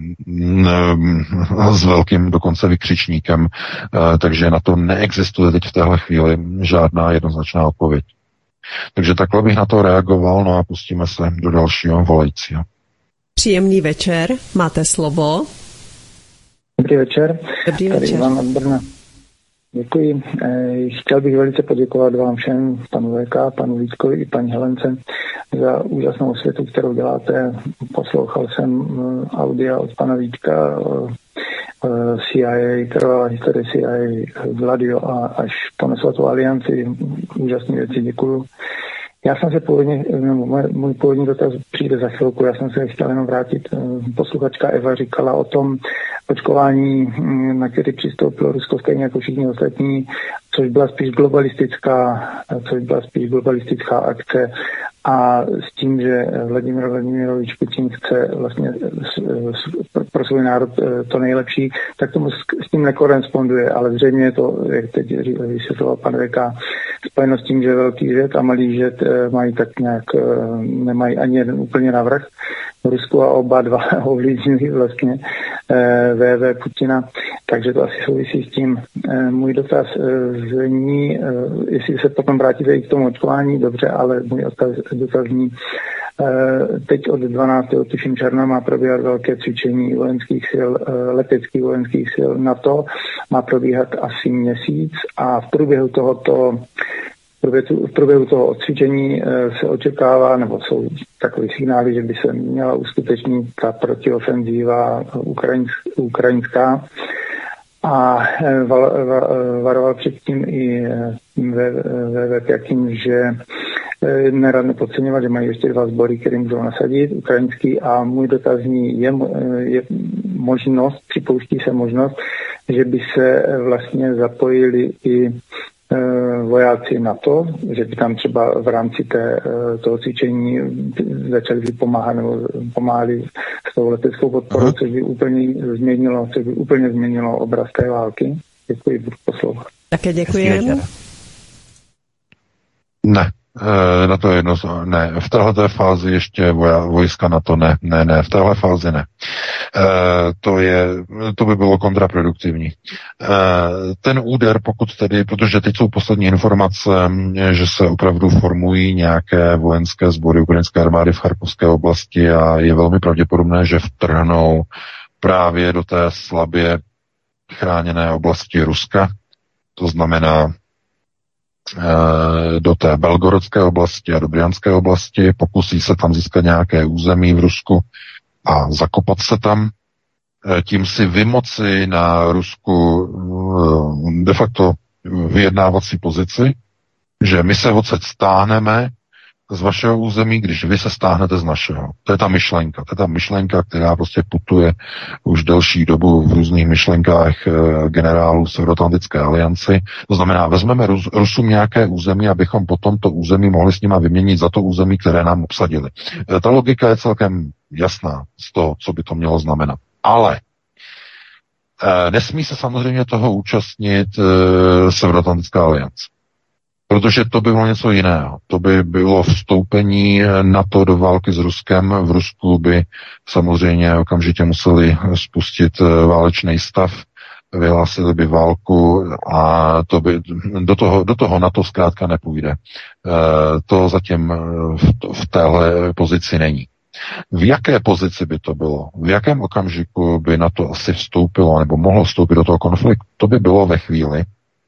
s velkým dokonce vykřičníkem, e, takže na to neexistuje teď v téhle chvíli žádná jednoznačná odpověď. Takže takhle bych na to reagoval, no a pustíme se do dalšího volajícího. Příjemný večer, máte slovo. Dobrý večer. Dobrý Tady večer. Ivan od Brna. Děkuji. Chtěl bych velice poděkovat vám všem, panu V K, panu Vítkovi i paní Helence, za úžasnou osvětu, kterou děláte. Poslouchal jsem audia od pana Vítka, C I A, krvavá historie C I A, Vladio a až po nesvatou alianci. Úžasné věci, děkuju. Já jsem se původně, můj, můj původní dotaz přijde za chvilku, já jsem se chtěl jenom vrátit. Posluchačka Eva říkala o tom očkování, na který přistoupilo Rusko stejně jako všichni ostatní, což byla spíš globalistická, což byla spíš globalistická akce a s tím, že Vladimír Vladimirovič Putin chce vlastně pro svůj národ to nejlepší, tak tomu s tím nekoresponduje, ale zřejmě je to, jak teď vysvětloval pan V K, spojeno s tím, že velký žet a malý žet mají tak nějak, nemají ani jeden úplně navrch v Rusku a oba dva ovlivňují vlastně V V Putina, takže to asi souvisí s tím. Můj dotaz zní, jestli se potom vrátíte i k tomu očkování, dobře, ale můj dotaz zní, teď od dvanáctého tuším června má probíhat velké cvičení vojenských sil, leteckých vojenských sil NATO, má probíhat asi měsíc a v průběhu tohoto průběhu, v průběhu toho odcvičení se očekává, nebo jsou takové signály, že by se měla uskutečnit ta protiofenzíva ukrajinská. A varoval předtím i V V Pjakin, že nerad nepodceňovat, že mají ještě dva sbory, které můžou nasadit, ukrajinský, a můj dotazní je, je možnost, připouští se možnost, že by se vlastně zapojili i vojáci NATO, že by tam třeba v rámci té, toho cvičení začali vypomáhat nebo pomáhali s tou leteckou podporou, což by úplně změnilo, což by úplně změnilo obraz té války. Děkuji, budu poslouchat. Také děkuji. Ne. Na to jedno, ne, v téhleté fázi ještě voja, vojska na to ne, ne, ne, v téhle fázi ne. E, to je, to by bylo kontraproduktivní. E, ten úder, pokud tedy, protože teď jsou poslední informace, že se opravdu formují nějaké vojenské sbory ukrajinské armády v Charkovské oblasti a je velmi pravděpodobné, že vtrhnou právě do té slabě chráněné oblasti Ruska, to znamená do té belgorodské oblasti a do Bryanské oblasti, pokusí se tam získat nějaké území v Rusku a zakopat se tam, tím si vymoci na Rusku de facto vyjednávací pozici, že my se odsud stáhneme z vašeho území, když vy se stáhnete z našeho. To je ta myšlenka. To je ta myšlenka, která prostě putuje už delší dobu v různých myšlenkách e, generálů Severoatlantické alianci. To znamená, vezmeme Rus, Rusům nějaké území, abychom potom to území mohli s nima vyměnit za to území, které nám obsadili. E, ta logika je celkem jasná z toho, co by to mělo znamenat. Ale e, nesmí se samozřejmě toho účastnit e, Severoatlantická aliance. Protože to by bylo něco jiného. To by bylo vstoupení NATO do války s Ruskem. V Rusku by samozřejmě okamžitě museli spustit válečný stav, vyhlásili by válku a to by, do, toho, do toho NATO zkrátka nepůjde. To zatím v, v téhle pozici není. V jaké pozici by to bylo? V jakém okamžiku by NATO asi vstoupilo nebo mohlo vstoupit do toho konfliktu? To by bylo ve chvíli,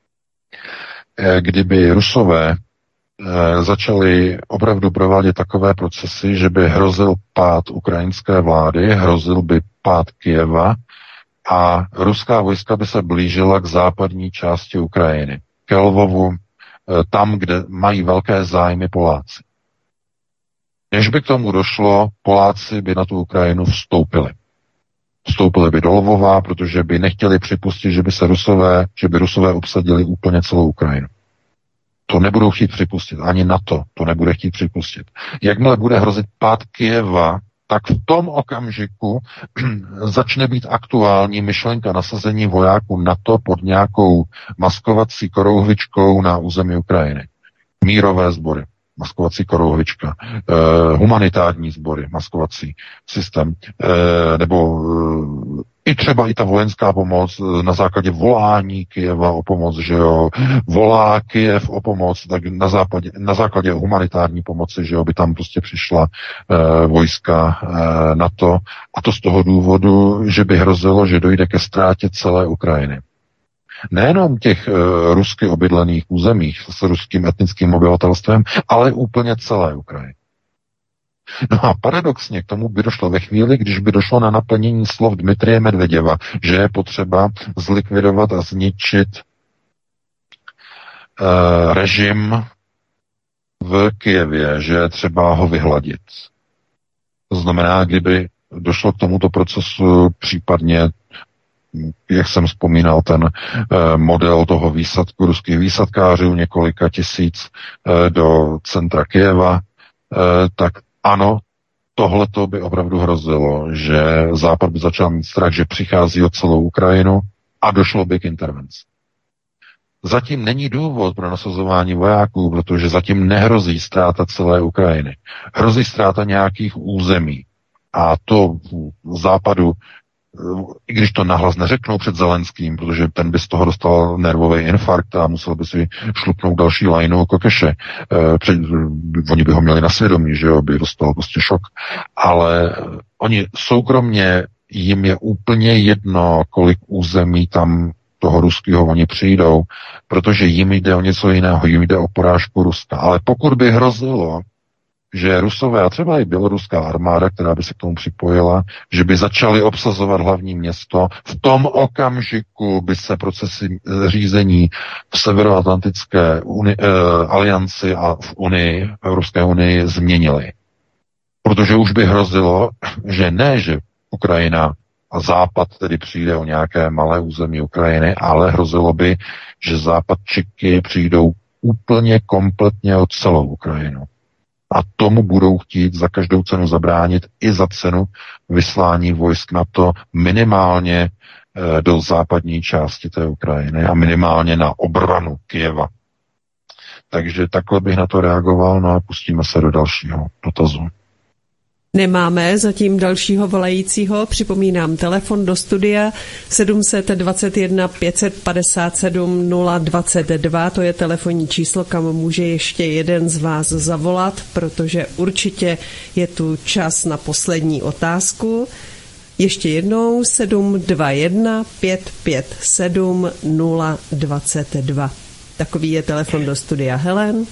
kdyby Rusové e, začali opravdu provádět takové procesy, že by hrozil pád ukrajinské vlády, hrozil by pád Kyjeva a ruská vojska by se blížila k západní části Ukrajiny, ke Lvovu, e, tam, kde mají velké zájmy Poláci. Než by k tomu došlo, Poláci by na tu Ukrajinu vstoupili. Vstoupili by do Lvova, protože by nechtěli připustit, že by se Rusové, že by Rusové obsadili úplně celou Ukrajinu. To nebudou chtít připustit. Ani NATO to nebude chtít připustit. Jakmile bude hrozit pád Kyjeva, tak v tom okamžiku začne být aktuální myšlenka nasazení vojáků NATO pod nějakou maskovací korouhvičkou na území Ukrajiny. Mírové sbory. Maskovací korouhvička, eh, humanitární sbory, maskovací systém, eh, nebo eh, i třeba i ta vojenská pomoc na základě volání Kyjeva o pomoc, že jo, volá Kyjev o pomoc, tak na, západě, na základě humanitární pomoci, že jo, by tam prostě přišla eh, vojska eh, NATO, a to z toho důvodu, že by hrozilo, že dojde ke ztrátě celé Ukrajiny. Nejenom těch e, rusky obydlených územích s ruským etnickým obyvatelstvem, ale úplně celé Ukrajiny. No a paradoxně k tomu by došlo ve chvíli, když by došlo na naplnění slov Dmitrije Medveděva, že je potřeba zlikvidovat a zničit e, režim v Kyjevě, že je třeba ho vyhladit. To znamená, kdyby došlo k tomuto procesu, případně jak jsem vzpomínal, ten eh, model toho výsadku ruských výsadkářů, několika tisíc eh, do centra Kyjeva, eh, tak ano, tohleto by opravdu hrozilo, že Západ by začal mít strach, že přichází o celou Ukrajinu a došlo by k intervenci. Zatím není důvod pro nasazování vojáků, protože zatím nehrozí ztráta celé Ukrajiny. Hrozí ztráta nějakých území. A to v Západu, i když to nahlas neřeknou před Zelenským, protože ten by z toho dostal nervový infarkt a musel by si šlupnout další lajnu kokeše. E, před, oni by ho měli na svědomí, že jo, by dostal prostě šok. Ale oni soukromně, jim je úplně jedno, kolik území tam toho ruského oni přijdou, protože jim jde o něco jiného, jim jde o porážku Ruska. Ale pokud by hrozilo, že Rusové a třeba i běloruská armáda, která by se k tomu připojila, že by začali obsazovat hlavní město, v tom okamžiku by se procesy řízení v Severoatlantické uni, eh, alianci a v Unii, v Evropské unii změnily. Protože už by hrozilo, že ne, že Ukrajina a Západ tedy přijde o nějaké malé území Ukrajiny, ale hrozilo by, že Západčiky přijdou úplně kompletně o celou Ukrajinu. A tomu budou chtít za každou cenu zabránit i za cenu vyslání vojsk NATO minimálně e, do západní části té Ukrajiny a minimálně na obranu Kyjeva. Takže takhle bych na to reagoval, no a pustíme se do dalšího dotazu. Nemáme zatím dalšího volajícího. Připomínám telefon do studia sedm dva jedna pět pět sedm nula dvacet dva. To je telefonní číslo, kam může ještě jeden z vás zavolat, protože určitě je tu čas na poslední otázku. Ještě jednou sedm dva jedna pět pět sedm nula dvacet dva. Takový je telefon do studia. Helen?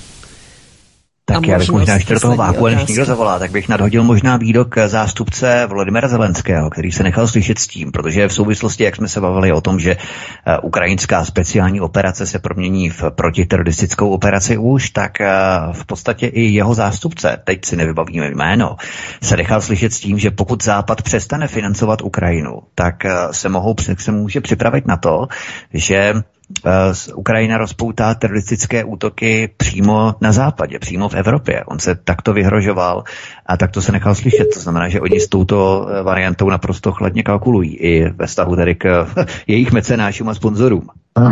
Tak já bych možná ještě do toho váku, než někdo zavolá, tak bych nadhodil možná výrok zástupce Volodymyra Zelenského, který se nechal slyšet s tím, protože v souvislosti, jak jsme se bavili o tom, že ukrajinská speciální operace se promění v protiteroristickou operaci už, tak v podstatě i jeho zástupce, teď si nevybavíme jméno, se nechal slyšet s tím, že pokud Západ přestane financovat Ukrajinu, tak se, mohou, se může připravit na to, že Ukrajina rozpoutá teroristické útoky přímo na západě, přímo v Evropě. On se takto vyhrožoval a takto se nechal slyšet. To znamená, že oni s touto variantou naprosto chladně kalkulují i ve vztahu tedy k jejich mecenášům a sponzorům.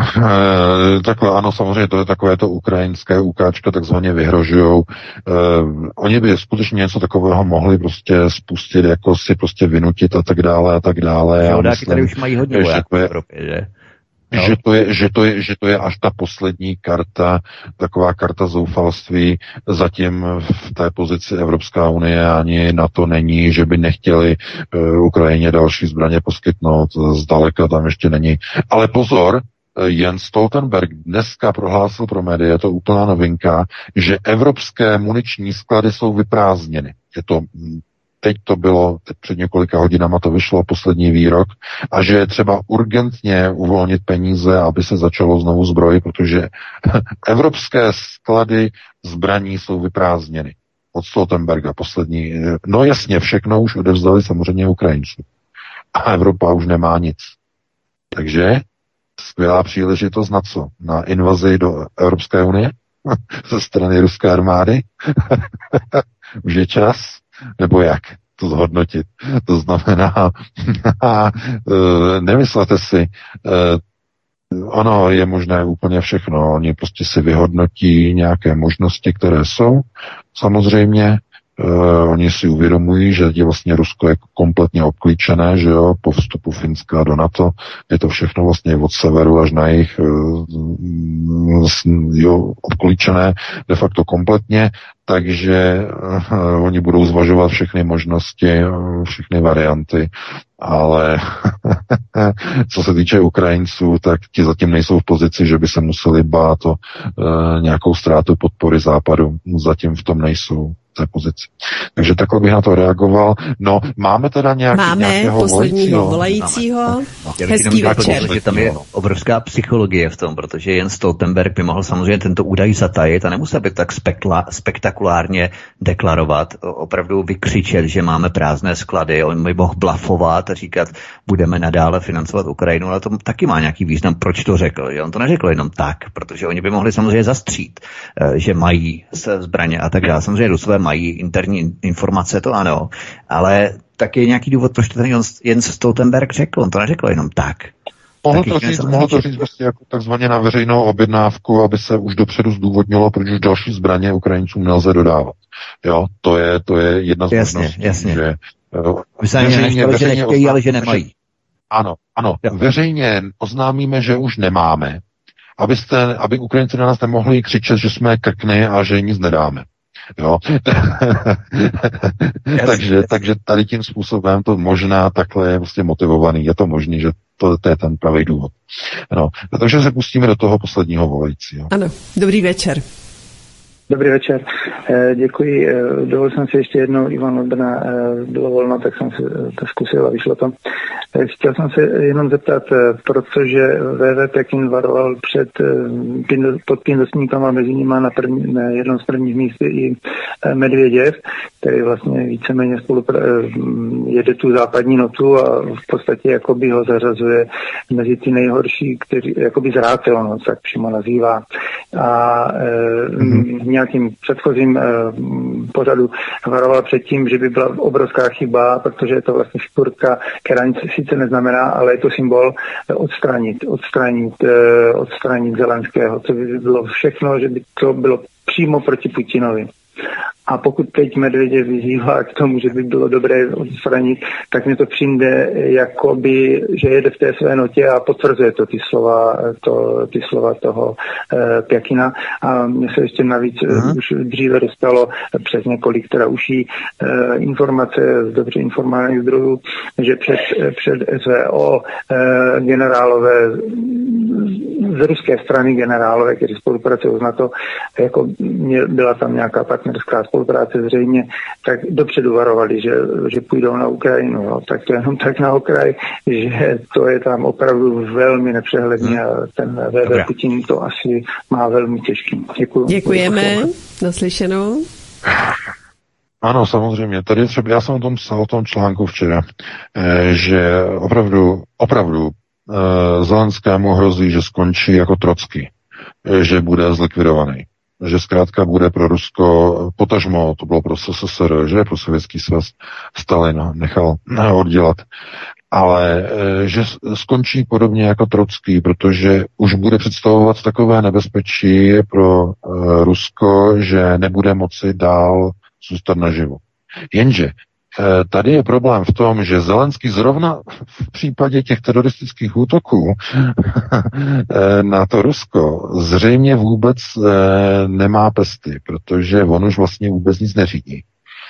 E, takhle ano, samozřejmě to je takové to ukrajinské úkáčka, takzvaně vyhrožujou. E, oni by skutečně něco takového mohli prostě spustit, jako si prostě vynutit a tak dále a tak dále. Já myslím, tady už mají hodně vojáků v Evropě, že? No. Že, to je, že, to je, že to je až ta poslední karta, taková karta zoufalství. Zatím v té pozici Evropská unie ani na to není, že by nechtěli uh, Ukrajině další zbraně poskytnout. Zdaleka tam ještě není. Ale pozor, Jens Stoltenberg dneska prohlásil pro média, je to úplná novinka, že evropské muniční sklady jsou vyprázdněny. Je to Teď to bylo, teď před několika hodinama to vyšlo, poslední výrok, a že je třeba urgentně uvolnit peníze, aby se začalo znovu zbrojit, protože evropské sklady zbraní jsou vyprázdněny. Od Stoltenberga poslední. No jasně, všechno už odevzdali samozřejmě Ukrajinců. A Evropa už nemá nic. Takže skvělá příležitost na co? Na invazi do Evropské unie? Ze strany ruské armády? Už je čas? Nebo jak to zhodnotit? To znamená, nemyslete si, ono je možné úplně všechno. Oni prostě si vyhodnotí nějaké možnosti, které jsou. Samozřejmě Uh, oni si uvědomují, že je vlastně Rusko je kompletně obklíčené, že jo, po vstupu Finska do NATO, je to všechno vlastně od severu až na jih, uh, jo, obklíčené de facto kompletně, takže uh, oni budou zvažovat všechny možnosti, uh, všechny varianty, ale co se týče Ukrajinců, tak ti zatím nejsou v pozici, že by se museli bát o uh, nějakou ztrátu podpory Západu, zatím v tom nejsou. Té pozici. Takže takhle bych na to reagoval. No, máme teda nějaký, máme nějakého posledního volajícího. Máme. No, hezký večer. Že tam je obrovská psychologie v tom, protože Jens Stoltenberg by mohl samozřejmě tento údaj zatajit a nemusel by tak spekla, spektakulárně deklarovat, opravdu vykřičet, že máme prázdné sklady. On by mohl blafovat a říkat, budeme nadále financovat Ukrajinu, ale to taky má nějaký význam, proč to řekl. Že on to neřekl jenom tak, protože oni by mohli samozřejmě zastřít, že mají zbraně a tak dále. Samozřejmě Rusové mají interní informace, to ano, ale tak je nějaký důvod, proč to ten Jens Stoltenberg řekl, on to neřekl jenom tak. Mohl to říct, mohl to říct vlastně jako takzvaně na veřejnou objednávku, aby se už dopředu zdůvodnilo, proč už další zbraně Ukrajincům nelze dodávat. Jo, to je, to je jedna z jasně, možností. Jasně, že veřejně, veřejně, že nechtějí, ale že nemají. Ano, ano, jo. Veřejně oznámíme, že už nemáme, abyste, aby Ukrajinci na nás nemohli křičet, že jsme krkny a že nic nedáme. Jo. takže, takže tady tím způsobem to možná takhle je vlastně motivovaný. Je to možné, že to, to je ten pravý důvod. No, takže se pustíme do toho posledního volajícího. Ano, dobrý večer. Dobrý večer, děkuji. Dovolil jsem si ještě jednou, Ivan Odbrna, bylo volno, tak jsem si to zkusil a vyšlo to. Chtěl jsem se jenom zeptat, protože V V Pekin varoval před pod pindosníkama, mezi nimi na, první, na jednom z prvních míst i Medvěděv, který vlastně víceméně spolupra- jede tu západní notu a v podstatě jakoby ho zařazuje mezi ty nejhorší, kteří jakoby zrátil, no, tak přímo nazývá. A mm-hmm. nějakým předchozím eh, pořadu varoval před tím, že by byla obrovská chyba, protože je to vlastně figurka, která nic sice neznamená, ale je to symbol eh, odstranit, odstranit, eh, odstranit Zelenského. To by bylo všechno, že by to bylo přímo proti Putinovi. A pokud teď Medvěděv vyzývá k tomu, že by bylo dobré odstranit, tak mi to přijde jakoby, že jede v té své notě a potvrzuje to ty slova, to, ty slova toho e, Pekina. A mně se ještě navíc uh-huh. už dříve dostalo přes několik teda uší e, informace z dobře informovaných zdrojů, že před, před S V O e, generálové z ruské strany generálové, kteří spolupracují s NATO, jako mě, byla tam nějaká partnerská spolupráce zřejmě, tak dopředu varovali, že, že půjdou na Ukrajinu. Jo. Tak to jenom tak na okraj, že to je tam opravdu velmi nepřehledný a ten V V Putin to asi má velmi těžký. Děkuji. Děkujeme. Naslyšenou. Ano, samozřejmě. Tady třeba, já jsem o tom psal o tom článku včera, že opravdu, opravdu Zelenskému hrozí, že skončí jako Trocký, že bude zlikvidovaný, že zkrátka bude pro Rusko, potažmo to bylo pro S S S R, že pro Sovětský svaz Stalin nechal oddělat, ale že skončí podobně jako Trocký, protože už bude představovat takové nebezpečí pro Rusko, že nebude moci dál zůstat naživu. Jenže tady je problém v tom, že Zelenský zrovna v případě těch teroristických útoků na to Rusko zřejmě vůbec nemá pesty, protože on už vlastně vůbec nic neřídí.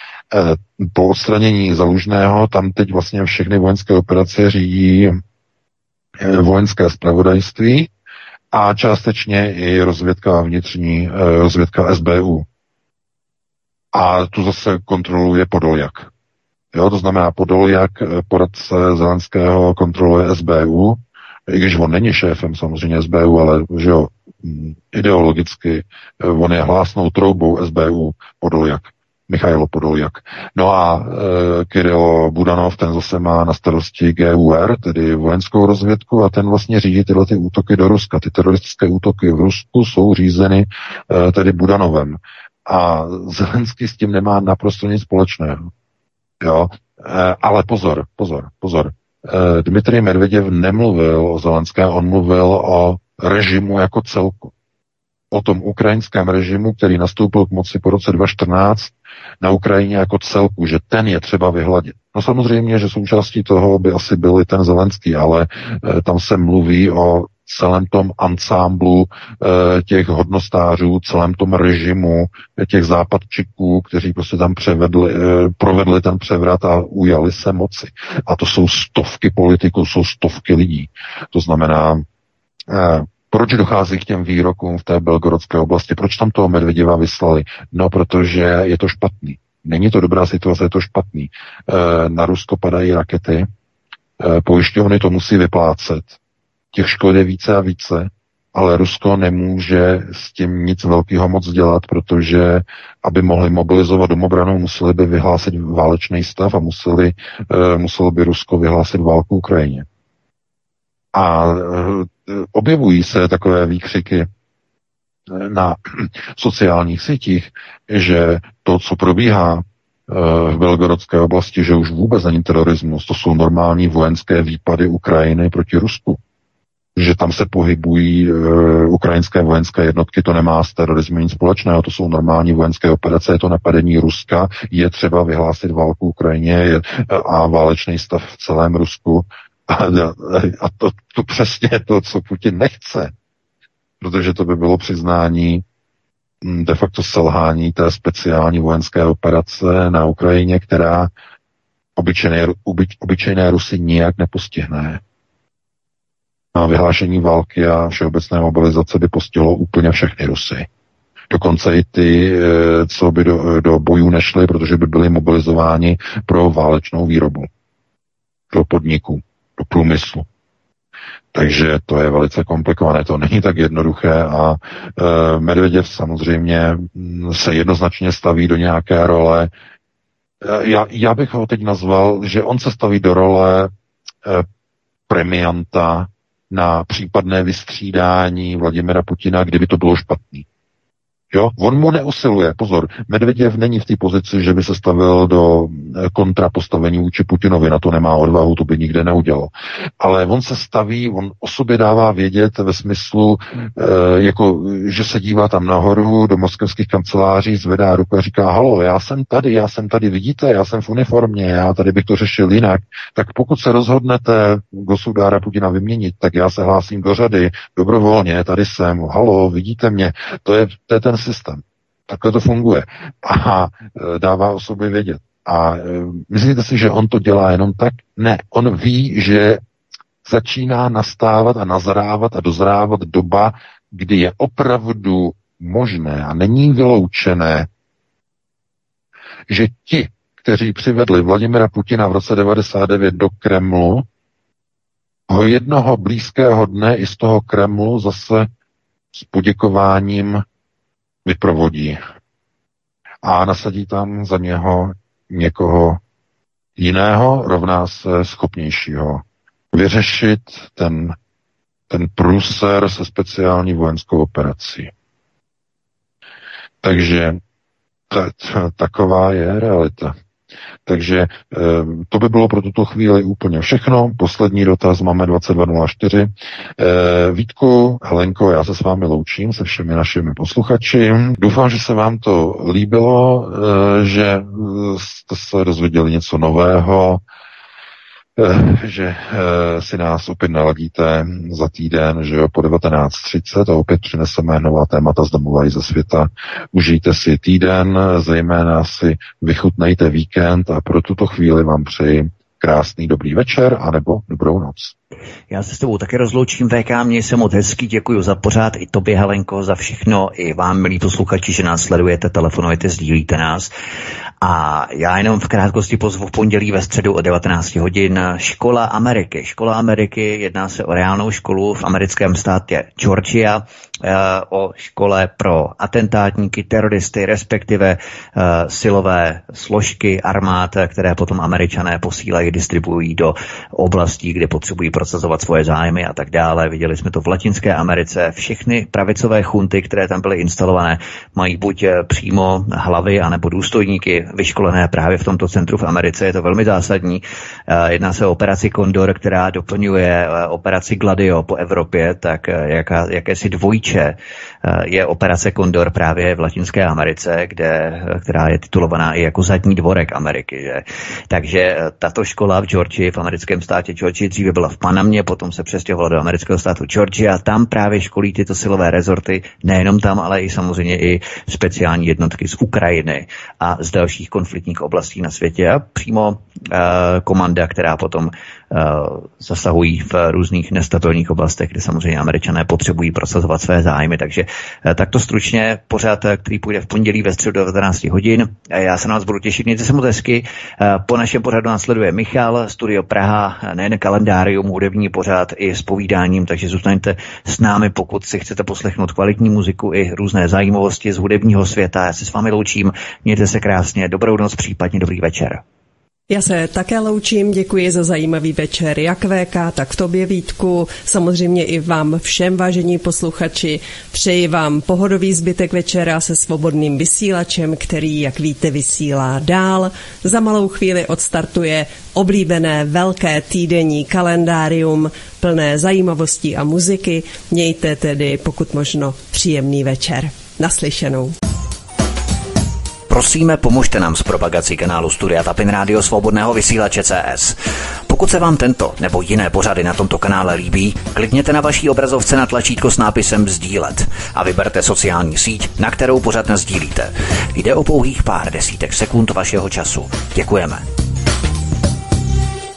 Po odstranění Zalužného tam teď vlastně všechny vojenské operace řídí vojenské zpravodajství a částečně i rozvědka vnitřní, rozvědka S B U. A tu zase kontroluje Podoljak. Jo, to znamená Podoljak, poradce Zelenského, kontroluje S B U, i když on není šéfem samozřejmě S B U, ale že jo, ideologicky on je hlásnou troubou S B U Podoljak, Michailo Podoljak. No a e, Kirilo Budanov, ten zase má na starosti G U R, tedy vojenskou rozvědku, a ten vlastně řídí tyhle ty útoky do Ruska. Ty teroristické útoky v Rusku jsou řízeny e, tedy Budanovem. A Zelenský s tím nemá naprosto nic společného. Jo, e, ale pozor, pozor, pozor. E, Dmitrij Medvěděv nemluvil o Zelenském, on mluvil o režimu jako celku. O tom ukrajinském režimu, který nastoupil k moci po roce dva tisíce čtrnáct na Ukrajině jako celku, že ten je třeba vyhladit. No samozřejmě, že součástí toho by asi byl i ten Zelenský, ale e, tam se mluví o celém tom ansámblu e, těch hodnostářů, celém tom režimu těch západčiků, kteří prostě tam převedli, e, provedli ten převrat a ujali se moci. A to jsou stovky politiků, jsou stovky lidí. To znamená, e, proč dochází k těm výrokům v té Belgorodské oblasti? Proč tam toho Medvěděva vyslali? No, protože je to špatný. Není to dobrá situace, je to špatný. E, na Rusko padají rakety, e, pojišťovny to musí vyplácet. Těch škod je více a více, ale Rusko nemůže s tím nic velkého moc dělat, protože aby mohli mobilizovat domobranu, museli by vyhlásit válečný stav a museli, e, muselo by Rusko vyhlásit válku Ukrajině. A e, objevují se takové výkřiky na sociálních sítích, že to, co probíhá v Belgorodské oblasti, že už vůbec není terorismus, to jsou normální vojenské výpady Ukrajiny proti Rusku. Že tam se pohybují uh, ukrajinské vojenské jednotky, to nemá s terorismem nic společného, to jsou normální vojenské operace, je to napadení Ruska, je třeba vyhlásit válku Ukrajině je, a válečný stav v celém Rusku. A, a to, to přesně je to, co Putin nechce, protože to by bylo přiznání de facto selhání té speciální vojenské operace na Ukrajině, která obyčejné, oby, obyčejné Rusy nijak nepostihne. vyhlášení války a všeobecné mobilizace by postihlo úplně všechny Rusy. Dokonce i ty, co by do, do bojů nešli, protože by byli mobilizováni pro válečnou výrobu. Do podniků, do průmyslu. Takže to je velice komplikované, to není tak jednoduché a e, Medveděv samozřejmě se jednoznačně staví do nějaké role. Já, já bych ho teď nazval, že on se staví do role e, premianta na případné vystřídání Vladimira Putina, kdyby to bylo špatný. Jo? On mu neusiluje, pozor, Medveděv není v té pozici, že by se stavil do kontrapostavení vůči Putinovi, na to nemá odvahu, to by nikde neudělal. Ale on se staví, on o sobě dává vědět ve smyslu, e, jako, že se dívá tam nahoru do moskevských kanceláří, zvedá ruku a říká, halo, já jsem tady, já jsem tady, vidíte, já jsem v uniformě, já tady bych to řešil jinak. Tak pokud se rozhodnete Gosudára Putina vyměnit, tak já se hlásím do řady, dobrovolně, tady jsem, halo, vidíte mě, to je, to je ten systém. Takhle to funguje. A dává o sobě vědět. A myslíte si, že on to dělá jenom tak? Ne. On ví, že začíná nastávat a nazrávat a dozrávat doba, kdy je opravdu možné a není vyloučené, že ti, kteří přivedli Vladimira Putina v roce devadesát devět do Kremlu, ho jednoho blízkého dne i z toho Kremlu zase s poděkováním vyprovodí a nasadí tam za něho někoho jiného, rovná se schopnějšího vyřešit ten, ten průser se speciální vojenskou operací. Takže t- t- taková je realita. Takže e, to by bylo pro tuto chvíli úplně všechno. Poslední dotaz máme dvacet dva nula čtyři. E, Vítku, Helenko, já se s vámi loučím, se všemi našimi posluchači. Doufám, že se vám to líbilo, e, že jste se dozvěděli něco nového, e, že e, si nás opět naladíte za týden, že jo, po devatenáct třicet a opět přineseme nová témata z domova i ze světa. Užijte si týden, zejména si vychutnejte víkend a pro tuto chvíli vám přeji krásný dobrý večer anebo dobrou noc. Já se s tebou taky rozloučím, V K, měj se moc hezký, děkuji za pořád, i tobě, Helenko, za všechno, i vám, milí posluchači, že nás sledujete, telefonujete, sdílíte nás. A já jenom v krátkosti pozvu v pondělí ve středu o devatenáct hodin Škola Ameriky. Škola Ameriky, jedná se o reálnou školu v americkém státě Georgia, o škole pro atentátníky, teroristy, respektive uh, silové složky armád, které potom Američané posílají, distribuují do oblastí, kde potřebují procesovat svoje zájmy a tak dále. Viděli jsme to v Latinské Americe. Všechny pravicové chunty, které tam byly instalované, mají buď přímo hlavy, anebo důstojníky vyškolené právě v tomto centru v Americe. Je to velmi zásadní. Uh, jedná se o operaci Condor, která doplňuje uh, operaci Gladio po Evropě, tak uh, jaká, jakési dvojče je operace Condor právě v Latinské Americe, kde, která je titulovaná i jako zadní dvorek Ameriky. Že? Takže tato škola v Georgii, v americkém státě Georgii, dříve byla v Panamě, potom se přestěhovala do amerického státu Georgia. Tam právě školí tyto silové rezorty, nejenom tam, ale i samozřejmě i speciální jednotky z Ukrajiny a z dalších konfliktních oblastí na světě a přímo uh, komanda, která potom uh, zasahují v různých nestabilních oblastech, kde samozřejmě Američané potřebují prosazovat své zájmy. Takže uh, takto stručně pořád, který půjde v pondělí ve středu do devatenáct hodin. Já se na vás budu těšit, mějte se moc hezky. Uh, po našem pořadu následuje Michal, Studio Praha, nejen kalendárium, hudební pořád i s povídáním, takže zůstaňte s námi, pokud si chcete poslechnout kvalitní muziku i různé zajímavosti z hudebního světa. Já se s vámi loučím, mějte se krásně, dobrou noc, případně dobrý večer. Já se také loučím, děkuji za zajímavý večer jak V K, tak v tobě, Vítku, samozřejmě i vám všem, vážení posluchači. Přeji vám pohodový zbytek večera se svobodným vysílačem, který, jak víte, vysílá dál. Za malou chvíli odstartuje oblíbené velké týdenní kalendárium plné zajímavostí a muziky. Mějte tedy pokud možno příjemný večer. Naslyšenou. Prosíme, pomožte nám s propagací kanálu Studia Tapin Rádio Svobodného vysílače C S. Pokud se vám tento nebo jiné pořady na tomto kanále líbí, klikněte na vaší obrazovce na tlačítko s nápisem sdílet a vyberte sociální síť, na kterou pořad nasdílíte. Jde o pouhých pár desítek sekund vašeho času. Děkujeme.